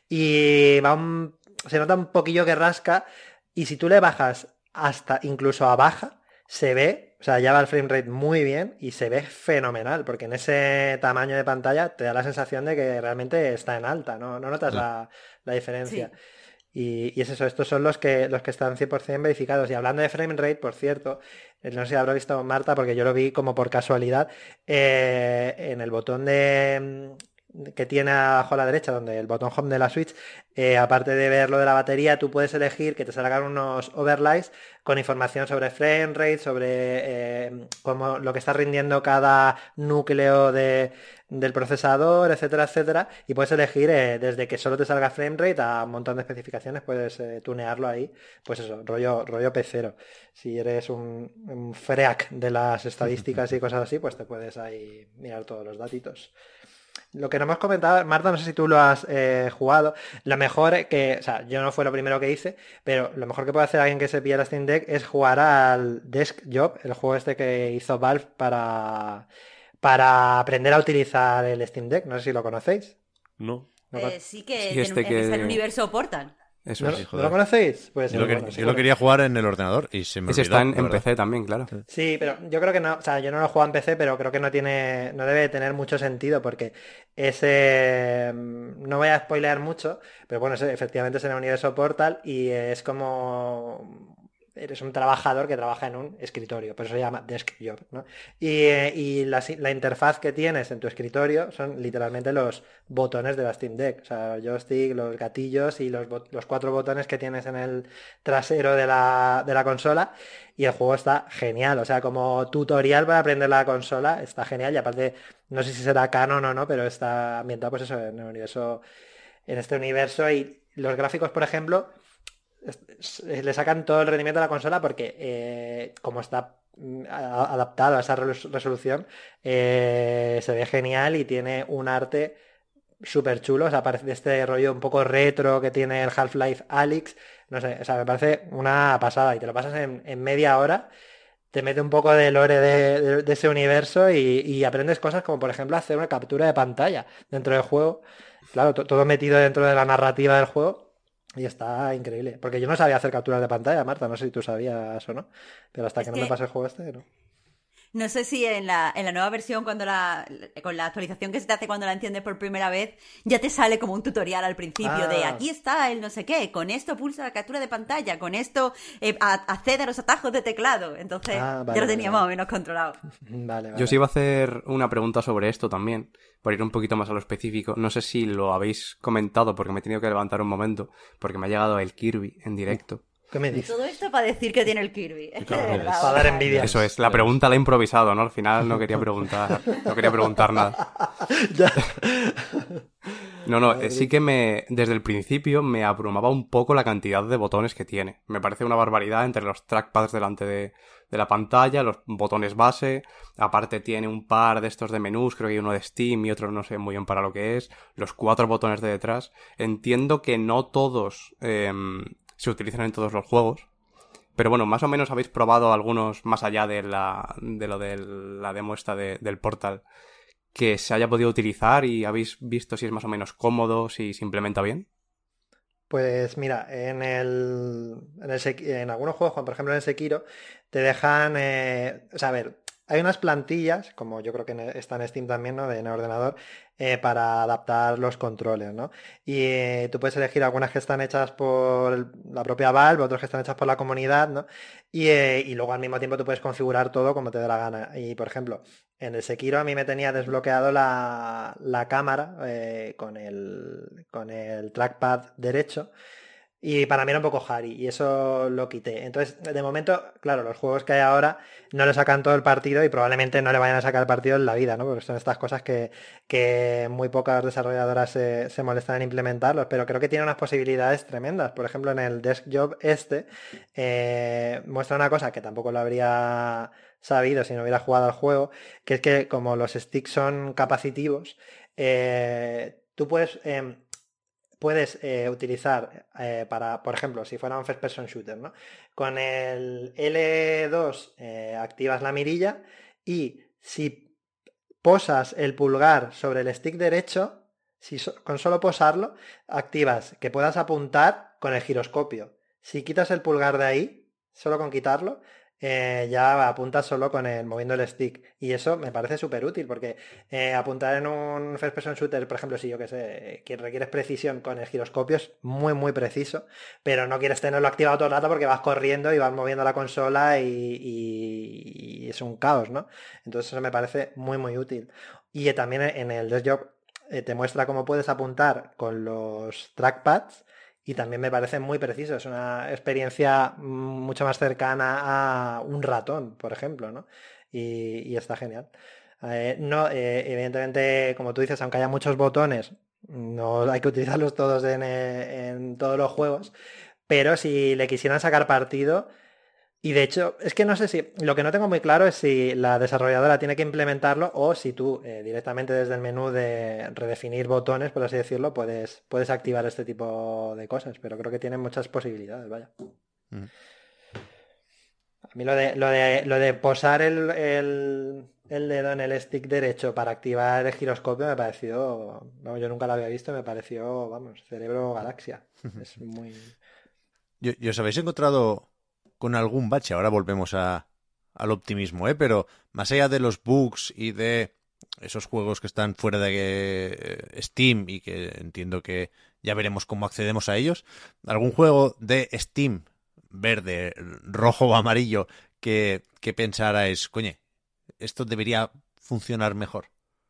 Speaker 11: y va un, se nota un poquillo que rasca, y si tú le bajas hasta incluso a baja, se ve, o sea, ya va el frame rate muy bien y se ve fenomenal, porque en ese tamaño de pantalla te da la sensación de que realmente está en alta, no, no notas la, la diferencia.
Speaker 6: Sí.
Speaker 11: Y, y es eso, estos son los que los que están cien por ciento verificados. Y hablando de frame rate, por cierto, eh, no sé si habrá visto Marta, porque yo lo vi como por casualidad, eh, en el botón de que tiene abajo a la derecha, donde el botón home de la Switch, eh, aparte de ver lo de la batería, tú puedes elegir que te salgan unos overlays con información sobre frame rate, sobre eh, cómo, lo que está rindiendo cada núcleo de, del procesador, etcétera, etcétera, y puedes elegir eh, desde que solo te salga frame rate a un montón de especificaciones, puedes eh, tunearlo ahí, pues eso, rollo, rollo pecero. Si eres un, un freak de las estadísticas y cosas así, pues te puedes ahí mirar todos los datitos. Lo que no hemos comentado, Marta, no sé si tú lo has eh, jugado, lo mejor que, o sea, yo no fue lo primero que hice, pero lo mejor que puede hacer alguien que se pilla la Steam Deck es jugar al Desk Job, el juego este que hizo Valve para, para aprender a utilizar el Steam Deck, no sé si lo conocéis.
Speaker 7: No.
Speaker 11: ¿No
Speaker 6: Eh, sí que
Speaker 5: Sí, este
Speaker 6: en,
Speaker 5: que-
Speaker 6: está en el universo Portal.
Speaker 5: Eso
Speaker 11: ¿No,
Speaker 5: es.
Speaker 4: sí,
Speaker 11: ¿no
Speaker 4: joder.
Speaker 11: lo conocéis? Pues
Speaker 4: Yo, lo,
Speaker 11: eh,
Speaker 4: que-
Speaker 11: bueno,
Speaker 4: yo
Speaker 11: seguro.
Speaker 4: lo quería jugar en el ordenador y se me
Speaker 5: Ese
Speaker 4: olvidó.
Speaker 5: está en,
Speaker 4: la
Speaker 5: en
Speaker 4: verdad.
Speaker 5: P C también, claro.
Speaker 11: Sí, pero yo creo que no, o sea, yo no lo he jugado en P C, pero creo que no tiene, no debe tener mucho sentido porque ese, mm, no voy a spoilear mucho, pero bueno, ese, efectivamente es en el universo Portal y es como, eres un trabajador que trabaja en un escritorio, por eso se llama desk job, ¿no? Y, eh, y la, si- la interfaz que tienes en tu escritorio son literalmente los botones de la Steam Deck, o sea, el joystick, los gatillos y los, bot- los cuatro botones que tienes en el trasero de la, de la consola. Y el juego está genial, o sea, como tutorial para aprender la consola, está genial. Y aparte, no sé si será canon o no, pero está ambientado, pues eso, en el universo, en este universo. Y los gráficos, por ejemplo, es- es- le sacan todo el rendimiento a la consola porque eh, como está mm, a- adaptado a esa res- resolución, eh, se ve genial y tiene un arte súper chulo, o sea, parece de este rollo un poco retro que tiene el Half-Life Alyx, no sé, o sea, me parece una pasada y te lo pasas en, en media hora, te mete un poco de lore de, de- de ese universo y, y aprendes cosas como por ejemplo hacer una captura de pantalla dentro del juego, claro, to- todo metido dentro de la narrativa del juego y está increíble, porque yo no sabía hacer capturas de pantalla, Marta, no sé si tú sabías o no, pero hasta
Speaker 6: Es
Speaker 11: que no me
Speaker 6: que-
Speaker 11: pasé el juego este, ¿no?
Speaker 6: No sé si en la, en la nueva versión, cuando la, con la actualización que se te hace cuando la enciendes por primera vez, ya te sale como un tutorial al principio de
Speaker 11: Ah.
Speaker 6: aquí está el no sé qué, con esto pulsa la captura de pantalla, con esto eh, a- accede a los atajos de teclado. Entonces
Speaker 11: Ah, vale,
Speaker 6: ya lo
Speaker 11: vale,
Speaker 6: tenía
Speaker 11: vale.
Speaker 6: más o menos controlado.
Speaker 11: Vale, vale.
Speaker 5: Yo os iba a hacer una pregunta sobre esto también, por ir un poquito más a lo específico. No sé si lo habéis comentado porque me he tenido que levantar un momento, porque me ha llegado el Kirby en directo.
Speaker 11: ¿Qué me dices?
Speaker 6: Todo esto para decir que tiene el Kirby. Es que de
Speaker 7: cabrones.
Speaker 6: verdad,
Speaker 11: Para dar
Speaker 6: o sea,
Speaker 11: envidia.
Speaker 5: Eso es, la pregunta la he improvisado, ¿no? Al final no quería preguntar, no quería preguntar nada.
Speaker 11: Ya.
Speaker 5: No, no, eh, sí que me, desde el principio me abrumaba un poco la cantidad de botones que tiene. Me parece una barbaridad entre los trackpads delante de, de la pantalla, los botones base, aparte tiene un par de estos de menús, creo que hay uno de Steam y otro no sé muy bien para lo que es, los cuatro botones de detrás. Entiendo que no todos eh, se utilizan en todos los juegos, pero bueno, más o menos habéis probado algunos más allá de la de lo de la demo esta de, del Portal que se haya podido utilizar y habéis visto si es más o menos cómodo, si se implementa bien.
Speaker 11: Pues mira, en el, en el Sek- en algunos juegos, como por ejemplo en el Sekiro, te dejan, eh, o sea, a ver, hay unas plantillas, como yo creo que en- está en Steam también, ¿no? De, en el ordenador, eh, para adaptar los controles, ¿no? Y eh, tú puedes elegir algunas que están hechas por el- la propia Valve, otras que están hechas por la comunidad, ¿no? Y, eh, y luego al mismo tiempo tú puedes configurar todo como te dé la gana. Y por ejemplo, en el Sekiro a mí me tenía desbloqueado la, la cámara eh, con el, con el trackpad derecho. Y para mí era un poco Harry, y eso lo quité. Entonces, de momento, claro, los juegos que hay ahora no le sacan todo el partido y probablemente no le vayan a sacar el partido en la vida, ¿no? Porque son estas cosas que, que muy pocas desarrolladoras se, se molestan en implementarlos, pero creo que tiene unas posibilidades tremendas. Por ejemplo, en el Desk Job este, eh, muestra una cosa que tampoco lo habría sabido si no hubiera jugado al juego, que es que como los sticks son capacitivos, eh, tú puedes... Eh, puedes eh, utilizar eh, para, por ejemplo, si fuera un first person shooter, ¿no? Con el L dos eh, activas la mirilla y si posas el pulgar sobre el stick derecho, si so- con solo posarlo, activas que puedas apuntar con el giroscopio. Si quitas el pulgar de ahí, solo con quitarlo, eh, ya apuntas solo con el moviendo el stick. Y eso me parece súper útil porque eh, apuntar en un first person shooter, por ejemplo, si yo que sé, que requieres precisión con el giroscopio es muy muy preciso, pero no quieres tenerlo activado todo el rato porque vas corriendo y vas moviendo la consola y, y- y es un caos, ¿no? Entonces eso me parece muy muy útil. Y eh, también en el Desk Job eh, te muestra cómo puedes apuntar con los trackpads y también me parece muy preciso. Es una experiencia mm, mucho más cercana a un ratón, por ejemplo, ¿no? Y, y está genial. Eh, no, eh, evidentemente, como tú dices, aunque haya muchos botones, no hay que utilizarlos todos en, eh, en todos los juegos, pero si le quisieran sacar partido, y de hecho, es que no sé si, lo que no tengo muy claro es si la desarrolladora tiene que implementarlo o si tú eh, directamente desde el menú de redefinir botones, por así decirlo, puedes, puedes activar este tipo de cosas, pero creo que tienen muchas posibilidades, vaya.
Speaker 4: Mm.
Speaker 11: A mí lo de, lo de, lo de posar el, el, el dedo en el stick derecho para activar el giroscopio me pareció, vamos, yo nunca lo había visto, me pareció, vamos, cerebro galaxia. Es muy...
Speaker 4: ¿Y, y os habéis encontrado con algún bache? Ahora volvemos a, al optimismo, ¿eh? Pero más allá de los bugs y de esos juegos que están fuera de eh, Steam y que entiendo que ya veremos cómo accedemos a ellos, ¿algún juego de Steam verde, rojo o amarillo que, que pensarais, coñe, esto debería funcionar mejor?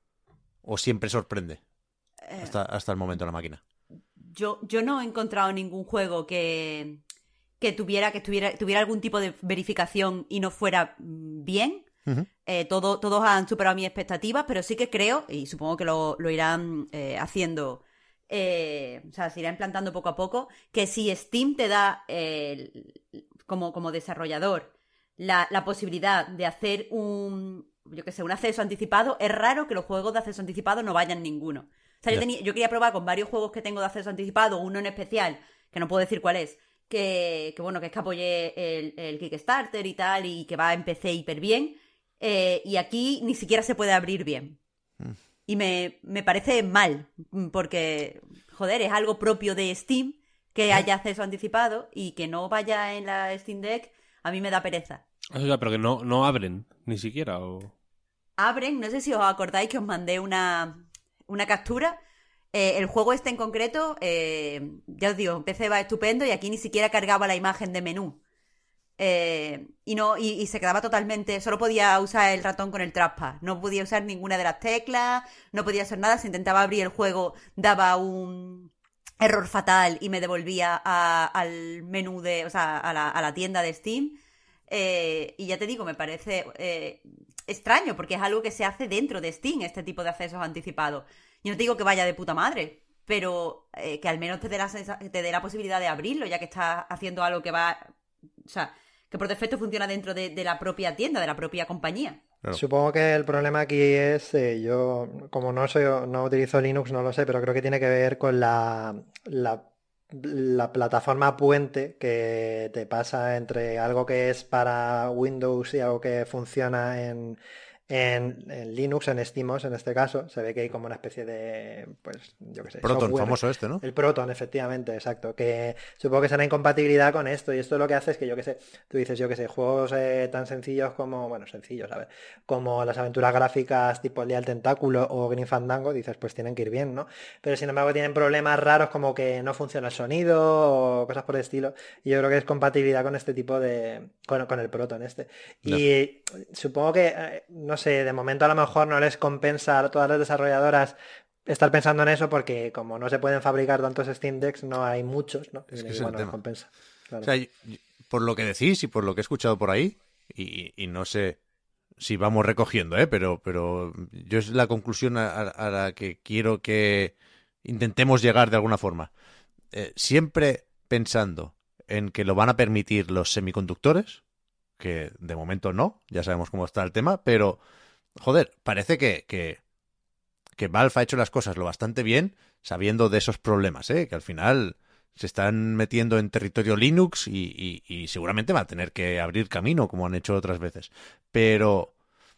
Speaker 4: ¿O siempre sorprende hasta, hasta el momento la máquina?
Speaker 6: Yo, yo no he encontrado ningún juego que, que tuviera que tuviera, tuviera algún tipo de verificación y no fuera mm, bien.
Speaker 4: Uh-huh.
Speaker 6: Eh, todo, todos han superado mis expectativas, pero sí que creo, y supongo que lo, lo irán eh, haciendo, eh, o sea, se irá implantando poco a poco, que si Steam te da, eh, como, como desarrollador, la, la posibilidad de hacer un, yo que sé, un acceso anticipado, es raro que los juegos de acceso anticipado no vayan ninguno. O sea, yo, tenía, yo quería probar con varios juegos que tengo de acceso anticipado, uno en especial, que no puedo decir cuál es, que, que bueno, que es que apoyé el, el Kickstarter y tal, y que va en P C hiper bien, eh, y aquí ni siquiera se puede abrir bien. Mm. Y me, me parece mal, porque, joder, es algo propio de Steam, que haya acceso anticipado, y que no vaya en la Steam Deck, a mí me da pereza.
Speaker 7: O sea, pero que no, no abren, ni siquiera, o...
Speaker 6: Abren, no sé si os acordáis que os mandé una... una captura. Eh, el juego este en concreto, eh, ya os digo, en P C va estupendo y aquí ni siquiera cargaba la imagen de menú. Eh, y no y, y se quedaba totalmente... Solo podía usar el ratón con el trackpad. No podía usar ninguna de las teclas, no podía hacer nada. Si intentaba abrir el juego, daba un error fatal y me devolvía a, al menú de... O sea, a la, a la tienda de Steam. Eh, y ya te digo, me parece... Eh, extraño, porque es algo que se hace dentro de Steam, este tipo de accesos anticipados. Yo no te digo que vaya de puta madre, pero eh, que al menos te dé, la sensa- te dé la posibilidad de abrirlo, ya que estás haciendo algo que va... O sea, que por defecto funciona dentro de, de la propia tienda, de la propia compañía.
Speaker 4: Claro.
Speaker 11: Supongo que el problema aquí es, eh, yo como no soy, no utilizo Linux, no lo sé, pero creo que tiene que ver con la, la, la plataforma puente que te pasa entre algo que es para Windows y algo que funciona en, en, en Linux, en SteamOS en este caso. Se ve que hay como una especie de, pues, yo qué sé,
Speaker 4: Proton,
Speaker 11: software.
Speaker 4: famoso este, ¿no?
Speaker 11: El Proton, efectivamente, exacto. Que supongo que será incompatibilidad con esto. Y esto lo que hace es que, yo qué sé, tú dices, yo qué sé, juegos eh, tan sencillos como, bueno, sencillos, a ver, como las aventuras gráficas tipo El Día del Tentáculo o Grim Fandango, dices, pues tienen que ir bien, ¿no? Pero sin embargo tienen problemas raros como que no funciona el sonido o cosas por el estilo. Y yo creo que es compatibilidad con este tipo de... con, con el Proton este.
Speaker 4: No.
Speaker 11: Y supongo que, eh, no sé, de momento a lo mejor no les compensa a todas las desarrolladoras estar pensando en eso porque como no se pueden fabricar tantos Steam Decks, no hay muchos, ¿no?
Speaker 4: Es
Speaker 11: Y,
Speaker 4: que es el
Speaker 11: bueno,
Speaker 4: tema.
Speaker 11: compensa. Claro.
Speaker 4: O sea, y- y por lo que decís y por lo que he escuchado por ahí, y, y no sé si vamos recogiendo, ¿eh? pero, pero yo es la conclusión a, a la que quiero que intentemos llegar de alguna forma. Eh, siempre pensando en que lo van a permitir los semiconductores, que de momento no, ya sabemos cómo está el tema, pero, joder, parece que, que, que Valve ha hecho las cosas lo bastante bien sabiendo de esos problemas, ¿eh? Que al final se están metiendo en territorio Linux y, y, y seguramente va a tener que abrir camino, como han hecho otras veces. Pero,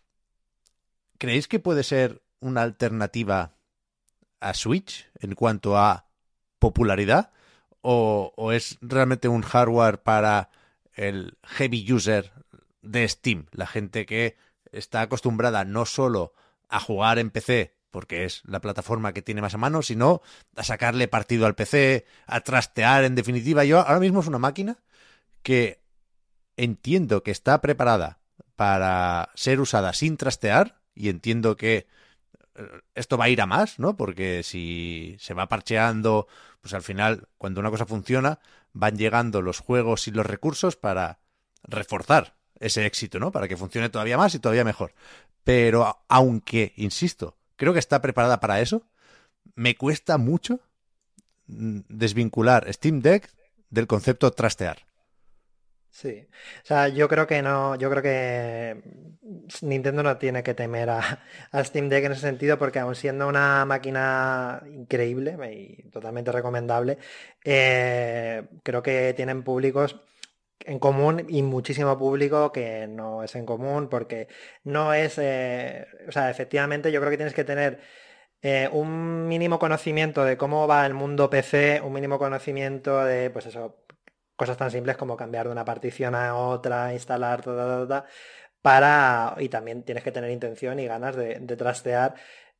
Speaker 4: ¿creéis que puede ser una alternativa a Switch en cuanto a popularidad? ¿O, o es realmente un hardware para el heavy user de Steam? La gente que está acostumbrada no solo a jugar en P C, porque es la plataforma que tiene más a mano, sino a sacarle partido al P C, a trastear, en definitiva. Yo ahora mismo es una máquina que entiendo que está preparada para ser usada sin trastear y entiendo que esto va a ir a más, ¿no? Porque si se va parcheando, pues al final, cuando una cosa funciona, van llegando los juegos y los recursos para reforzar ese éxito, ¿no? Para que funcione todavía más y todavía mejor. Pero aunque, insisto, creo que está preparada para eso, me cuesta mucho desvincular Steam Deck del concepto trastear.
Speaker 11: Sí, o sea, yo creo que no, yo creo que Nintendo no tiene que temer a, a Steam Deck en ese sentido, porque aun siendo una máquina increíble y totalmente recomendable, eh, creo que tienen públicos en común y muchísimo público que no es en común, porque no es, eh, o sea, efectivamente yo creo que tienes que tener eh, un mínimo conocimiento de cómo va el mundo P C, un mínimo conocimiento de, pues eso, cosas tan simples como cambiar de una partición a otra, instalar, ta, ta, ta, ta, para... Y también tienes que tener intención y ganas de, de trastear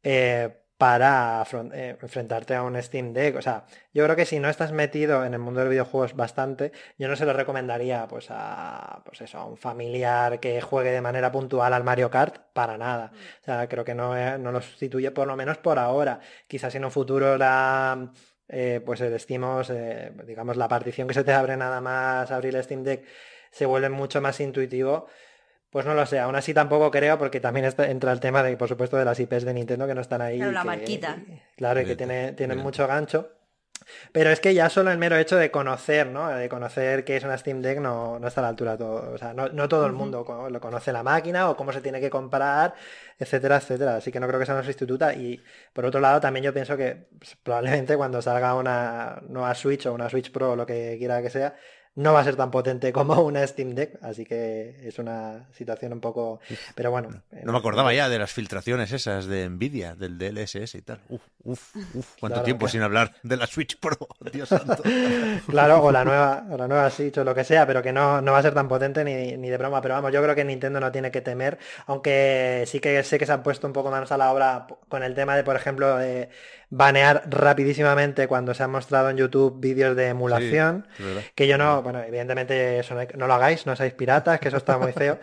Speaker 11: eh, para afront- eh, enfrentarte a un Steam Deck. O sea, yo creo que si no estás metido en el mundo de los videojuegos bastante, yo no se lo recomendaría pues a, pues eso, a un familiar que juegue de manera puntual al Mario Kart, para nada. O sea, creo que no, eh, no lo sustituye, por lo menos por ahora. Quizás en un futuro la... Eh, pues el SteamOS, eh, digamos la partición que se te abre nada más abrir el Steam Deck, se vuelve mucho más intuitivo. Pues no lo sé, aún así tampoco creo, porque también está, entra el tema de, por supuesto, de las I Pes de Nintendo que no están ahí.
Speaker 6: Pero
Speaker 11: y
Speaker 6: la
Speaker 11: que-
Speaker 6: marquita.
Speaker 11: y- claro, y que
Speaker 4: Evidente,
Speaker 11: tiene, tienen
Speaker 4: evidente.
Speaker 11: mucho gancho. Pero es que ya solo el mero hecho de conocer, ¿no? De conocer qué es una Steam Deck no, no está a la altura de todo. O sea, no, no todo el mundo co- lo conoce la máquina o cómo se tiene que comprar, etcétera, etcétera. Así que no creo que sea una sustituta. Y por otro lado, también yo pienso que pues, probablemente cuando salga una nueva Switch o una Switch Pro o lo que quiera que sea, no va a ser tan potente como una Steam Deck. Así que es una situación un poco... Pero bueno.
Speaker 4: No me acordaba ya de las filtraciones esas de Nvidia, del D L S S y tal. Uf, uf, uf. ¿Cuánto
Speaker 11: Claro,
Speaker 4: tiempo
Speaker 11: claro.
Speaker 4: sin hablar de la Switch Pro? Dios santo.
Speaker 11: Claro, o la nueva, o la nueva Switch o lo que sea, pero que no, no va a ser tan potente ni, ni de broma. Pero vamos, yo creo que Nintendo no tiene que temer, aunque sí que sé que se han puesto un poco manos a la obra con el tema de, por ejemplo, de banear rapidísimamente cuando se han mostrado en YouTube vídeos de emulación.
Speaker 4: Sí, es verdad.
Speaker 11: Que yo no, bueno, evidentemente eso no, hay- no lo hagáis, no seáis piratas, que eso está muy feo,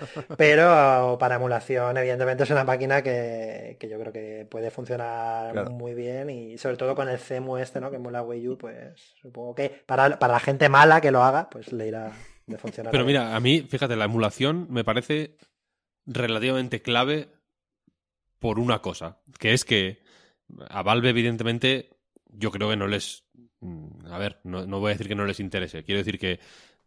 Speaker 11: pero para emulación evidentemente es una máquina que, que yo creo que puede funcionar
Speaker 4: Claro.
Speaker 11: muy bien y sobre todo con el C E M U este, ¿no? Que emula Wii U, pues supongo que para, para la gente mala que lo haga, pues le irá de funcionar.
Speaker 7: Pero
Speaker 11: bien.
Speaker 7: mira, a mí, fíjate, la emulación me parece relativamente clave por una cosa, que es que a Valve, evidentemente, yo creo que no les... mm, A ver, no, no voy a decir que no les interese, quiero decir que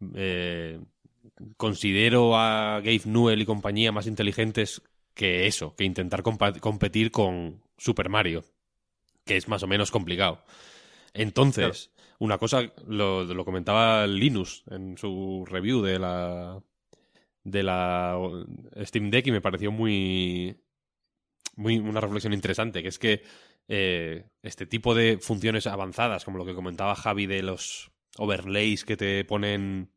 Speaker 7: eh, considero a Gabe Newell y compañía más inteligentes que eso, que intentar compa- competir con Super Mario, que es más o menos complicado. Entonces, una cosa, lo, lo comentaba Linus en su review de la de la Steam Deck y me pareció muy, muy una reflexión interesante, que es que eh, este tipo de funciones avanzadas, como lo que comentaba Javi de los overlays que te ponen...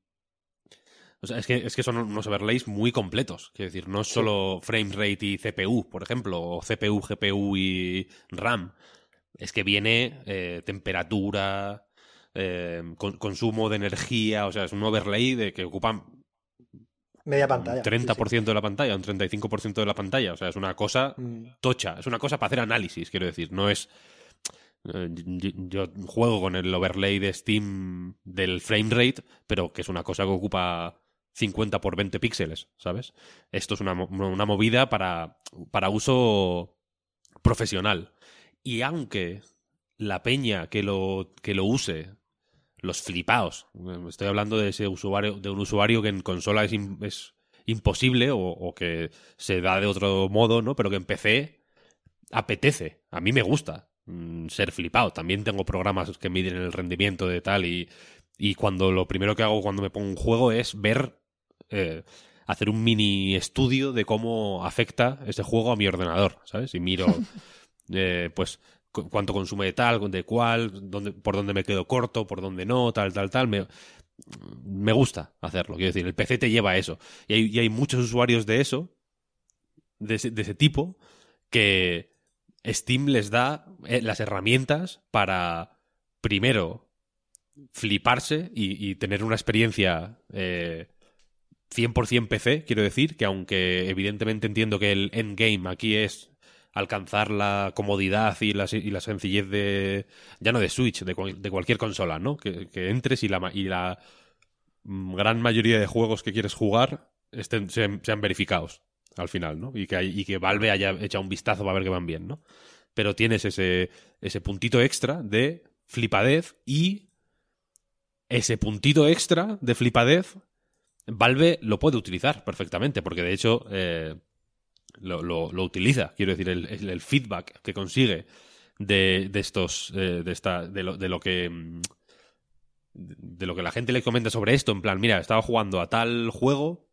Speaker 7: O sea, es que, es que son unos overlays muy completos. Quiero decir, no es solo frame rate y C P U, por ejemplo, o C P U, G P U y RAM. Es que viene eh, temperatura, eh, con- consumo de energía, o sea, es un overlay de que ocupa
Speaker 11: Media
Speaker 7: un
Speaker 11: pantalla.
Speaker 7: treinta por
Speaker 11: sí,
Speaker 7: ciento de la pantalla, un treinta y cinco por ciento de la pantalla. O sea, es una cosa
Speaker 11: sí. Mm.
Speaker 7: tocha, es una cosa para hacer análisis, quiero decir. No es Eh, yo juego con el overlay de Steam del framerate, pero que es una cosa que ocupa cincuenta por veinte píxeles, ¿sabes? Esto es una, una movida para, para uso profesional. Y aunque la peña que lo, que lo use, los flipaos, estoy hablando de ese usuario, de un usuario que en consola es, in, es imposible o, o que se da de otro modo, ¿no? Pero que en P C apetece. A mí me gusta mm, ser flipado. También tengo programas que miden el rendimiento de tal y, y cuando lo primero que hago cuando me pongo un juego es ver, eh, hacer un mini estudio de cómo afecta ese juego a mi ordenador, ¿sabes? Y miro, eh, pues, cu cuánto consume de tal, de cuál, dónde, por dónde me quedo corto, por dónde no, tal, tal, tal. Me, me gusta hacerlo. Quiero decir, el P C te lleva a eso. Y hay, y hay muchos usuarios de eso, de ese, de ese tipo, que Steam les da eh, las herramientas para, primero, fliparse y, y tener una experiencia eh, cien por ciento P C, quiero decir, que aunque evidentemente entiendo que el endgame aquí es alcanzar la comodidad y la, y la sencillez de, ya no de Switch, de, de cualquier consola, ¿no? Que, que entres y la, y la gran mayoría de juegos que quieres jugar estén, sean, sean verificados al final, ¿no? Y que, hay, y que Valve haya echado un vistazo para ver que van bien, ¿no? Pero tienes ese, ese puntito extra de flipadez y ese puntito extra de flipadez Valve lo puede utilizar perfectamente, porque de hecho eh, lo, lo, lo utiliza. Quiero decir, el, el, el feedback que consigue de, de estos eh, de esta de lo, de lo que de lo que la gente le comenta sobre esto, en plan, mira, estaba jugando a tal juego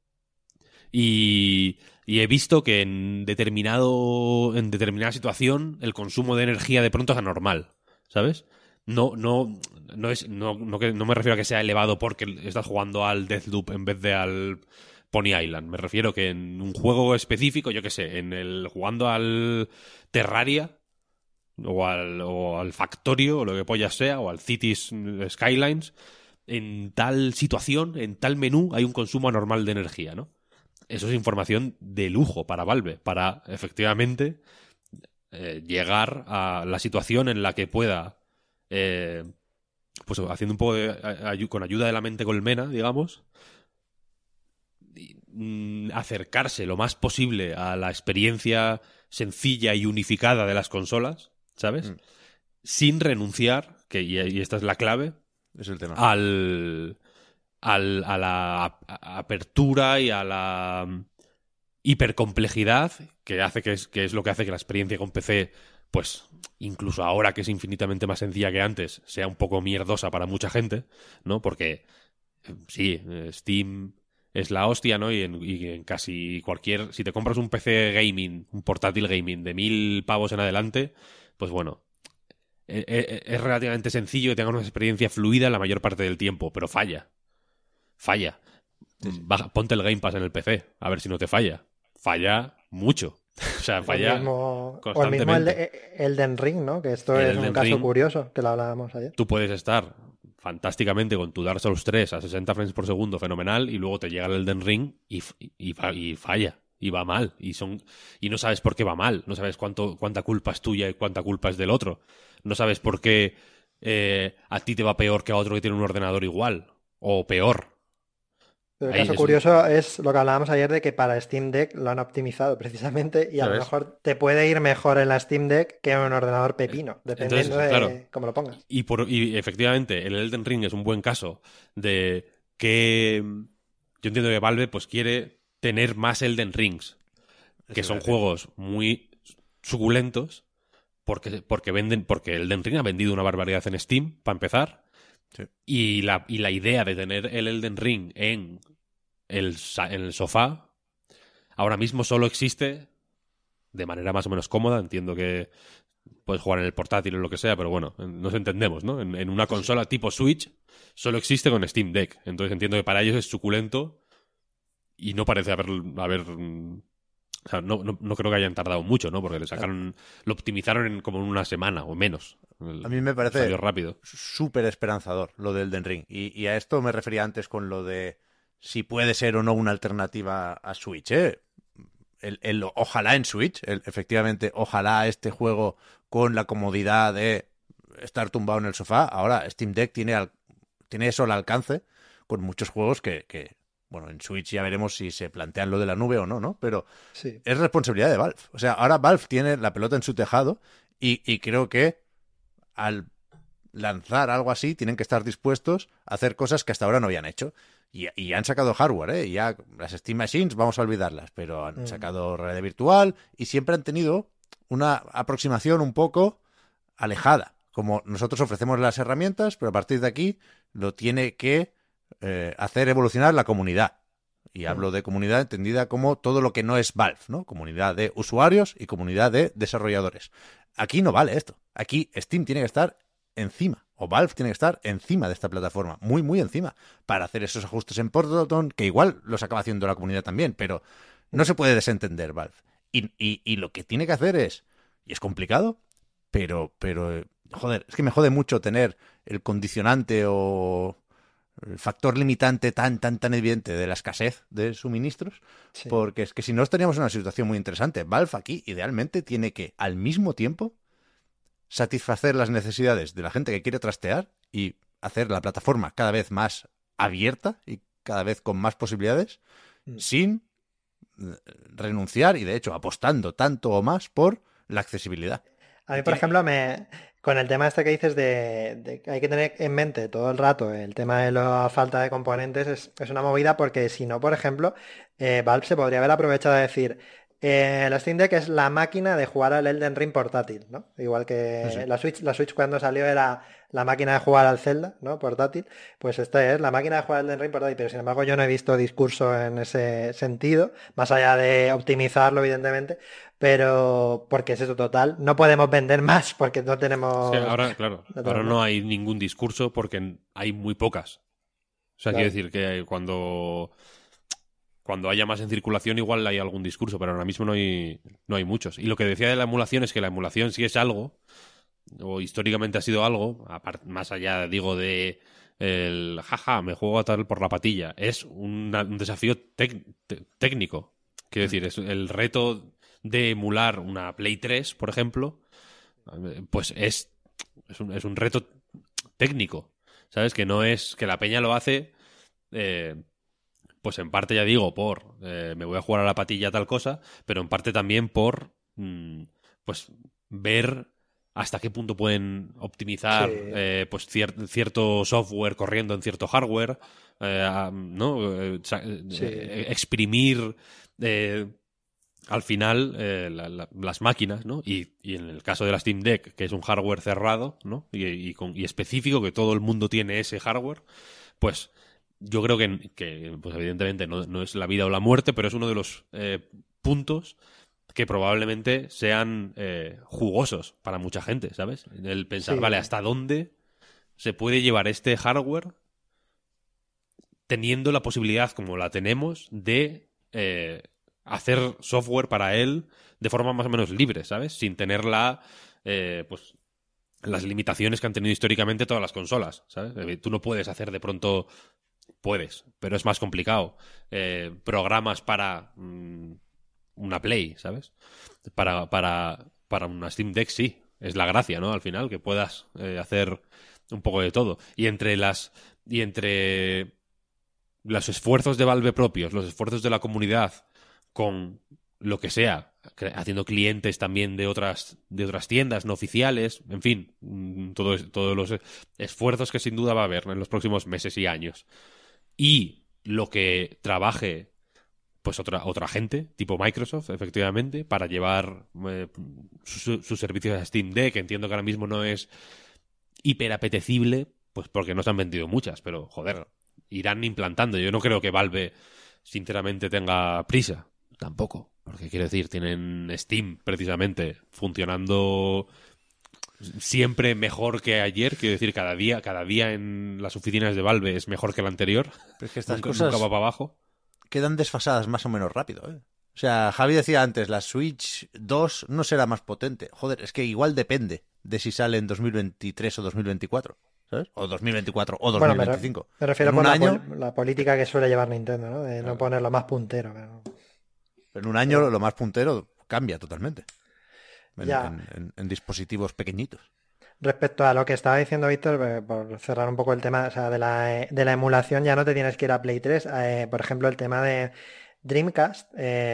Speaker 7: y, y he visto que en determinado en determinada situación el consumo de energía de pronto es anormal, ¿sabes? No, no, no es, no, no, que, no me refiero a que sea elevado porque estás jugando al Deathloop en vez de al Pony Island. Me refiero que en un juego específico, yo qué sé, en el jugando al Terraria o al, o al Factorio o lo que pollas sea, o al Cities Skylines, en tal situación, en tal menú, hay un consumo anormal de energía, ¿no? Eso es información de lujo para Valve, para efectivamente eh, llegar a la situación en la que pueda Eh, pues haciendo un poco de, a, a, con ayuda de la mente colmena, digamos, y, acercarse lo más posible a la experiencia sencilla y unificada de las consolas, ¿sabes? Mm. Sin renunciar, que y, y esta es la clave,
Speaker 4: es el tema,
Speaker 7: al, al a la a, a apertura y a la hipercomplejidad que hace que es, que es lo que hace que la experiencia con P C, pues incluso ahora que es infinitamente más sencilla que antes, sea un poco mierdosa para mucha gente, ¿no? Porque sí, Steam es la hostia, ¿no? Y en, y en casi cualquier... Si te compras un P C gaming, un portátil gaming de mil pavos en adelante, pues bueno, es, es relativamente sencillo que tengas una experiencia fluida la mayor parte del tiempo, pero falla. Falla. Sí, sí. Baja, ponte el Game Pass en el P C, a ver si no te falla. Falla mucho. O sea, falla
Speaker 11: o el mismo,
Speaker 7: constantemente.
Speaker 11: O el mismo Elden Ring, ¿no? Que esto el es Elden un caso Ring, curioso, que lo hablábamos ayer.
Speaker 7: Tú puedes estar fantásticamente con tu Dark Souls tres a sesenta frames por segundo, fenomenal, y luego te llega el Elden Ring y, y, y falla, y va mal, y son y no sabes por qué va mal, no sabes cuánto cuánta culpa es tuya y cuánta culpa es del otro, no sabes por qué eh, a ti te va peor que a otro que tiene un ordenador igual, o peor.
Speaker 11: Pero el caso es curioso un... es lo que hablábamos ayer de que para Steam Deck lo han optimizado precisamente y a ¿sabes? Lo mejor te puede ir mejor en la Steam Deck que en un ordenador pepino, dependiendo Entonces, claro, de cómo lo pongas.
Speaker 7: Y, por, y efectivamente, el Elden Ring es un buen caso de que yo entiendo que Valve pues quiere tener más Elden Rings, que son juegos muy suculentos porque, porque venden, porque Elden Ring ha vendido una barbaridad en Steam, para empezar. Sí. Y, la, y la idea de tener el Elden Ring en el, en el sofá ahora mismo solo existe de manera más o menos cómoda. Entiendo que puedes jugar en el portátil o lo que sea, pero bueno, nos entendemos, ¿no? En, en una consola tipo Switch solo existe con Steam Deck. Entonces entiendo que para ellos es suculento y no parece haber... haber o sea, no, no, no creo que hayan tardado mucho, ¿no? Porque le sacaron... Lo optimizaron en como en una semana o menos.
Speaker 4: A mí me parece
Speaker 7: rápido.
Speaker 4: Súper esperanzador lo del Elden Ring. Y, y a esto me refería antes con lo de si puede ser o no una alternativa a Switch, ¿eh? El, el, ojalá en Switch, el, efectivamente, ojalá este juego con la comodidad de estar tumbado en el sofá. Ahora Steam Deck tiene, al, tiene eso al alcance con muchos juegos que, que, bueno, en Switch ya veremos si se plantean lo de la nube o no, ¿no? Pero
Speaker 11: sí.
Speaker 4: es responsabilidad de Valve. O sea, ahora Valve tiene la pelota en su tejado y, y creo que al lanzar algo así tienen que estar dispuestos a hacer cosas que hasta ahora no habían hecho. Y, y han sacado hardware, ¿eh? Ya las Steam Machines vamos a olvidarlas, pero han mm. sacado realidad virtual y siempre han tenido una aproximación un poco alejada. Como nosotros ofrecemos las herramientas, pero a partir de aquí lo tiene que eh, hacer evolucionar la comunidad. Y mm. hablo de comunidad entendida como todo lo que no es Valve, ¿no? Comunidad de usuarios y comunidad de desarrolladores. Aquí no vale esto. Aquí Steam tiene que estar encima, o Valve tiene que estar encima de esta plataforma, muy, muy encima, para hacer esos ajustes en Portal, que igual los acaba haciendo la comunidad también, pero no se puede desentender Valve. Y, y, y lo que tiene que hacer es, y es complicado, pero, pero, joder, es que me jode mucho tener el condicionante o el factor limitante tan, tan, tan evidente de la escasez de suministros, sí. porque es que si no estaríamos en una situación muy interesante. Valve aquí, idealmente, tiene que, al mismo tiempo, satisfacer las necesidades de la gente que quiere trastear y hacer la plataforma cada vez más abierta y cada vez con más posibilidades, mm. sin renunciar y, de hecho, apostando tanto o más por la accesibilidad.
Speaker 11: A mí, por ejemplo, me con el tema este que dices de, de que hay que tener en mente todo el rato el tema de la falta de componentes, es, es una movida porque si no, por ejemplo, eh, Valve se podría haber aprovechado de decir... Eh, la Steam Deck es la máquina de jugar al Elden Ring portátil, ¿no? Igual que sí. la Switch, la Switch cuando salió era la máquina de jugar al Zelda, ¿no? Portátil, pues esta es la máquina de jugar al Elden Ring portátil, pero sin embargo yo no he visto discurso en ese sentido, más allá de optimizarlo, evidentemente, pero porque es eso total, no podemos vender más porque no tenemos...
Speaker 7: Sí, ahora, claro, no ahora no hay ningún discurso porque hay muy pocas. O sea, claro. Quiero decir que cuando... Cuando haya más en circulación igual hay algún discurso, pero ahora mismo no hay, no hay muchos. Y lo que decía de la emulación es que la emulación sí es algo, o históricamente ha sido algo, apart, más allá, digo, de el jaja, me juego a tal por la patilla. Es una, un desafío tec, te, técnico. Quiero decir, es el reto de emular una Play tres, por ejemplo, pues es, es, un, es un reto técnico. ¿Sabes? Que no es que la peña lo hace... Eh, pues en parte, ya digo, por eh, me voy a jugar a la patilla tal cosa, pero en parte también por mmm, pues ver hasta qué punto pueden optimizar sí. eh, pues cier- cierto software corriendo en cierto hardware, eh, ¿no? Eh, sí. eh, exprimir eh, al final eh, la, la, las máquinas, ¿no? Y, y en el caso de la Steam Deck, que es un hardware cerrado, ¿no? Y, y, con, y específico, que todo el mundo tiene ese hardware, pues yo creo que, que pues evidentemente no, no es la vida o la muerte, pero es uno de los eh, puntos que probablemente sean eh, jugosos para mucha gente, ¿sabes? El pensar, sí. vale, ¿hasta dónde se puede llevar este hardware teniendo la posibilidad, como la tenemos, de eh, hacer software para él de forma más o menos libre, ¿sabes? Sin tener la, eh, pues, las limitaciones que han tenido históricamente todas las consolas, ¿sabes? Tú no puedes hacer de pronto... Puedes, pero es más complicado. Eh, programas para mmm, una Play, ¿sabes? Para, para, para una Steam Deck sí. Es la gracia, ¿no? Al final, que puedas eh, hacer un poco de todo. Y entre las y entre los esfuerzos de Valve propios, los esfuerzos de la comunidad, con lo que sea, haciendo clientes también de otras de otras tiendas no oficiales, en fin, todos todos los esfuerzos que sin duda va a haber en los próximos meses y años. Y lo que trabaje pues otra otra gente, tipo Microsoft, efectivamente, para llevar eh, sus su servicios a Steam Deck, que entiendo que ahora mismo no es hiper apetecible, pues porque no se han vendido muchas, pero joder, irán implantando. Yo no creo que Valve sinceramente tenga prisa, tampoco, porque quiero decir, tienen Steam precisamente funcionando siempre mejor que ayer, quiero decir, cada día, cada día en las oficinas de Valve es mejor que el anterior.
Speaker 4: Pero es que estas
Speaker 7: nunca,
Speaker 4: cosas
Speaker 7: nunca va para abajo.
Speaker 4: Quedan desfasadas más o menos rápido, ¿eh? O sea, Javi decía antes, la Switch dos no será más potente. Joder, es que igual depende de si sale en dos mil veintitrés o dos mil veinticuatro, ¿sabes? O dos mil veinticuatro o dos mil veinticinco.
Speaker 11: Bueno, me, re- me refiero
Speaker 4: en
Speaker 11: por
Speaker 4: un
Speaker 11: la,
Speaker 4: año...
Speaker 11: pol- la política que suele llevar Nintendo, ¿no? De claro. no ponerlo más puntero. Pero...
Speaker 4: En un año pero... lo más puntero cambia totalmente. En, en, en, en dispositivos pequeñitos.
Speaker 11: Respecto a lo que estaba diciendo Víctor, eh, por cerrar un poco el tema, o sea, de la, de la emulación, ya no te tienes que ir a Play tres. Eh, por ejemplo, el tema de Dreamcast,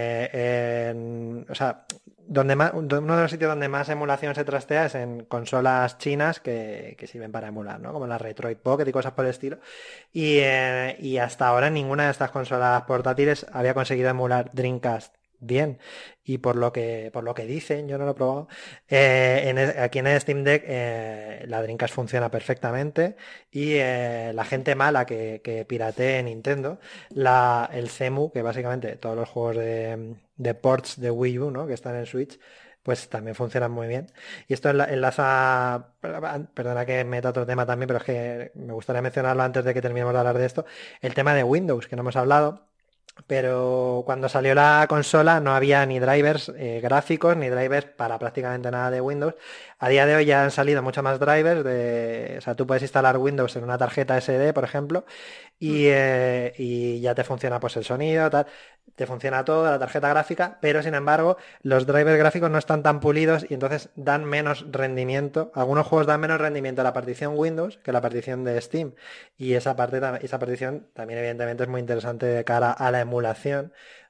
Speaker 11: eh, en- o sea, donde más, uno de los sitios donde más emulación se trastea es en consolas chinas que, que sirven para emular, ¿no? Como la Retroid Pocket y cosas por el estilo. Y, eh, y hasta ahora ninguna de estas consolas portátiles había conseguido emular Dreamcast bien. Y por lo que, por lo que dicen, yo no lo he probado, eh, en e- aquí en el Steam Deck eh, la Dreamcast funciona perfectamente y eh, la gente mala que, que piratee Nintendo, la, el C E M U, que básicamente todos los juegos de, de ports de Wii U, ¿no? que están en Switch, pues también funcionan muy bien. Y esto enla- enlaza, perdona que meta otro tema también, pero es que me gustaría mencionarlo antes de que terminemos de hablar de esto, el tema de Windows, que no hemos hablado. Pero cuando salió la consola no había ni drivers eh, gráficos ni drivers para prácticamente nada de Windows. A día de hoy ya han salido muchos más drivers. De, o sea, tú puedes instalar Windows en una tarjeta ese de, por ejemplo, y, eh, y ya te funciona pues el sonido, tal, te funciona todo, la tarjeta gráfica, pero sin embargo los drivers gráficos no están tan pulidos y entonces dan menos rendimiento. Algunos juegos dan menos rendimiento a la partición Windows que la partición de Steam. Y esa parte, tam- esa partición también evidentemente es muy interesante de cara a la emulación,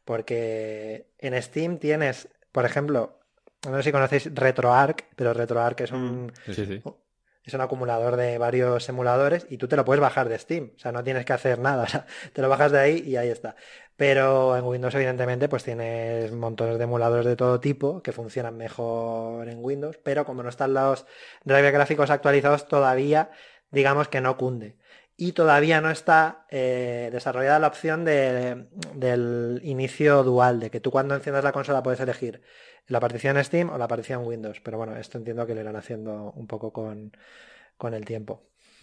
Speaker 11: porque en Steam tienes, por ejemplo, no sé si conocéis RetroArch, pero RetroArch es un,
Speaker 7: Sí, sí.
Speaker 11: es un acumulador de varios emuladores y tú te lo puedes bajar de Steam, o sea, no tienes que hacer nada, o sea, te lo bajas de ahí y ahí está. Pero en Windows, evidentemente, pues tienes montones de emuladores de todo tipo que funcionan mejor en Windows, pero como no están los drivers gráficos actualizados todavía, digamos que no cunde. Y todavía no está eh, desarrollada la opción de, del inicio dual, de que tú cuando enciendas la consola puedes elegir la partición Steam o la partición Windows. Pero bueno, esto entiendo que lo irán haciendo un poco con, con el tiempo.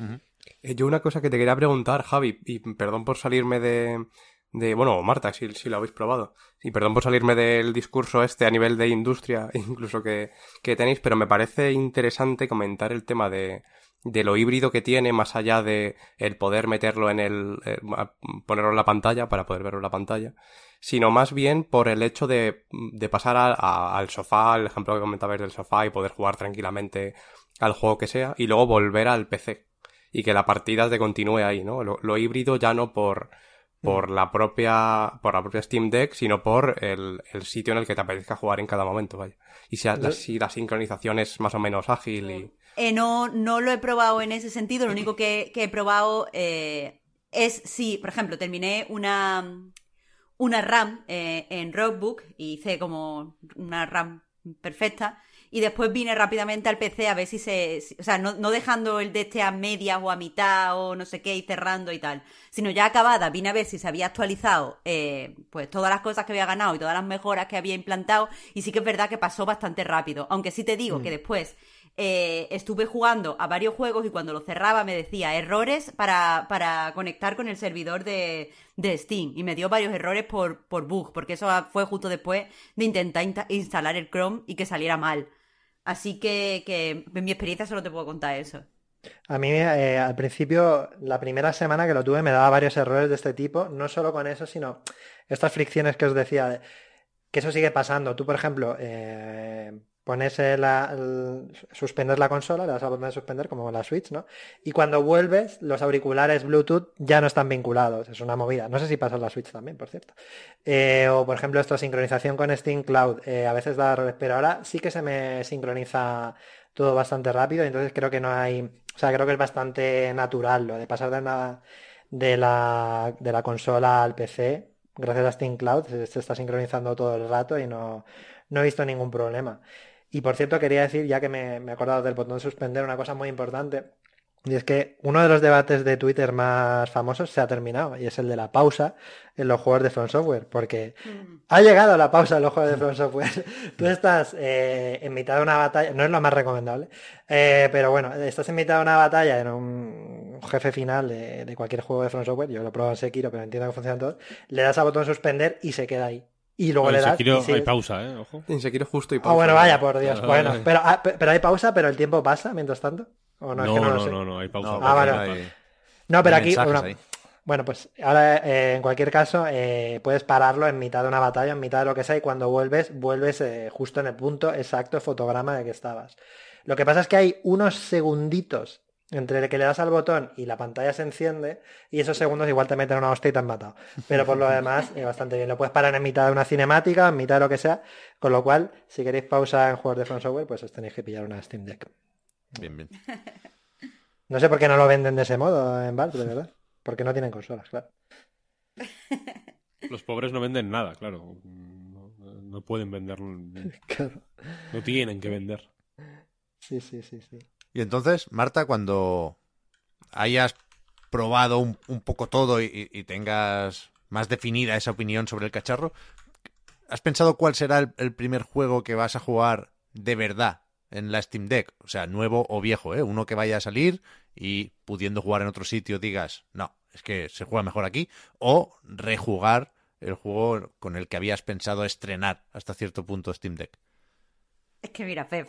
Speaker 5: Eh, Yo una cosa que te quería preguntar, Javi, y perdón por salirme de... de bueno, o Marta, si, si lo habéis probado. Y perdón por salirme del discurso este a nivel de industria, incluso que, que tenéis, pero me parece interesante comentar el tema de, de lo híbrido que tiene, más allá de el poder meterlo en el... eh, ponerlo en la pantalla, para poder verlo en la pantalla, sino más bien por el hecho de, de pasar a- a- al sofá, el ejemplo que comentabais del sofá, y poder jugar tranquilamente al juego que sea, y luego volver al P C. Y que la partida te continúe ahí, ¿no? Lo, lo híbrido ya no por... por la propia por la propia Steam Deck, sino por el, el sitio en el que te apetezca jugar en cada momento, vaya. Y si, la, si la sincronización es más o menos ágil y...
Speaker 6: Eh, no, no lo he probado en ese sentido. Lo único que, que he probado eh, es si, por ejemplo, terminé una, una RAM eh, en Rockbook y hice como una RAM perfecta. Y después vine rápidamente al P C a ver si se... si- o sea, no, no dejando el de este a medias o a mitad o no sé qué y cerrando y tal. Sino ya acabada, vine a ver si se había actualizado eh, pues todas las cosas que había ganado y todas las mejoras que había implantado. Y sí que es verdad que pasó bastante rápido. Aunque sí te digo
Speaker 11: Mm.
Speaker 6: que después eh, estuve jugando a varios juegos y cuando lo cerraba me decía errores para, para conectar con el servidor de, de Steam. Y me dio varios errores por, por bug, porque eso fue justo después de intentar insta- instalar el Chrome y que saliera mal. Así que, que en mi experiencia solo te puedo contar eso.
Speaker 11: A mí eh, al principio, la primera semana que lo tuve, me daba varios errores de este tipo, no solo con eso, sino estas fricciones que os decía, de- que eso sigue pasando. Tú, por ejemplo, eh, pones el, el- suspender la consola, le das al botón de suspender, como en la Switch, ¿no? Y cuando vuelves, los auriculares Bluetooth ya no están vinculados. Es una movida. No sé si pasa en la Switch también, por cierto. Eh, o, por ejemplo, esto, sincronización con Steam Cloud. Eh, a veces da errores, pero ahora sí que se me sincroniza todo bastante rápido, y entonces creo que no hay... O sea, creo que es bastante natural lo de pasar de una, de la, de la consola al P C. Gracias a Steam Cloud se, se está sincronizando todo el rato y no, no he visto ningún problema. Y por cierto, quería decir, ya que me, me he acordado del botón de suspender, una cosa muy importante. Y es que uno de los debates de Twitter más famosos se ha terminado, y es el de la pausa en los juegos de From Software, porque ha llegado la pausa en los juegos de From Software. Tú estás eh, en mitad de una batalla, no es lo más recomendable, eh, pero bueno, estás en mitad de una batalla en un jefe final de, de cualquier juego de From Software, yo lo he probado en Sekiro, pero entiendo que funcionan todos, le das al botón suspender y se queda ahí. Y luego
Speaker 7: No,
Speaker 11: le
Speaker 7: en
Speaker 11: das
Speaker 7: Sekiro
Speaker 11: y sigue-
Speaker 7: hay pausa, ¿eh? Ojo.
Speaker 5: En Sekiro justo y
Speaker 11: Ah,
Speaker 5: pausa.
Speaker 11: bueno, vaya, por Dios.
Speaker 7: Ah,
Speaker 11: Bueno,
Speaker 7: vale.
Speaker 11: pero, ah, pe- pero hay pausa, pero el tiempo pasa mientras tanto. ¿O no?
Speaker 7: No,
Speaker 11: Es que no
Speaker 7: no,
Speaker 11: lo sé.
Speaker 7: no, no, hay pausa.
Speaker 4: No,
Speaker 11: Ah, vale.
Speaker 4: porque no hay-
Speaker 11: No, pero
Speaker 4: hay
Speaker 11: aquí,
Speaker 4: mensajes
Speaker 11: bueno,
Speaker 4: ahí.
Speaker 11: Bueno, pues ahora eh, en cualquier caso eh, puedes pararlo en mitad de una batalla, en mitad de lo que sea, y cuando vuelves, vuelves eh, justo en el punto exacto fotograma de que estabas. Lo que pasa es que hay unos segunditos entre el que le das al botón y la pantalla se enciende, y esos segundos igual te meten una hostia y te han matado. Pero por lo demás, eh, bastante bien. Lo puedes parar en mitad de una cinemática, en mitad de lo que sea, con lo cual, si queréis pausa en juegos de From Software, pues os tenéis que pillar una Steam Deck.
Speaker 4: Bien, bien.
Speaker 11: No sé por qué no lo venden de ese modo en Valve, de verdad. Porque no tienen consolas, claro.
Speaker 7: Los pobres no venden nada, claro. No, no pueden vender.
Speaker 11: Claro.
Speaker 7: No tienen que vender.
Speaker 11: Sí, sí, sí, sí.
Speaker 4: Y entonces, Marta, cuando hayas probado un, un poco todo y, y tengas más definida esa opinión sobre el cacharro, ¿has pensado cuál será el, el primer juego que vas a jugar de verdad en la Steam Deck? O sea, nuevo o viejo, ¿eh? Uno que vaya a salir y pudiendo jugar en otro sitio digas, no, es que se juega mejor aquí, o rejugar el juego con el que habías pensado estrenar hasta cierto punto Steam Deck.
Speaker 6: Es que mira, Pep,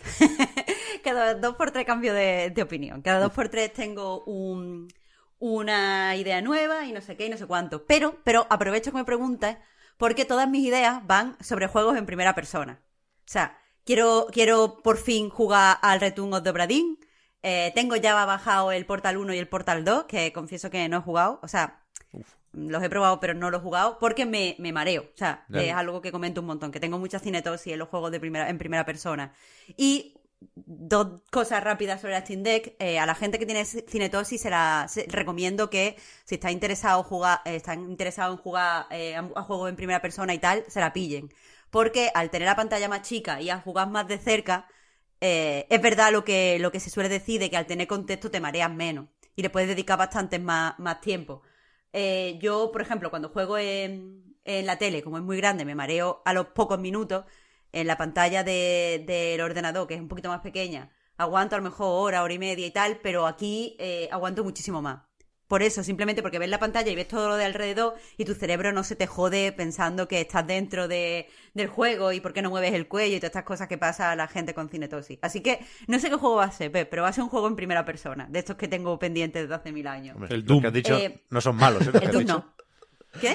Speaker 6: cada dos por tres cambio de, de opinión, cada dos por tres tengo un, una idea nueva y no sé qué y no sé cuánto, pero, pero aprovecho que me preguntas porque todas mis ideas van sobre juegos en primera persona. O sea, quiero, quiero por fin jugar al Return of the Obra Dinn. Eh, tengo ya bajado el Portal uno y el Portal dos, que confieso que no he jugado. O sea, Uf. los he probado, pero no los he jugado porque me, me mareo. O sea, yeah. es algo que comento un montón, que tengo mucha cinetosis en los juegos de primera, en primera persona. Y dos cosas rápidas sobre la Steam Deck. Eh, a la gente que tiene cinetosis se la se, recomiendo que si está interesado, jugar, eh, están interesados en jugar eh, a, a juegos en primera persona y tal, se la pillen. Porque al tener la pantalla más chica y a jugar más de cerca, Eh, es verdad lo que, lo que se suele decir de que al tener contexto te mareas menos y le puedes dedicar bastante más, más tiempo. Eh, yo, por ejemplo, cuando juego en, en la tele, como es muy grande, me mareo a los pocos minutos. En la pantalla de, del ordenador, que es un poquito más pequeña, aguanto a lo mejor hora, hora y media y tal, pero aquí eh, aguanto muchísimo más. Por eso, simplemente porque ves la pantalla y ves todo lo de alrededor y tu cerebro no se te jode pensando que estás dentro de, del juego y por qué no mueves el cuello y todas estas cosas que pasa a la gente con cinetosis. Así que no sé qué juego va a ser, Pep, pero va a ser un juego en primera persona, de estos que tengo pendientes desde hace mil años.
Speaker 4: Hombre, el Doom. Lo que has dicho eh, no son malos, ¿eh?
Speaker 6: El Doom no. ¿Qué?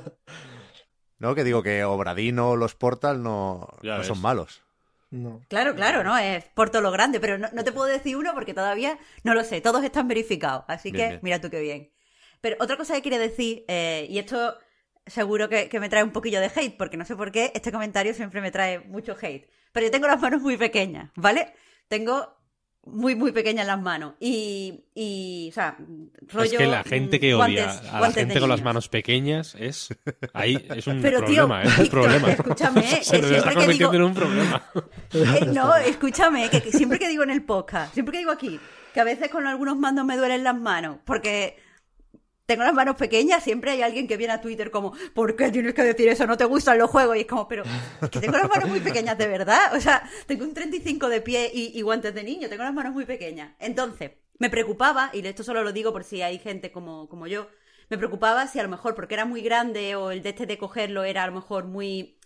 Speaker 4: No, que digo que Obra Dinn o los Portal no, no son malos.
Speaker 11: No.
Speaker 6: Claro, claro, ¿no? Es por todo lo grande, pero no, no te puedo decir uno porque todavía no lo sé. Todos están verificados, así bien, que bien. Mira tú qué bien. Pero otra cosa que quería decir, eh, y esto seguro que, que me trae un poquillo de hate, porque no sé por qué este comentario siempre me trae mucho hate. Pero yo tengo las manos muy pequeñas, ¿vale? Tengo muy, muy pequeñas las manos. Y, y o sea, rollo...
Speaker 7: Es que la gente que odia
Speaker 6: guantes,
Speaker 7: a la gente con las manos pequeñas es... Ahí es un
Speaker 6: pero,
Speaker 7: problema,
Speaker 6: tío,
Speaker 7: es un
Speaker 6: Víctor,
Speaker 7: problema.
Speaker 6: Escúchame,
Speaker 7: Se nos está convirtiendo digo... en un problema.
Speaker 6: Eh, no, escúchame, que, que siempre que digo en el podcast, siempre que digo aquí, que a veces con algunos mandos me duelen las manos, porque... tengo las manos pequeñas, siempre hay alguien que viene a Twitter como, ¿por qué tienes que decir eso? ¿No te gustan los juegos? Y es como, pero es que tengo las manos muy pequeñas de verdad. O sea, tengo un treinta y cinco de pie y, y guantes de niño, tengo las manos muy pequeñas. Entonces, me preocupaba, y esto solo lo digo por si hay gente como, como yo, me preocupaba si a lo mejor porque era muy grande o el de este de cogerlo era a lo mejor muy...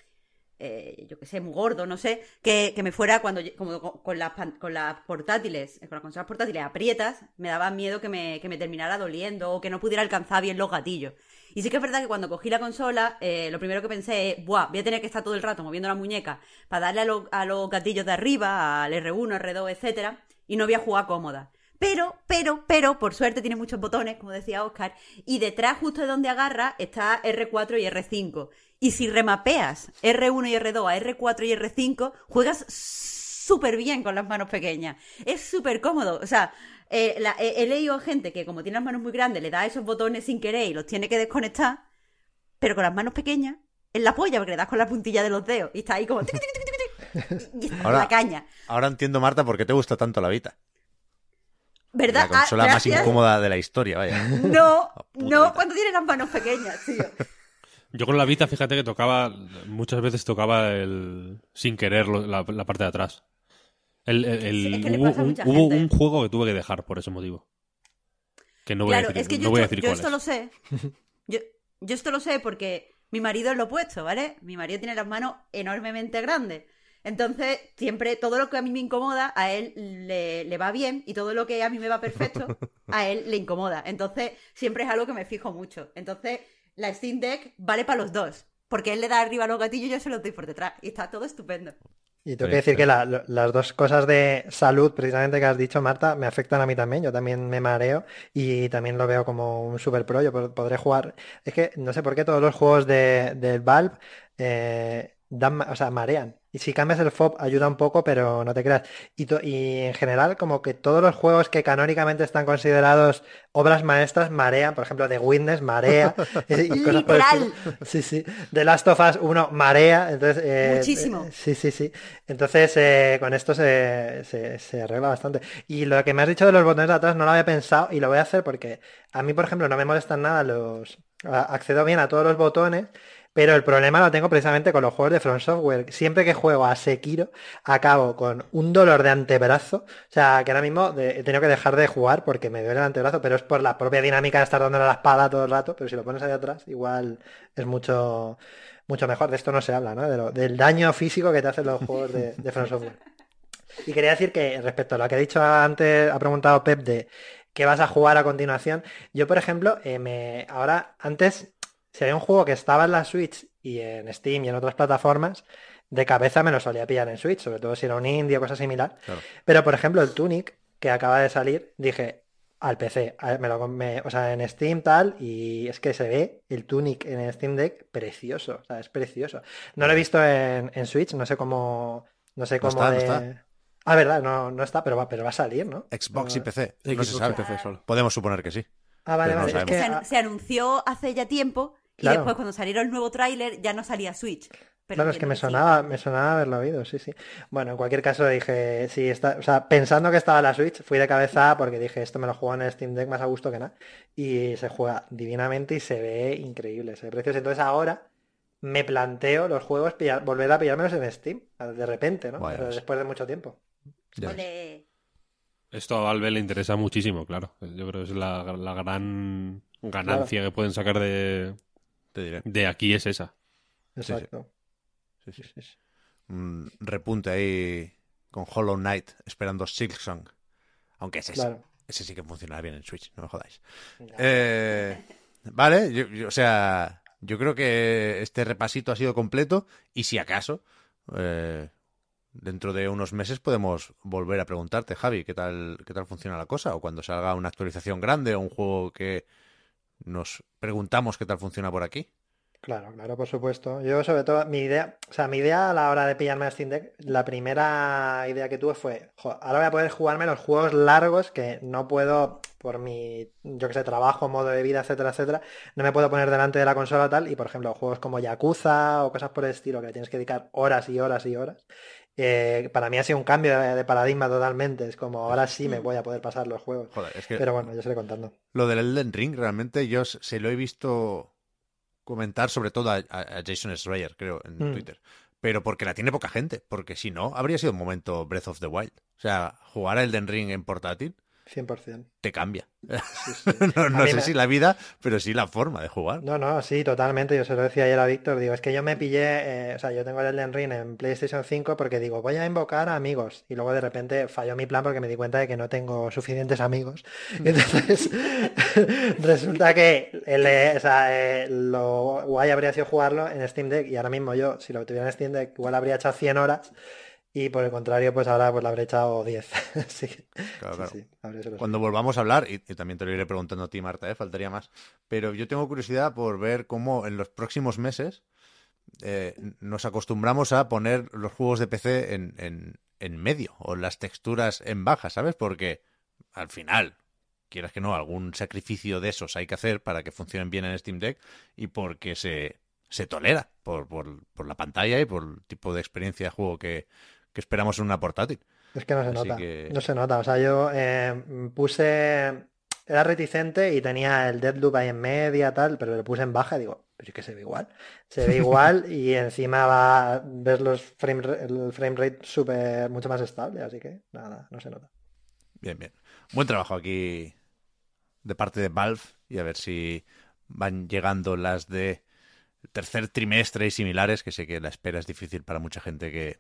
Speaker 6: Eh, yo qué sé, muy gordo, no sé, que, que me fuera cuando como con las con las portátiles, con las consolas portátiles aprietas, me daba miedo que me, que me terminara doliendo o que no pudiera alcanzar bien los gatillos. Y sí que es verdad que cuando cogí la consola, eh, lo primero que pensé es, buah, voy a tener que estar todo el rato moviendo la muñeca para darle a, lo, a los gatillos de arriba, al erre uno, erre dos, etcétera, y no voy a jugar cómoda. Pero, pero, pero, por suerte tiene muchos botones, como decía Óscar, y detrás, justo de donde agarra, está erre cuatro y erre cinco. Y si remapeas erre uno y erre dos a erre cuatro y erre cinco, juegas súper bien con las manos pequeñas. Es súper cómodo. O sea, eh, la, eh, he leído gente que como tiene las manos muy grandes, le da esos botones sin querer y los tiene que desconectar, pero con las manos pequeñas, en la polla, porque le das con la puntilla de los dedos y está ahí como... Tic, tic, tic, tic, tic, y
Speaker 4: ahora,
Speaker 6: la caña.
Speaker 4: Ahora entiendo, Marta, por qué te gusta tanto la Vita.
Speaker 6: ¿Verdad?
Speaker 4: La consola
Speaker 6: ah,
Speaker 4: más incómoda de la historia, vaya.
Speaker 6: No,
Speaker 4: oh,
Speaker 6: no,
Speaker 4: Vita.
Speaker 6: cuando tienes las manos pequeñas, tío.
Speaker 7: Yo con la Vita, fíjate que tocaba, muchas veces tocaba el sin querer lo- la, la parte de atrás. El, el- el-
Speaker 6: Sí, es que le
Speaker 7: hubo
Speaker 6: pasa a
Speaker 7: un,
Speaker 6: mucha
Speaker 7: hubo
Speaker 6: gente.
Speaker 7: un juego que tuve que dejar por ese motivo. Que no voy
Speaker 6: Claro,
Speaker 7: a decir,
Speaker 6: es que
Speaker 7: no
Speaker 6: yo,
Speaker 7: voy a
Speaker 6: esto,
Speaker 7: decir
Speaker 6: yo
Speaker 7: cuál
Speaker 6: esto
Speaker 7: es.
Speaker 6: lo sé. Yo, yo esto lo sé porque mi marido es lo opuesto, ¿vale? Mi marido tiene las manos enormemente grandes. Entonces, siempre todo lo que a mí me incomoda, a él le, le va bien, y todo lo que a mí me va perfecto, a él le incomoda. Entonces, siempre es algo que me fijo mucho. Entonces, la Steam Deck vale para los dos, porque él le da arriba a los gatillos y yo se los doy por detrás. Y está todo estupendo.
Speaker 11: Y tengo que decir que la- lo- las dos cosas de salud, precisamente que has dicho, Marta, me afectan a mí también. Yo también me mareo y también lo veo como un super pro. Yo pod- podré jugar. Es que no sé por qué todos los juegos de, del Valve eh, dan, ma- o sea, marean. Y si cambias el F O B ayuda un poco, pero no te creas. Y, to- y en general, como que todos los juegos que canónicamente están considerados obras maestras marean. Por ejemplo, The Witness marea. y y cosas por el
Speaker 6: Literal.
Speaker 11: estilo. Sí, sí. The Last of Us uno marea. Entonces, eh,
Speaker 6: Muchísimo.
Speaker 11: eh, sí, sí, sí. Entonces, eh, con esto se, se, se arregla bastante. Y lo que me has dicho de los botones de atrás no lo había pensado y lo voy a hacer porque a mí, por ejemplo, no me molestan nada los... a- Accedo bien a todos los botones, pero el problema lo tengo precisamente con los juegos de From Software. Siempre que juego a Sekiro, acabo con un dolor de antebrazo. O sea, que ahora mismo de- he tenido que dejar de jugar porque me duele el antebrazo, pero es por la propia dinámica de estar dándole la espada todo el rato. Pero si lo pones ahí atrás, igual es mucho, mucho mejor. De esto no se habla, ¿no? De lo- del daño físico que te hacen los juegos de, de From Software. Y quería decir que respecto a lo que ha dicho antes, ha preguntado Pep de qué vas a jugar a continuación. Yo, por ejemplo, eh, me ahora, antes, si había un juego que estaba en la Switch y en Steam y en otras plataformas, de cabeza me lo solía pillar en Switch, sobre todo si era un indie o cosa similar.
Speaker 4: Claro.
Speaker 11: Pero, por ejemplo, el Tunic, que acaba de salir, dije, al P C, a- me lo, me- o sea, en Steam tal, y es que se ve el Tunic en Steam Deck precioso, o sea, es precioso. No lo he visto en, en Switch, no sé cómo, no sé
Speaker 4: No
Speaker 11: cómo
Speaker 4: está, no
Speaker 11: de...
Speaker 4: está.
Speaker 11: Ah, verdad, no, no está, pero va, pero va a salir, ¿no?
Speaker 4: Xbox
Speaker 11: No-
Speaker 4: y P C. No
Speaker 5: Xbox
Speaker 4: se
Speaker 5: y
Speaker 4: sabe.
Speaker 5: P C solo.
Speaker 4: Podemos suponer que sí.
Speaker 11: Ah, vale,
Speaker 4: Pero no
Speaker 11: vale, es
Speaker 4: sabemos.
Speaker 11: que...
Speaker 6: Se, anu-
Speaker 11: ah,
Speaker 6: se anunció hace ya tiempo, y
Speaker 11: Claro.
Speaker 6: después cuando salieron el nuevo tráiler ya no salía Switch. Pero
Speaker 11: Claro, es que
Speaker 6: entiendo
Speaker 11: me
Speaker 6: sí.
Speaker 11: sonaba, me sonaba haberlo oído, sí, sí. Bueno, en cualquier caso dije, sí, está, o sea, pensando que estaba en la Switch, fui de cabeza porque dije, esto me lo juego en el Steam Deck más a gusto que nada. Y se juega divinamente y se ve increíble, se ve precioso. Entonces ahora me planteo los juegos, pillar- volver a pillármelos en Steam, de repente, ¿no?
Speaker 4: Vaya,
Speaker 11: Pero
Speaker 4: ves.
Speaker 11: después de mucho tiempo.
Speaker 4: Ya ves.
Speaker 6: Ole.
Speaker 7: Esto a Valve le interesa muchísimo, claro. Yo creo que es la, la gran ganancia que pueden sacar de,
Speaker 4: Te diré.
Speaker 7: de aquí es esa.
Speaker 4: sí.
Speaker 11: Exacto.
Speaker 4: Sí, sí. Un repunte ahí con Hollow Knight esperando Silksong. Aunque ese, sí-
Speaker 11: Claro.
Speaker 4: ese sí que funcionará bien en Switch, no me jodáis. Eh, vale, yo- yo- o sea, yo creo que este repasito ha sido completo y si acaso, eh, dentro de unos meses podemos volver a preguntarte, Javi, ¿qué tal, qué tal funciona la cosa? O cuando salga una actualización grande o un juego que nos preguntamos qué tal funciona por aquí.
Speaker 11: Claro, claro, por supuesto. Yo sobre todo, mi idea, o sea, mi idea a la hora de pillarme el Steam Deck, la primera idea que tuve fue, "Jo, ahora voy a poder jugarme los juegos largos que no puedo, por mi, yo que sé, trabajo, modo de vida, etcétera, etcétera, no me puedo poner delante de la consola tal, y por ejemplo, juegos como Yakuza o cosas por el estilo, que le tienes que dedicar horas y horas y horas. Eh, para mí ha sido un cambio de, de paradigma totalmente, es como, ahora sí me voy a poder pasar los juegos.
Speaker 4: Joder, es que
Speaker 11: Pero bueno, ya os iré contando.
Speaker 4: lo del Elden Ring, realmente yo s- se lo he visto comentar sobre todo a, a- a Jason Schreier, creo, en
Speaker 11: Mm.
Speaker 4: Twitter. Pero porque la tiene poca gente, porque si no, habría sido un momento Breath of the Wild. O sea, jugar a Elden Ring en portátil
Speaker 11: cien por ciento.
Speaker 4: te cambia.
Speaker 11: Sí, sí.
Speaker 4: no no
Speaker 11: A mí
Speaker 4: sé
Speaker 11: me-
Speaker 4: si la vida, pero sí la forma de jugar.
Speaker 11: No, no, sí, totalmente. Yo se lo decía ayer a Víctor. Digo, es que yo me pillé, eh, o sea, yo tengo el Elden Ring en PlayStation cinco porque digo, voy a invocar a amigos. Y luego de repente falló mi plan porque me di cuenta de que no tengo suficientes amigos. Entonces, resulta que el, eh, o sea, eh, lo guay habría sido jugarlo en Steam Deck. Y ahora mismo yo, si lo tuviera en Steam Deck, igual habría echado cien horas. Y por el contrario, pues ahora pues le habré echado diez. Sí,
Speaker 4: Claro,
Speaker 11: sí,
Speaker 4: claro.
Speaker 11: sí, habría sido lo
Speaker 4: Cuando volvamos a hablar, y, y también te lo iré preguntando a ti, Marta, ¿eh? Faltaría más, pero yo tengo curiosidad por ver cómo en los próximos meses eh, nos acostumbramos a poner los juegos de P C en, en, en medio o las texturas en baja, ¿sabes? Porque al final, quieras que no, algún sacrificio de esos hay que hacer para que funcionen bien en Steam Deck y porque se, se tolera por, por, por la pantalla y por el tipo de experiencia de juego que, que esperamos en una portátil.
Speaker 11: Es que no se
Speaker 4: Así
Speaker 11: nota,
Speaker 4: que-
Speaker 11: no se nota. O sea, yo eh, puse, era reticente y tenía el Deathloop ahí en media, tal, pero lo puse en baja y digo, pero es que se ve igual. Se ve igual y encima va, ves los frame, ra- el frame rate súper, mucho más estable, así que nada, no se nota.
Speaker 4: Bien, bien. Buen trabajo aquí de parte de Valve y a ver si van llegando las de tercer trimestre y similares, que sé que la espera es difícil para mucha gente que,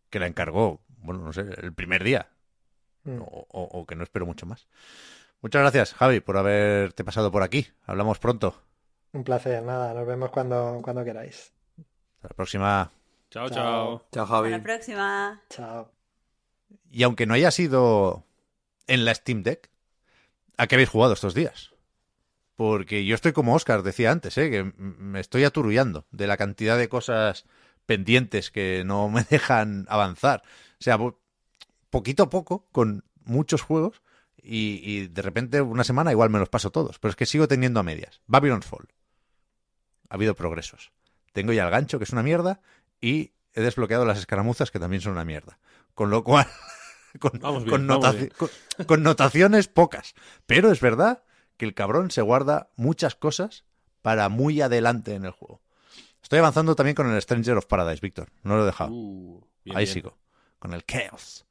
Speaker 4: que la encargó, bueno, no sé, el primer día.
Speaker 11: Mm.
Speaker 4: O, o, o que no espero mucho más. Muchas gracias, Javi, por haberte pasado por aquí. Hablamos pronto.
Speaker 11: Un placer, nada, nos vemos cuando, cuando queráis.
Speaker 4: Hasta la próxima.
Speaker 7: Chao,
Speaker 11: Chao.
Speaker 7: chao.
Speaker 5: Chao,
Speaker 6: Hasta
Speaker 5: Javi.
Speaker 6: la próxima.
Speaker 11: Chao.
Speaker 4: Y aunque no haya sido en la Steam Deck, ¿a qué habéis jugado estos días? Porque yo estoy como Óscar decía antes, ¿eh? Que me estoy aturullando de la cantidad de cosas pendientes que no me dejan avanzar. O sea, poquito a poco, con muchos juegos, y, y de repente una semana igual me los paso todos. Pero es que sigo teniendo a medias. Babylon's Fall. Ha habido progresos. Tengo ya el gancho, que es una mierda, y he desbloqueado las escaramuzas, que también son una mierda. Con lo cual, con,
Speaker 7: Vamos bien,
Speaker 4: con,
Speaker 7: vamos
Speaker 4: notaci-
Speaker 7: bien.
Speaker 4: con, con notaciones pocas. Pero es verdad que el cabrón se guarda muchas cosas para muy adelante en el juego. Estoy avanzando también con el Stranger of Paradise, Víctor. No lo he dejado.
Speaker 7: Uh, bien,
Speaker 4: Ahí
Speaker 7: bien.
Speaker 4: sigo. Con el Chaos.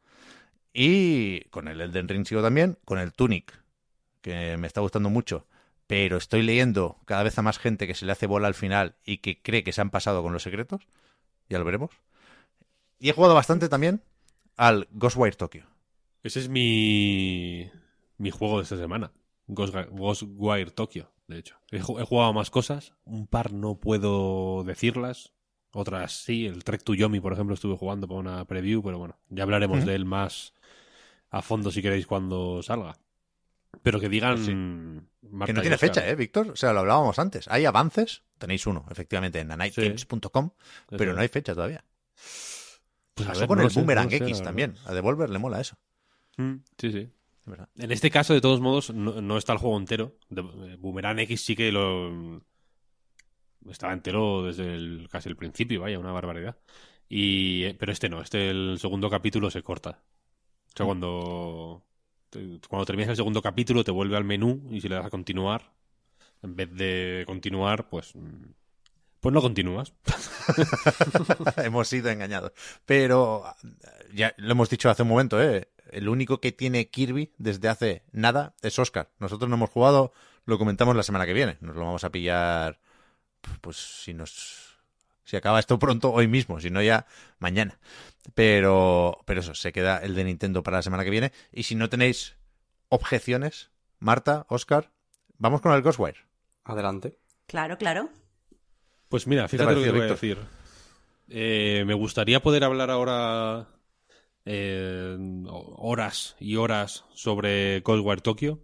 Speaker 4: Y con el Elden Ring sigo también. Con el Tunic, que me está gustando mucho. Pero estoy leyendo cada vez a más gente que se le hace bola al final y que cree que se han pasado con los secretos. Ya lo veremos. Y he jugado bastante también al Ghostwire Tokyo.
Speaker 7: Ese es mi, mi juego de esta semana. Ghost, Ghostwire Tokyo, de hecho. He, he jugado más cosas. Un par no puedo decirlas. Otras sí. El Trek to Yomi, por ejemplo, estuve jugando para una preview. Pero bueno, ya hablaremos
Speaker 4: Ujú.
Speaker 7: de él más a fondo si queréis cuando salga. Pero que digan...
Speaker 4: Pues sí.
Speaker 7: Marta
Speaker 4: Que no
Speaker 7: y
Speaker 4: tiene
Speaker 7: Óscar.
Speaker 4: fecha, ¿eh, Víctor? O sea, lo hablábamos antes. Hay avances. Tenéis uno, efectivamente, en night games punto com.
Speaker 7: Eso
Speaker 4: Pero
Speaker 7: es.
Speaker 4: no hay fecha todavía.
Speaker 7: Pues a
Speaker 4: Pasó
Speaker 7: ver,
Speaker 4: con
Speaker 7: no
Speaker 4: el
Speaker 7: lo sé,
Speaker 4: Boomerang
Speaker 7: no lo sé, la
Speaker 4: X
Speaker 7: verdad.
Speaker 4: también. A Devolver le mola eso.
Speaker 7: Mm, sí, sí.
Speaker 4: Es verdad.
Speaker 7: En este caso, de todos modos, no, no está el juego entero. De, eh, Boomerang X sí que lo... Estaba entero desde el, casi el principio, vaya, una barbaridad. Y, eh, pero este no, este el segundo capítulo se corta. O sea, cuando, te- cuando terminas el segundo capítulo te vuelve al menú y si le das a continuar, en vez de continuar, pues... mm, Pues no continúas.
Speaker 4: Hemos sido engañados. Pero ya lo hemos dicho hace un momento, ¿eh? El único que tiene Kirby desde hace nada es Óscar. Nosotros no hemos jugado, lo comentamos la semana que viene. Nos lo vamos a pillar, pues si nos... Si acaba esto pronto, hoy mismo, si no ya mañana. Pero, pero eso, se queda el de Nintendo para la semana que viene. Y si no tenéis objeciones, Marta, Óscar, vamos con el Ghostwire.
Speaker 5: Adelante.
Speaker 6: Claro, claro.
Speaker 7: Pues mira,
Speaker 4: te
Speaker 7: fíjate lo que te
Speaker 4: pareció,
Speaker 7: voy a decir. Eh, me gustaría poder hablar ahora eh, horas y horas sobre Ghostwire Tokyo,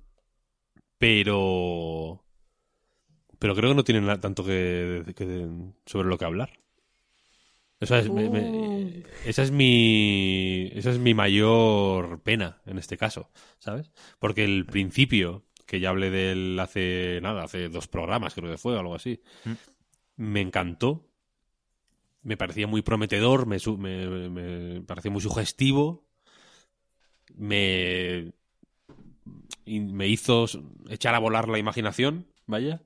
Speaker 7: pero pero creo que no tienen na- tanto que, que- sobre lo que hablar. Esa es, me- me- esa es mi esa es mi mayor pena en este caso, ¿sabes? Porque el principio, que ya hablé de él hace nada, hace dos programas creo que fue o algo así, me encantó. Me parecía muy prometedor, me, su- me, me parecía muy sugestivo. Me, y me hizo echar a volar la imaginación, vaya.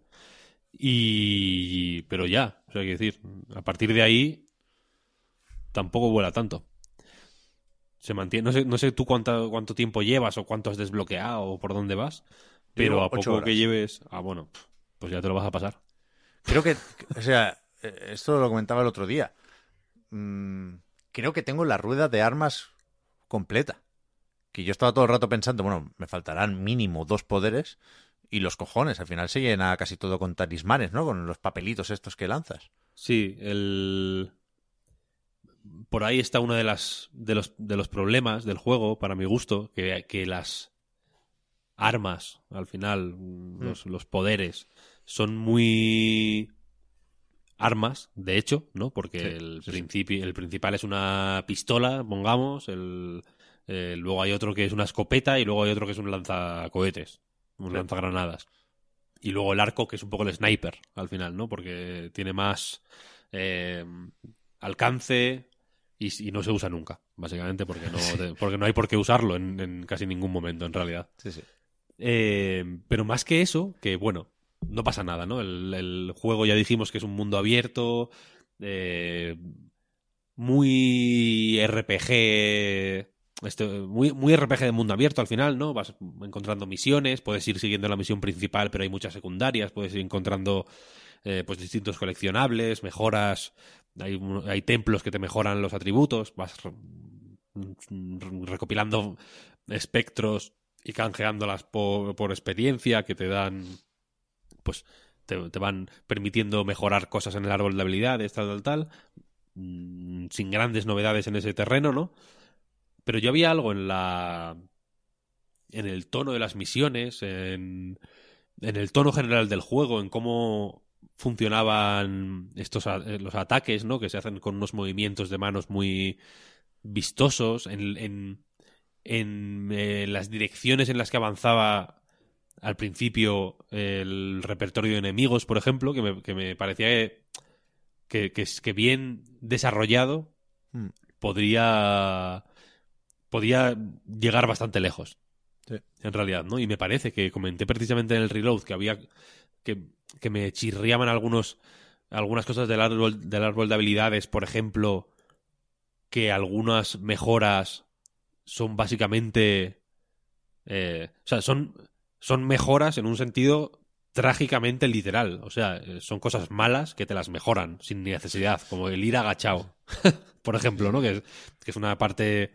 Speaker 7: Y... Pero ya, o sea, hay que decir, a partir de ahí tampoco vuela tanto. Se mantiene, no sé, no sé tú cuánto, cuánto tiempo llevas o cuánto has desbloqueado o por dónde vas, pero
Speaker 4: Llevo
Speaker 7: a
Speaker 4: ocho
Speaker 7: poco
Speaker 4: horas.
Speaker 7: que lleves... Ah, bueno, pues ya te lo vas a pasar.
Speaker 4: Creo que, o sea, eh, esto lo comentaba el otro día. Mm, creo que tengo la rueda de armas completa. Que yo estaba todo el rato pensando, bueno, me faltarán mínimo dos poderes y los cojones. Al final se llena casi todo con talismanes, ¿no? Con los papelitos estos que lanzas.
Speaker 7: Sí, el... Por ahí está uno de las de los, de los problemas del juego, para mi gusto, que, que las armas, al final, los, los poderes, son muy armas, de hecho, ¿no? Porque
Speaker 4: Sí,
Speaker 7: el,
Speaker 4: sí, sí.
Speaker 7: principi- el principal es una pistola, pongamos, el, eh, luego hay otro que es una escopeta y luego hay otro que es un lanzacohetes, un
Speaker 4: Sí.
Speaker 7: lanzagranadas. Y luego el arco, que es un poco el sniper, al final, ¿no? Porque tiene más eh, alcance y, y no se usa nunca, básicamente, porque no, te- porque no hay por qué usarlo en, en casi ningún momento, en realidad.
Speaker 4: Sí, sí.
Speaker 7: Eh, pero más que eso, que bueno, no pasa nada, ¿no? El, el juego ya dijimos que es un mundo abierto, eh, muy R P G, este, muy, muy R P G de mundo abierto al final, ¿no? Vas encontrando misiones, puedes ir siguiendo la misión principal, pero hay muchas secundarias, puedes ir encontrando eh, pues distintos coleccionables, mejoras hay, hay templos que te mejoran los atributos, vas re- recopilando espectros y canjeándolas por, por experiencia que te dan, pues te, te van permitiendo mejorar cosas en el árbol de habilidades, tal, tal, tal, mm, sin grandes novedades en ese terreno, ¿no? Pero yo había algo en la en el tono de las misiones, en, en el tono general del juego, en cómo funcionaban estos a- los ataques, ¿no? Que se hacen con unos movimientos de manos muy vistosos, en, en, en eh, las direcciones en las que avanzaba al principio el repertorio de enemigos, por ejemplo, que me, que me parecía que, que, que, es- que bien desarrollado
Speaker 4: Mm.
Speaker 7: podría podía llegar bastante lejos.
Speaker 4: Sí.
Speaker 7: En realidad, ¿no? Y me parece que comenté precisamente en el Reload que había que, que me chirriaban algunos algunas cosas del árbol, del árbol de habilidades, por ejemplo, que algunas mejoras son básicamente eh, o sea, son son mejoras en un sentido trágicamente literal, o sea, eh, son cosas malas que te las mejoran sin necesidad, como el ir agachado, por ejemplo, ¿no? Que es, que es una parte,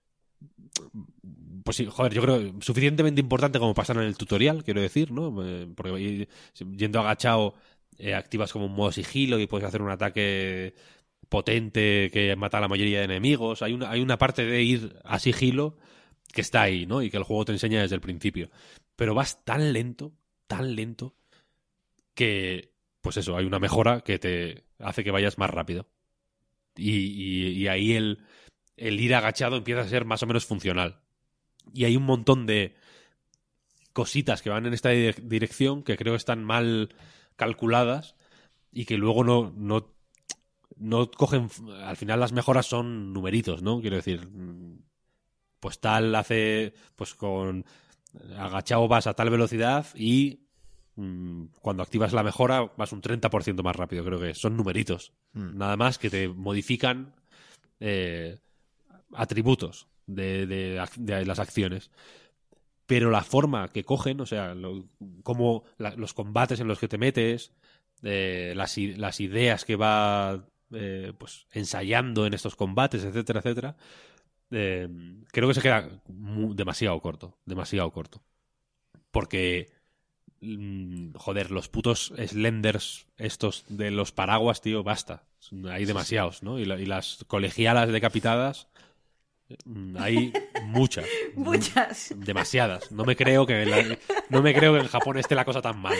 Speaker 7: pues sí, joder, yo creo suficientemente importante como pasar en el tutorial, quiero decir, ¿no? Eh, porque y- yendo agachado eh, activas como un modo sigilo y puedes hacer un ataque potente que mata a la mayoría de enemigos. Hay una, hay una parte de ir a sigilo que está ahí, ¿no? Y que el juego te enseña desde el principio. Pero vas tan lento, tan lento, que, pues eso, hay una mejora que te hace que vayas más rápido. Y, y- y ahí el, el ir agachado empieza a ser más o menos funcional. Y hay un montón de cositas que van en esta dire- dirección que creo están mal calculadas y que luego no, no, no cogen... Al final las mejoras son numeritos, ¿no? Quiero decir, mm, pues tal hace... Pues con agachado vas a tal velocidad y mm, cuando activas la mejora vas un treinta por ciento más rápido, creo que son numeritos.
Speaker 4: Mm.
Speaker 7: Nada más que te modifican eh, atributos de, de ac- de las acciones. Pero la forma que cogen, o sea, lo- como la- los combates en los que te metes, eh, las, i- las ideas que va eh, pues ensayando en estos combates, etcétera, etcétera, eh, creo que se queda mu- demasiado corto, demasiado corto. Porque, mm, joder, los putos Slenders estos de los paraguas, tío, basta. Hay demasiados, ¿no? Y, la- y las colegialas decapitadas, mm, hay muchas.
Speaker 6: Muchas.
Speaker 7: Demasiadas. No me creo que en la- no me creo que en Japón esté la cosa tan mal.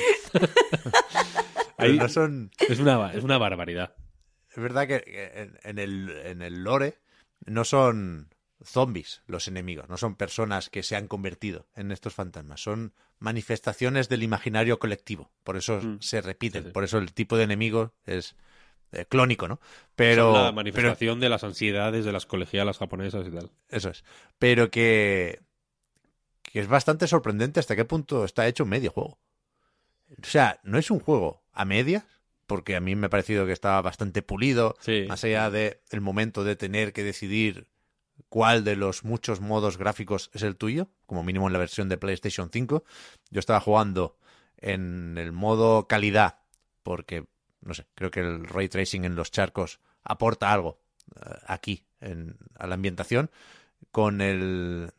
Speaker 4: Pero
Speaker 7: Ahí-
Speaker 4: no son...
Speaker 7: es una es una barbaridad.
Speaker 4: Es verdad que en, en el, en el lore no son zombies los enemigos, no son personas que se han convertido en estos fantasmas, son manifestaciones del imaginario colectivo, por eso
Speaker 7: Mm.
Speaker 4: se repiten,
Speaker 7: Sí, sí.
Speaker 4: por eso el tipo de enemigo es eh, clónico, ¿no? Pero,
Speaker 7: Son la
Speaker 4: pero
Speaker 7: manifestación de las ansiedades de las colegialas japonesas y tal.
Speaker 4: eso es, pero que, que es bastante sorprendente hasta qué punto está hecho un medio juego. O sea, no es un juego a medias, porque a mí me ha parecido que estaba bastante pulido,
Speaker 7: Sí.
Speaker 4: más allá de el momento de tener que decidir cuál de los muchos modos gráficos es el tuyo, como mínimo en la versión de PlayStation cinco. Yo estaba jugando en el modo calidad, porque, no sé, creo que el ray tracing en los charcos aporta algo eh, aquí en, a la ambientación, con el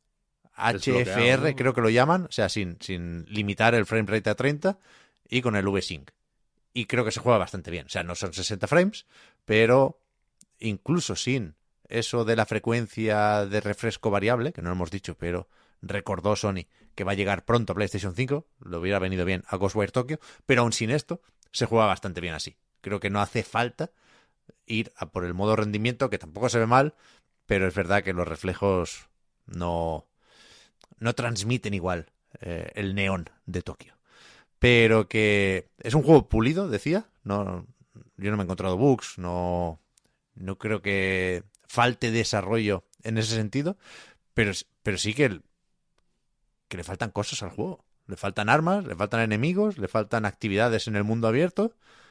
Speaker 4: H F R,
Speaker 7: Desbloqueado, ¿no?
Speaker 4: creo que lo llaman, o sea, sin, sin limitar el frame rate a treinta, y con el V-Sync. Y creo que se juega bastante bien. O sea, no son sesenta frames, pero incluso sin eso de la frecuencia de refresco variable, que no lo hemos dicho, pero recordó Sony que va a llegar pronto a PlayStation cinco, le hubiera venido bien a Ghostwire Tokyo, pero aún sin esto, se juega bastante bien así. Creo que no hace falta ir a por el modo rendimiento, que tampoco se ve mal, pero es verdad que los reflejos no, no transmiten igual eh, el neón de Tokio. Pero que es un juego pulido, decía. No, yo no me he encontrado bugs, no, no creo que falte desarrollo en ese sentido, pero, pero sí que, que le faltan cosas al juego. Le faltan armas, le faltan enemigos, le faltan actividades en el mundo abierto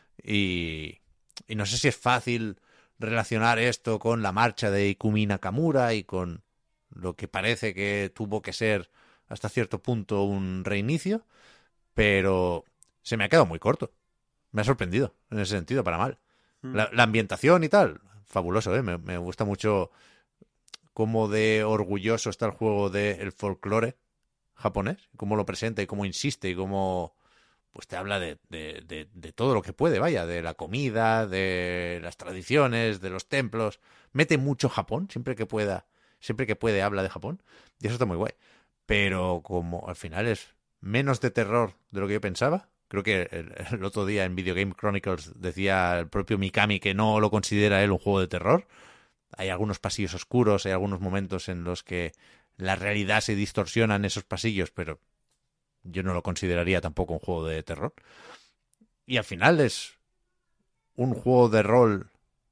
Speaker 4: y, y no sé si es fácil relacionar esto con la marcha de Ikumi Nakamura y con lo que parece que tuvo que ser hasta cierto punto un reinicio, pero se me ha quedado muy corto. Me ha sorprendido en ese sentido, para mal. La, la ambientación y tal, fabuloso, ¿eh? Me, me gusta mucho cómo de orgulloso está el juego del folclore japonés, cómo lo presenta y cómo insiste y cómo pues te habla de, de, de, de todo lo que puede, vaya, de la comida, de las tradiciones, de los templos. Mete mucho Japón, siempre que pueda, siempre que puede habla de Japón, y eso está muy guay. Pero como al final es menos de terror de lo que yo pensaba, creo que el, el otro día en Video Game Chronicles decía el propio Mikami que no lo considera él un juego de terror. Hay algunos pasillos oscuros, hay algunos momentos en los que la realidad se distorsiona en esos pasillos, pero yo no lo consideraría tampoco un juego de terror. Y al final es un juego de rol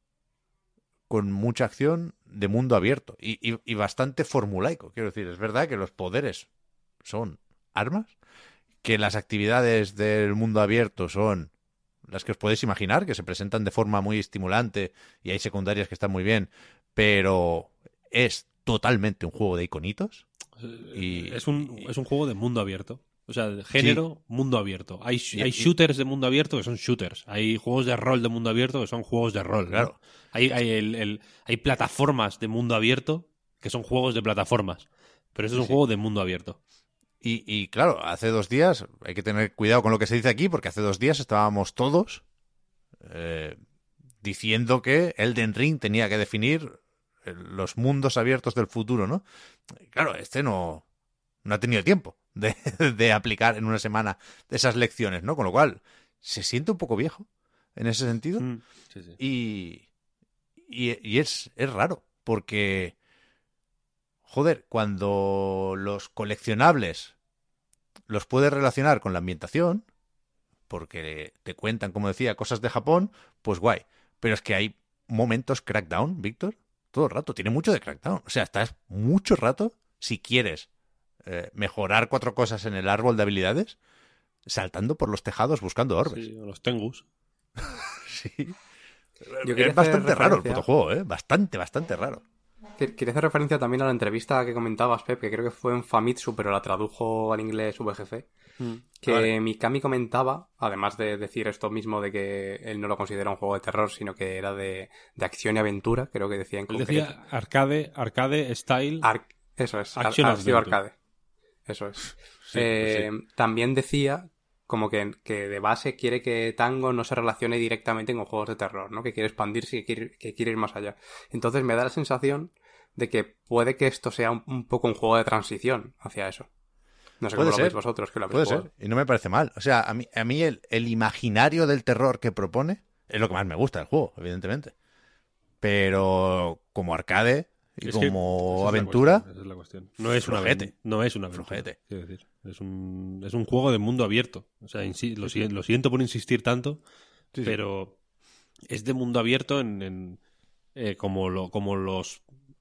Speaker 4: con mucha acción de mundo abierto y, y, y bastante formulaico. Quiero decir, es verdad que los poderes son armas, que las actividades del mundo abierto son las que os podéis imaginar, que se presentan de forma muy estimulante y hay secundarias que están muy bien, pero es totalmente un juego de iconitos. Y,
Speaker 7: es, un,
Speaker 4: y,
Speaker 7: es un juego de mundo abierto. O sea, de género, sí. Mundo abierto. Hay,
Speaker 4: y,
Speaker 7: hay shooters de mundo abierto que son shooters. Hay juegos de rol de mundo abierto que son juegos de rol.
Speaker 4: Claro.
Speaker 7: ¿no? Hay, hay, el, el, hay plataformas de mundo abierto que son juegos de plataformas. Pero eso es un sí. juego de mundo abierto.
Speaker 4: Y, y claro, hace dos días, hay que tener cuidado con lo que se dice aquí, porque hace dos días estábamos todos eh, diciendo que Elden Ring tenía que definir los mundos abiertos del futuro, ¿no? Y claro, este no, no ha tenido tiempo de, de aplicar en una semana esas lecciones, ¿no? Con lo cual, se siente un poco viejo en ese sentido.
Speaker 7: Mm, sí, sí.
Speaker 4: Y, y, y es, es raro, porque... Joder, cuando los coleccionables los puedes relacionar con la ambientación, porque te cuentan, como decía, cosas de Japón, pues guay. Pero es que hay momentos Crackdown, Víctor, todo el rato. Tiene mucho de Crackdown. O sea, estás mucho rato, si quieres eh, mejorar cuatro cosas en el árbol de habilidades, saltando por los tejados buscando orbes.
Speaker 7: Sí, o los Tengus.
Speaker 4: Sí.
Speaker 5: Yo
Speaker 4: es bastante raro el puto juego, ¿eh? Bastante, bastante raro.
Speaker 5: Quería hacer referencia también a la entrevista que comentabas, Pep, que creo que fue en Famitsu, pero la tradujo al inglés V G C, mm, que vale. Mikami comentaba, además de decir esto mismo de que él no lo considera un juego de terror, sino que era de, de acción y aventura, creo que decía en
Speaker 7: él
Speaker 5: concreto.
Speaker 7: Decía arcade, arcade style.
Speaker 5: Ar eso es,
Speaker 7: action
Speaker 5: ar arcade. Eso es.
Speaker 7: Sí,
Speaker 5: eh,
Speaker 7: pues sí.
Speaker 5: También decía como que, que de base quiere que Tango no se relacione directamente con juegos de terror, ¿no? Que quiere expandirse y que quiere, que quiere ir más allá. Entonces me da la sensación de que puede que esto sea un, un poco un juego de transición hacia eso. No sé
Speaker 4: puede
Speaker 5: cómo
Speaker 4: ser.
Speaker 5: lo veis vosotros, que lo habéis
Speaker 4: Puede
Speaker 5: jugado.
Speaker 4: ser, y no me parece mal. O sea, a mí, a mí el, el imaginario del terror que propone es lo que más me gusta del juego, evidentemente. Pero como arcade y
Speaker 7: es
Speaker 4: como
Speaker 7: esa
Speaker 4: aventura...
Speaker 7: Es cuestión, esa es la cuestión. No es
Speaker 4: flojete.
Speaker 7: una No es una aventura,
Speaker 4: flojete.
Speaker 7: Quiero decir. Es un, es un juego de mundo abierto. O sea, insi lo, si lo siento por insistir tanto, sí, pero sí. Es de mundo abierto en, en eh, como, lo, como los...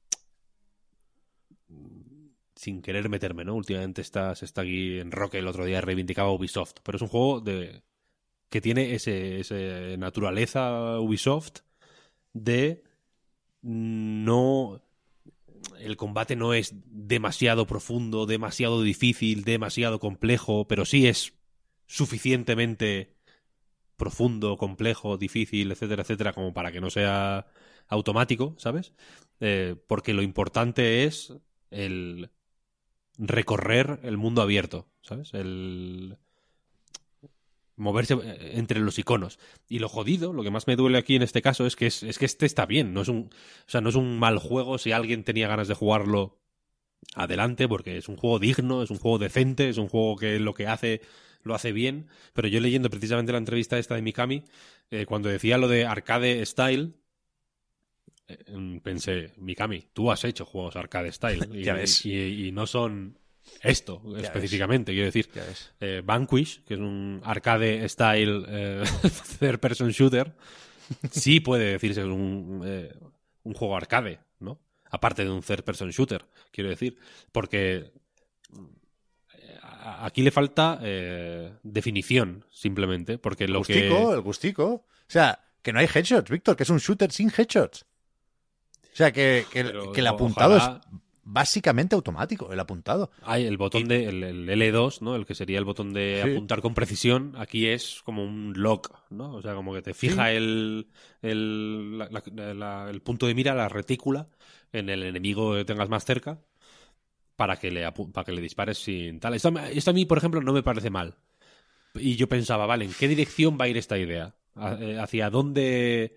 Speaker 7: Sin querer meterme, ¿no? Últimamente está, se está aquí en Roque, el otro día reivindicaba Ubisoft, pero es un juego de que tiene ese, ese naturaleza Ubisoft de no... El combate no es demasiado profundo, demasiado difícil, demasiado complejo, pero sí es suficientemente profundo, complejo, difícil, etcétera, etcétera, como para que no sea automático, ¿sabes? Eh, porque lo importante es el recorrer el mundo abierto, ¿sabes? El moverse entre los iconos. Y lo jodido, lo que más me duele aquí en este caso es que es, es que este está bien, no es un, o sea, no es un mal juego. Si alguien tenía ganas de jugarlo, adelante, porque es un juego digno, es un juego decente, es un juego que lo que hace lo hace bien. Pero yo leyendo precisamente la entrevista esta de Mikami, eh, cuando decía lo de arcade style, eh, pensé, Mikami, tú has hecho juegos arcade style y,
Speaker 4: ya ves.
Speaker 7: Y, y no son esto
Speaker 4: ya
Speaker 7: específicamente,
Speaker 4: ves.
Speaker 7: quiero decir. Eh, Vanquish, que es un arcade style eh, third person shooter, sí puede decirse un, eh, un juego arcade, ¿no? Aparte de un third person shooter, quiero decir, porque aquí le falta eh, definición, simplemente, porque lo
Speaker 4: el gustico,
Speaker 7: que...
Speaker 4: el gustico. O sea, que no hay headshots, Víctor, que es un shooter sin headshots. O sea, que, que,
Speaker 7: Pero
Speaker 4: que el apuntado
Speaker 7: ojalá...
Speaker 4: es básicamente automático, el apuntado.
Speaker 7: Hay el botón
Speaker 4: y...
Speaker 7: de el, el L dos, ¿no? El que sería el botón de
Speaker 4: sí.
Speaker 7: apuntar con precisión. Aquí es como un lock, ¿no? O sea, como que te fija sí. el, el, la, la, la, el punto de mira, la retícula, en el enemigo que tengas más cerca, para que le, para que le dispares sin tal. Esto, esto a mí, por ejemplo, no me parece mal. Y yo pensaba, vale, ¿en qué dirección va a ir esta idea? ¿Hacia dónde...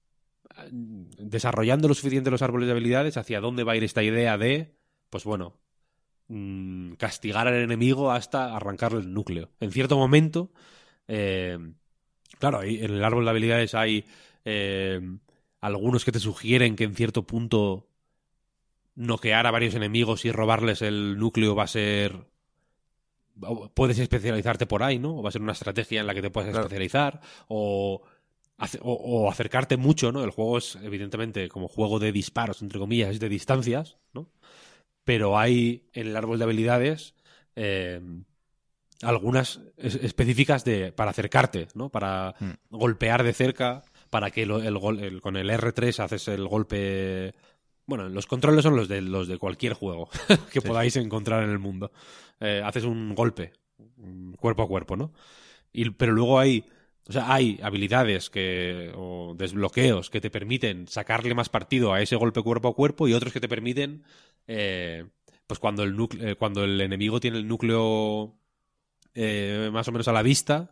Speaker 7: desarrollando lo suficiente los árboles de habilidades, hacia dónde va a ir esta idea de, pues bueno, mmm, castigar al enemigo hasta arrancarle el núcleo? En cierto momento, eh, claro, en el árbol de habilidades hay eh, algunos que te sugieren que en cierto punto noquear a varios enemigos y robarles el núcleo va a ser... puedes especializarte por ahí, ¿no? O va a ser una estrategia en la que te puedes claro. especializar, o... O, o acercarte mucho, ¿no? El juego es, evidentemente, como juego de disparos, entre comillas, de distancias, ¿no? Pero hay en el árbol de habilidades eh, algunas es, específicas de para acercarte, ¿no? Para mm. golpear de cerca, para que lo, el, el, con el R tres haces el golpe... Bueno, los controles son los de, los de cualquier juego que sí, podáis sí. encontrar en el mundo. Eh, haces un golpe, cuerpo a cuerpo, ¿no? Y, pero luego hay... O sea, hay habilidades que o desbloqueos que te permiten sacarle más partido a ese golpe cuerpo a cuerpo y otros que te permiten, eh, pues cuando el, núcleo, eh, cuando el enemigo tiene el núcleo eh, más o menos a la vista,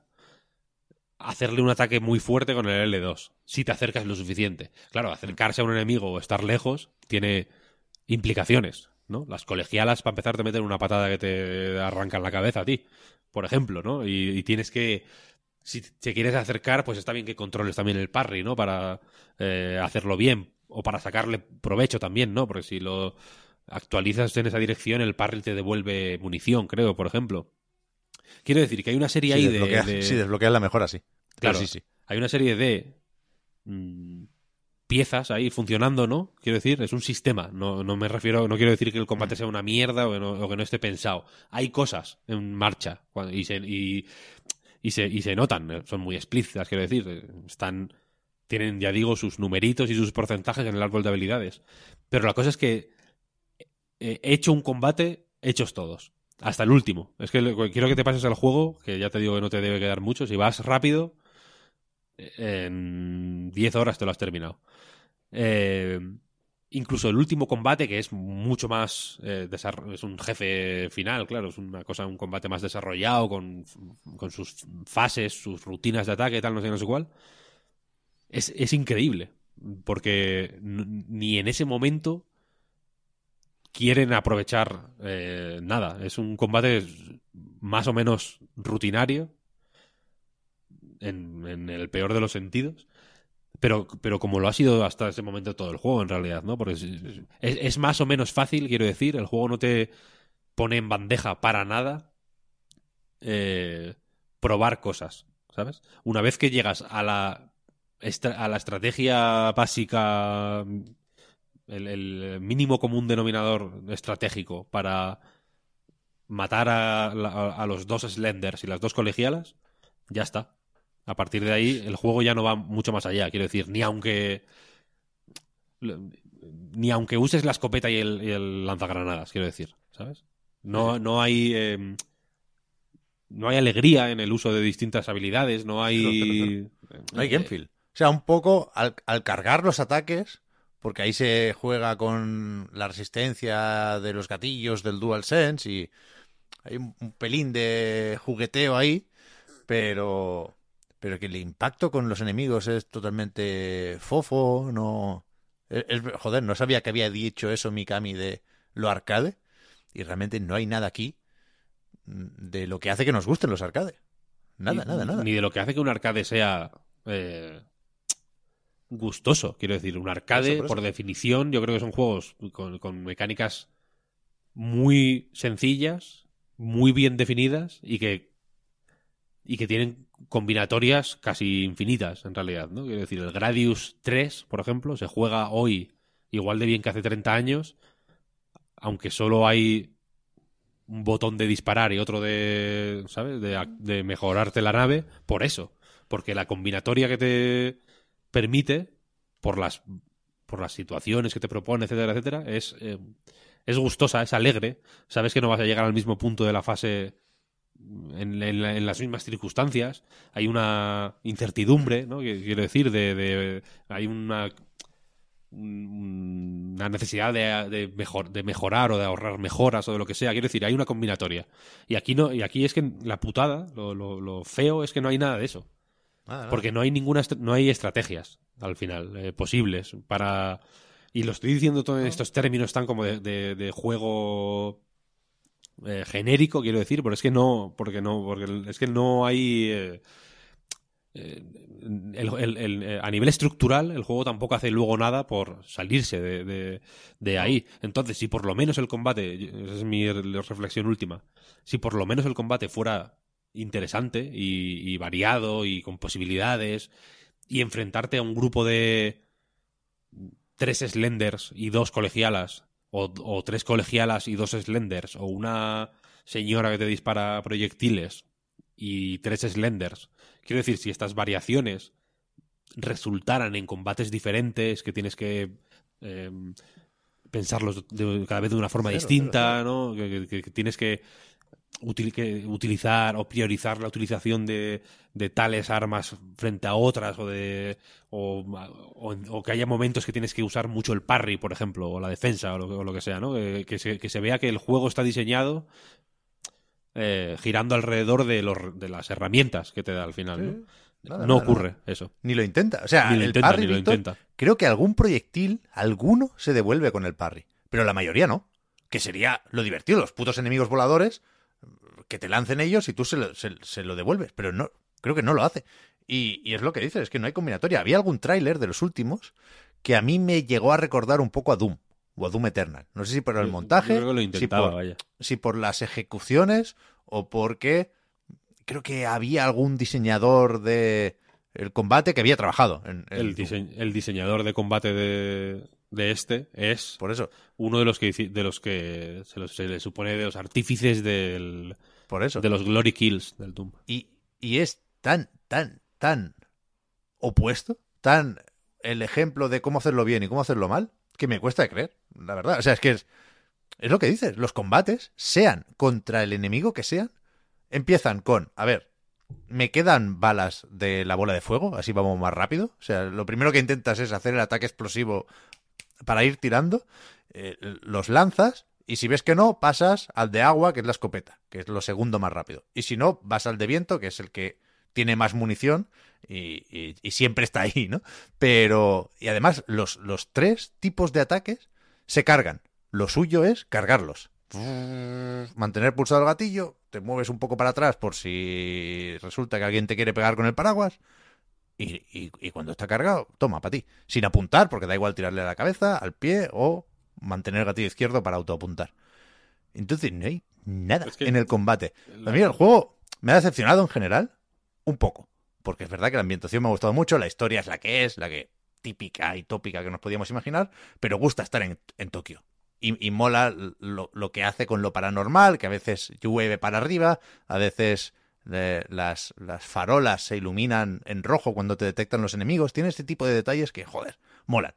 Speaker 7: hacerle un ataque muy fuerte con el L dos, si te acercas lo suficiente. Claro, acercarse a un enemigo o estar lejos tiene implicaciones, ¿no? Las colegialas, para empezar, te meten una patada que te arrancan la cabeza a ti, por ejemplo, ¿no? Y, y tienes que... Si te quieres acercar, pues está bien que controles también el parry, ¿no? Para eh, hacerlo bien. O para sacarle provecho también, ¿no? Porque si lo actualizas en esa dirección, el parry te devuelve munición, creo, por ejemplo. Quiero decir que hay una serie
Speaker 4: sí,
Speaker 7: ahí
Speaker 4: desbloquea,
Speaker 7: de, de...
Speaker 4: Sí, desbloqueas la mejora, sí.
Speaker 7: Claro,
Speaker 4: sí, sí.
Speaker 7: Hay una serie de mmm, piezas ahí funcionando, ¿no? Quiero decir, es un sistema. No, no me refiero, no quiero decir que el combate sea una mierda o que no, o que no esté pensado. Hay cosas en marcha cuando, y se... Y, Y se, y se notan, son muy explícitas, quiero decir. Están, tienen, ya digo, sus numeritos y sus porcentajes en el árbol de habilidades. Pero la cosa es que he hecho un combate, hechos todos. Hasta el último. Es que quiero que te pases al juego, que ya te digo que no te debe quedar mucho. Si vas rápido, en diez horas te lo has terminado. Eh... Incluso el último combate, que es mucho más... Eh, es un jefe final, claro. Es una cosa, un combate más desarrollado, con, con sus fases, sus rutinas de ataque, tal, no sé, no sé cuál. Es, es increíble. Porque ni en ese momento quieren aprovechar eh, nada. Es un combate más o menos rutinario, en, en el peor de los sentidos. Pero, pero como lo ha sido hasta ese momento todo el juego, en realidad, ¿no? Porque es, es, es más o menos fácil, quiero decir. El juego no te pone en bandeja para nada eh, probar cosas, ¿sabes? Una vez que llegas a la, a la estrategia básica, el, el mínimo común denominador estratégico para matar a, a, a los dos Slenders y las dos colegialas, ya está. A partir de ahí, el juego ya no va mucho más allá. Quiero decir, ni aunque ni aunque uses la escopeta y el, y el lanzagranadas, quiero decir, ¿sabes? No, no hay eh, no hay alegría en el uso de distintas habilidades, no hay...
Speaker 4: No hay gamefeel. O sea, un poco al, al cargar los ataques, porque ahí se juega con la resistencia de los gatillos del DualSense y hay un, un pelín de jugueteo ahí, pero... pero que el impacto con los enemigos es totalmente fofo, no... Es, es, joder, no sabía que había dicho eso Mikami de lo arcade, y realmente no hay nada aquí de lo que hace que nos gusten los arcades. Nada,
Speaker 7: ni,
Speaker 4: nada, nada.
Speaker 7: Ni de lo que hace que un arcade sea eh, gustoso, quiero decir. Un arcade, por, eso, por, eso. por definición, yo creo que son juegos con, con mecánicas muy sencillas, muy bien definidas, y que y que tienen combinatorias casi infinitas, en realidad, ¿no? Quiero decir, el Gradius tres, por ejemplo, se juega hoy igual de bien que hace treinta años, aunque solo hay un botón de disparar y otro de, ¿sabes?, de, de mejorarte la nave, por eso. Porque la combinatoria que te permite, por las, por las situaciones que te propone, etcétera, etcétera, es, eh, es gustosa, es alegre. Sabes que no vas a llegar al mismo punto de la fase en, en, en las mismas circunstancias. Hay una incertidumbre, ¿no? Quiero decir, de, de hay una una necesidad de, de, mejor, de mejorar o de ahorrar mejoras o de lo que sea. Quiero decir, hay una combinatoria. Y aquí no, y aquí es que la putada, lo, lo, lo feo es que no hay nada de eso. Ah, no. Porque no hay ninguna no hay estrategias al final eh, posibles para. Y lo estoy diciendo todo en estos términos tan como de, de, de juego eh, genérico, quiero decir, pero es que no, porque no, porque es que no hay eh, El, el, el, a nivel estructural el juego tampoco hace luego nada por salirse de, de, de ahí. Entonces, si por lo menos el combate, esa es mi reflexión última, si por lo menos el combate fuera interesante y, y variado y con posibilidades, y enfrentarte a un grupo de tres Slenders y dos colegialas, o, o tres colegialas y dos Slenders, o una señora que te dispara proyectiles y tres Slenders. Quiero decir, si estas variaciones resultaran en combates diferentes, que tienes que eh, pensarlos de, cada vez de una forma claro, distinta, claro, claro. ¿no? Que, que, que tienes que, util, que utilizar o priorizar la utilización de, de tales armas frente a otras, o de o, o, o que haya momentos que tienes que usar mucho el parry, por ejemplo, o la defensa, o lo, o lo que sea, ¿no? Que, que, se, que se vea que el juego está diseñado Eh, girando alrededor de, los, de las herramientas que te da al final, ¿no? Sí, nada, no nada, ocurre nada. Eso.
Speaker 4: Ni lo intenta. O sea,
Speaker 7: ni lo
Speaker 4: el
Speaker 7: intenta,
Speaker 4: parry,
Speaker 7: ni lo
Speaker 4: Víctor,
Speaker 7: intenta.
Speaker 4: Creo que algún proyectil, alguno, se devuelve con el parry. Pero la mayoría no. Que sería lo divertido, los putos enemigos voladores, que te lancen ellos y tú se lo, se, se lo devuelves. Pero no, creo que no lo hace. Y, y es lo que dices, es que no hay combinatoria. Había algún tráiler de los últimos que a mí me llegó a recordar un poco a Doom. O a Doom Eternal. No sé si por el montaje,
Speaker 7: yo creo que lo intentaba,
Speaker 4: si, por,
Speaker 7: vaya.
Speaker 4: si por las ejecuciones, o porque creo que había algún diseñador de el combate que había trabajado en, en
Speaker 7: el, dise el diseñador de combate de, de este es
Speaker 4: por eso
Speaker 7: uno de los que de los que se, los, se le supone de los artífices del
Speaker 4: por eso
Speaker 7: de los Glory Kills del Doom.
Speaker 4: Y, y es tan, tan, tan opuesto, tan el ejemplo de cómo hacerlo bien y cómo hacerlo mal, que me cuesta de creer, la verdad. O sea, es que es Es lo que dices, los combates, sean contra el enemigo que sean, empiezan con, a ver, me quedan balas de la bola de fuego, así vamos más rápido. O sea, lo primero que intentas es hacer el ataque explosivo para ir tirando, eh, los lanzas, y si ves que no, pasas al de agua, que es la escopeta, que es lo segundo más rápido. Y si no, vas al de viento, que es el que tiene más munición y, y, y siempre está ahí, ¿no? Pero, y además, los, los tres tipos de ataques se cargan. Lo suyo es cargarlos. Mantener pulsado el gatillo, te mueves un poco para atrás por si resulta que alguien te quiere pegar con el paraguas, y, y, y cuando está cargado, toma, para ti. Sin apuntar, porque da igual tirarle a la cabeza, al pie, o mantener el gatillo izquierdo para autoapuntar. Entonces no hay nada es que en el combate. La... A mí el juego me ha decepcionado en general, un poco. Porque es verdad que la ambientación me ha gustado mucho, la historia es la que es, la que típica y tópica que nos podíamos imaginar, pero gusta estar en, en Tokio. Y, y mola lo, lo que hace con lo paranormal, que a veces llueve para arriba, a veces eh, las, las farolas se iluminan en rojo cuando te detectan los enemigos. Tiene este tipo de detalles que, joder, molan.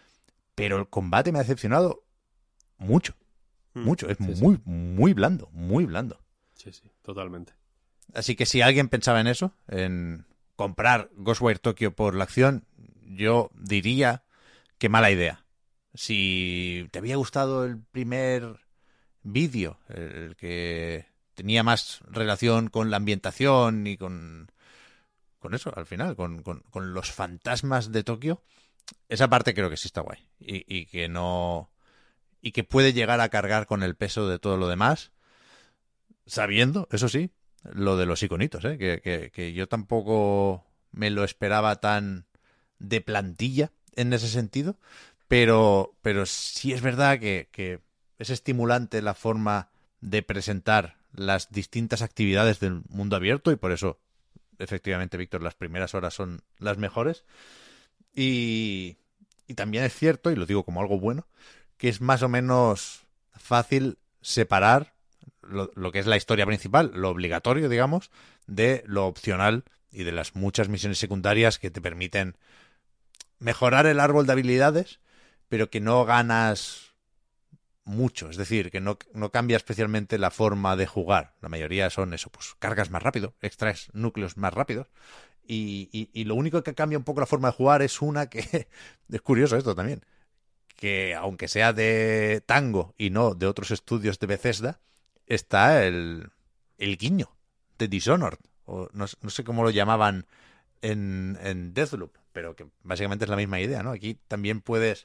Speaker 4: Pero el combate me ha decepcionado mucho, mm, mucho. Es sí, muy, sí. muy blando, muy blando.
Speaker 7: Sí, sí, totalmente.
Speaker 4: Así que si alguien pensaba en eso, en comprar Ghostwire Tokyo por la acción, yo diría que mala idea. Si te había gustado el primer vídeo, el que tenía más relación con la ambientación y con, con eso, al final, con, con, con los fantasmas de Tokio, esa parte creo que sí está guay. Y, y que no. Y que puede llegar a cargar con el peso de todo lo demás, sabiendo, eso sí, lo de los iconitos, ¿eh? que, que, que yo tampoco me lo esperaba tan de plantilla en ese sentido. Pero, pero sí es verdad que, que es estimulante la forma de presentar las distintas actividades del mundo abierto, y por eso, efectivamente, Víctor, las primeras horas son las mejores. Y, y también es cierto, y lo digo como algo bueno, que es más o menos fácil separar lo, lo que es la historia principal, lo obligatorio, digamos, de lo opcional y de las muchas misiones secundarias que te permiten mejorar el árbol de habilidades, pero que no ganas mucho. Es decir, que no, no cambia especialmente la forma de jugar. La mayoría son eso, pues cargas más rápido, extraes núcleos más rápidos. Y, y, y lo único que cambia un poco la forma de jugar es una que... Es curioso esto también. Que aunque sea de Tango y no de otros estudios de Bethesda, está el, el guiño de Dishonored. O no, no sé cómo lo llamaban en, en Deathloop, pero que básicamente es la misma idea, ¿no? Aquí también puedes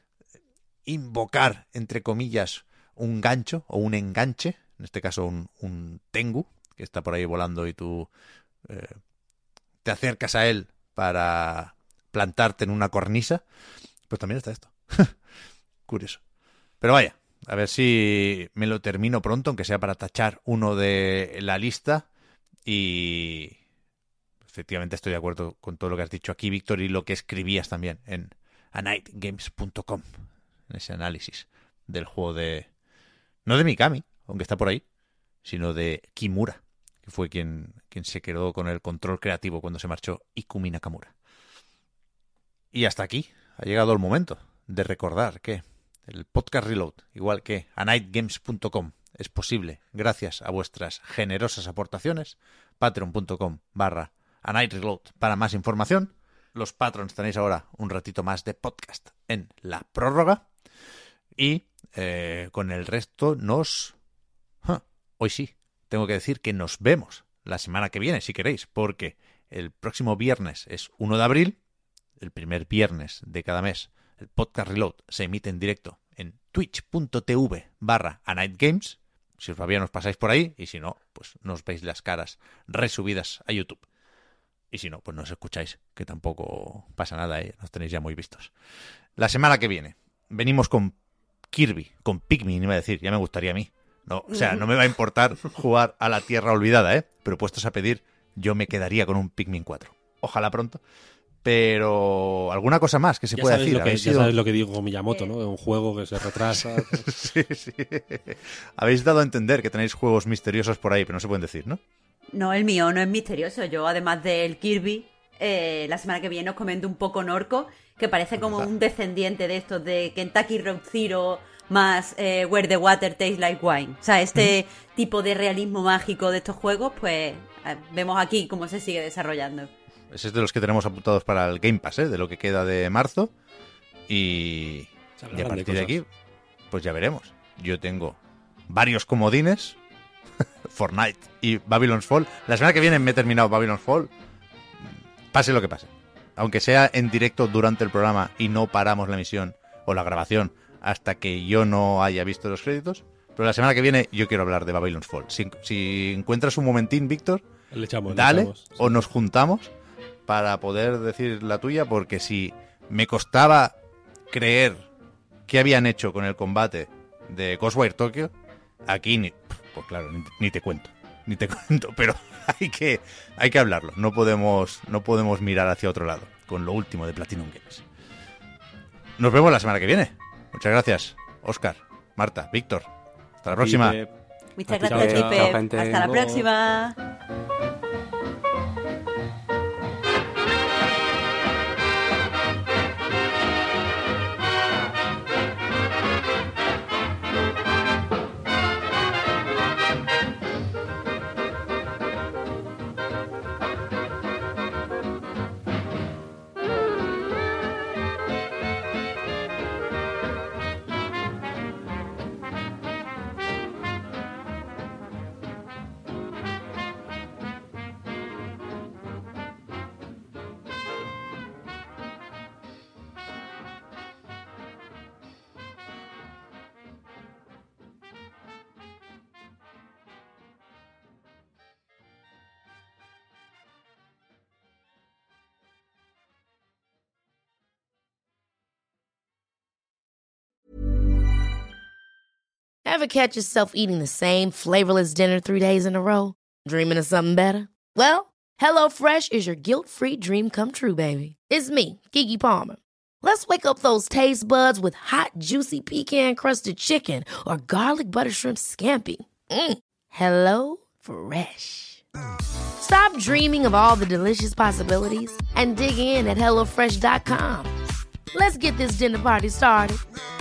Speaker 4: invocar, entre comillas, un gancho o un enganche, en este caso un, un Tengu, que está por ahí volando y tú eh, te acercas a él para plantarte en una cornisa. Pues también está esto. Curioso. Pero vaya, a ver si me lo termino pronto, aunque sea para tachar uno de la lista. Y efectivamente estoy de acuerdo con todo lo que has dicho aquí, Víctor, y lo que escribías también en a night games punto com, en ese análisis del juego de... No de Mikami, aunque está por ahí, sino de Kimura, que fue quien, quien se quedó con el control creativo cuando se marchó Ikumi Nakamura. Y hasta aquí ha llegado el momento de recordar que el Podcast Reload, igual que a night games punto com, es posible gracias a vuestras generosas aportaciones. patreon punto com barra a night reload para más información. Los patrons tenéis ahora un ratito más de podcast en la prórroga. Y eh, con el resto nos... Huh, hoy sí, tengo que decir que nos vemos la semana que viene, si queréis, porque el próximo viernes es uno de abril, el primer viernes de cada mes. El Podcast Reload se emite en directo en twitch punto tv barra a night games. Si os va bien os pasáis por ahí, y si no, pues nos veis las caras resubidas a YouTube. Y si no, pues nos escucháis, que tampoco pasa nada, ¿eh? Nos tenéis ya muy vistos. La semana que viene venimos con Kirby, con Pikmin, iba a decir, ya me gustaría a mí. No, o sea, no me va a importar jugar a la Tierra Olvidada, ¿eh? Pero puestos a pedir, yo me quedaría con un Pikmin cuatro. Ojalá pronto. Pero alguna cosa más que se
Speaker 7: ya
Speaker 4: puede
Speaker 7: sabes
Speaker 4: decir.
Speaker 7: Lo que, ya
Speaker 4: sido...
Speaker 7: sabes lo que digo Miyamoto, ¿no? Un juego que se retrasa.
Speaker 4: sí, sí. Habéis dado a entender que tenéis juegos misteriosos por ahí, pero no se pueden decir, ¿no?
Speaker 6: No, el mío no es misterioso. Yo, además del Kirby, eh, la semana que viene os comento un poco Norco, que parece como un descendiente de estos de Kentucky Road Zero más eh, Where the Water Tastes Like Wine. O sea, este mm. tipo de realismo mágico de estos juegos, pues eh, vemos aquí cómo se sigue desarrollando.
Speaker 4: Ese es de los que tenemos apuntados para el Game Pass, ¿eh? De lo que queda de marzo. Y, y a partir de, de aquí, pues ya veremos. Yo tengo varios comodines, Fortnite y Babylon's Fall. La semana que viene me he terminado Babylon's Fall. Pase lo que pase. Aunque sea en directo durante el programa y no paramos la emisión o la grabación hasta que yo no haya visto los créditos. Pero la semana que viene yo quiero hablar de Babylon's Fall. Si, si encuentras un momentín, Víctor,
Speaker 7: le echamos,
Speaker 4: dale,
Speaker 7: le echamos, sí.
Speaker 4: O nos juntamos para poder decir la tuya, porque si me costaba creer qué habían hecho con el combate de Ghostwire Tokyo, aquí ni, pues claro, ni, ni te cuento, ni te cuento, pero hay que hay que hablarlo. No podemos no podemos mirar hacia otro lado con lo último de Platinum Games. Nos vemos la semana que viene. Muchas gracias, Óscar, Marta, Víctor. Hasta la próxima.
Speaker 6: Pipe. Muchas gracias, Pipe. Hasta la próxima.
Speaker 10: Ever catch yourself eating the same flavorless dinner three days in a row? Dreaming of something better? Well, HelloFresh is your guilt-free dream come true, baby. It's me, Keke Palmer. Let's wake up those taste buds with hot, juicy pecan-crusted chicken or garlic butter shrimp scampi. Mm. Hello Fresh. Stop dreaming of all the delicious possibilities and dig in at hello fresh dot com. Let's get this dinner party started.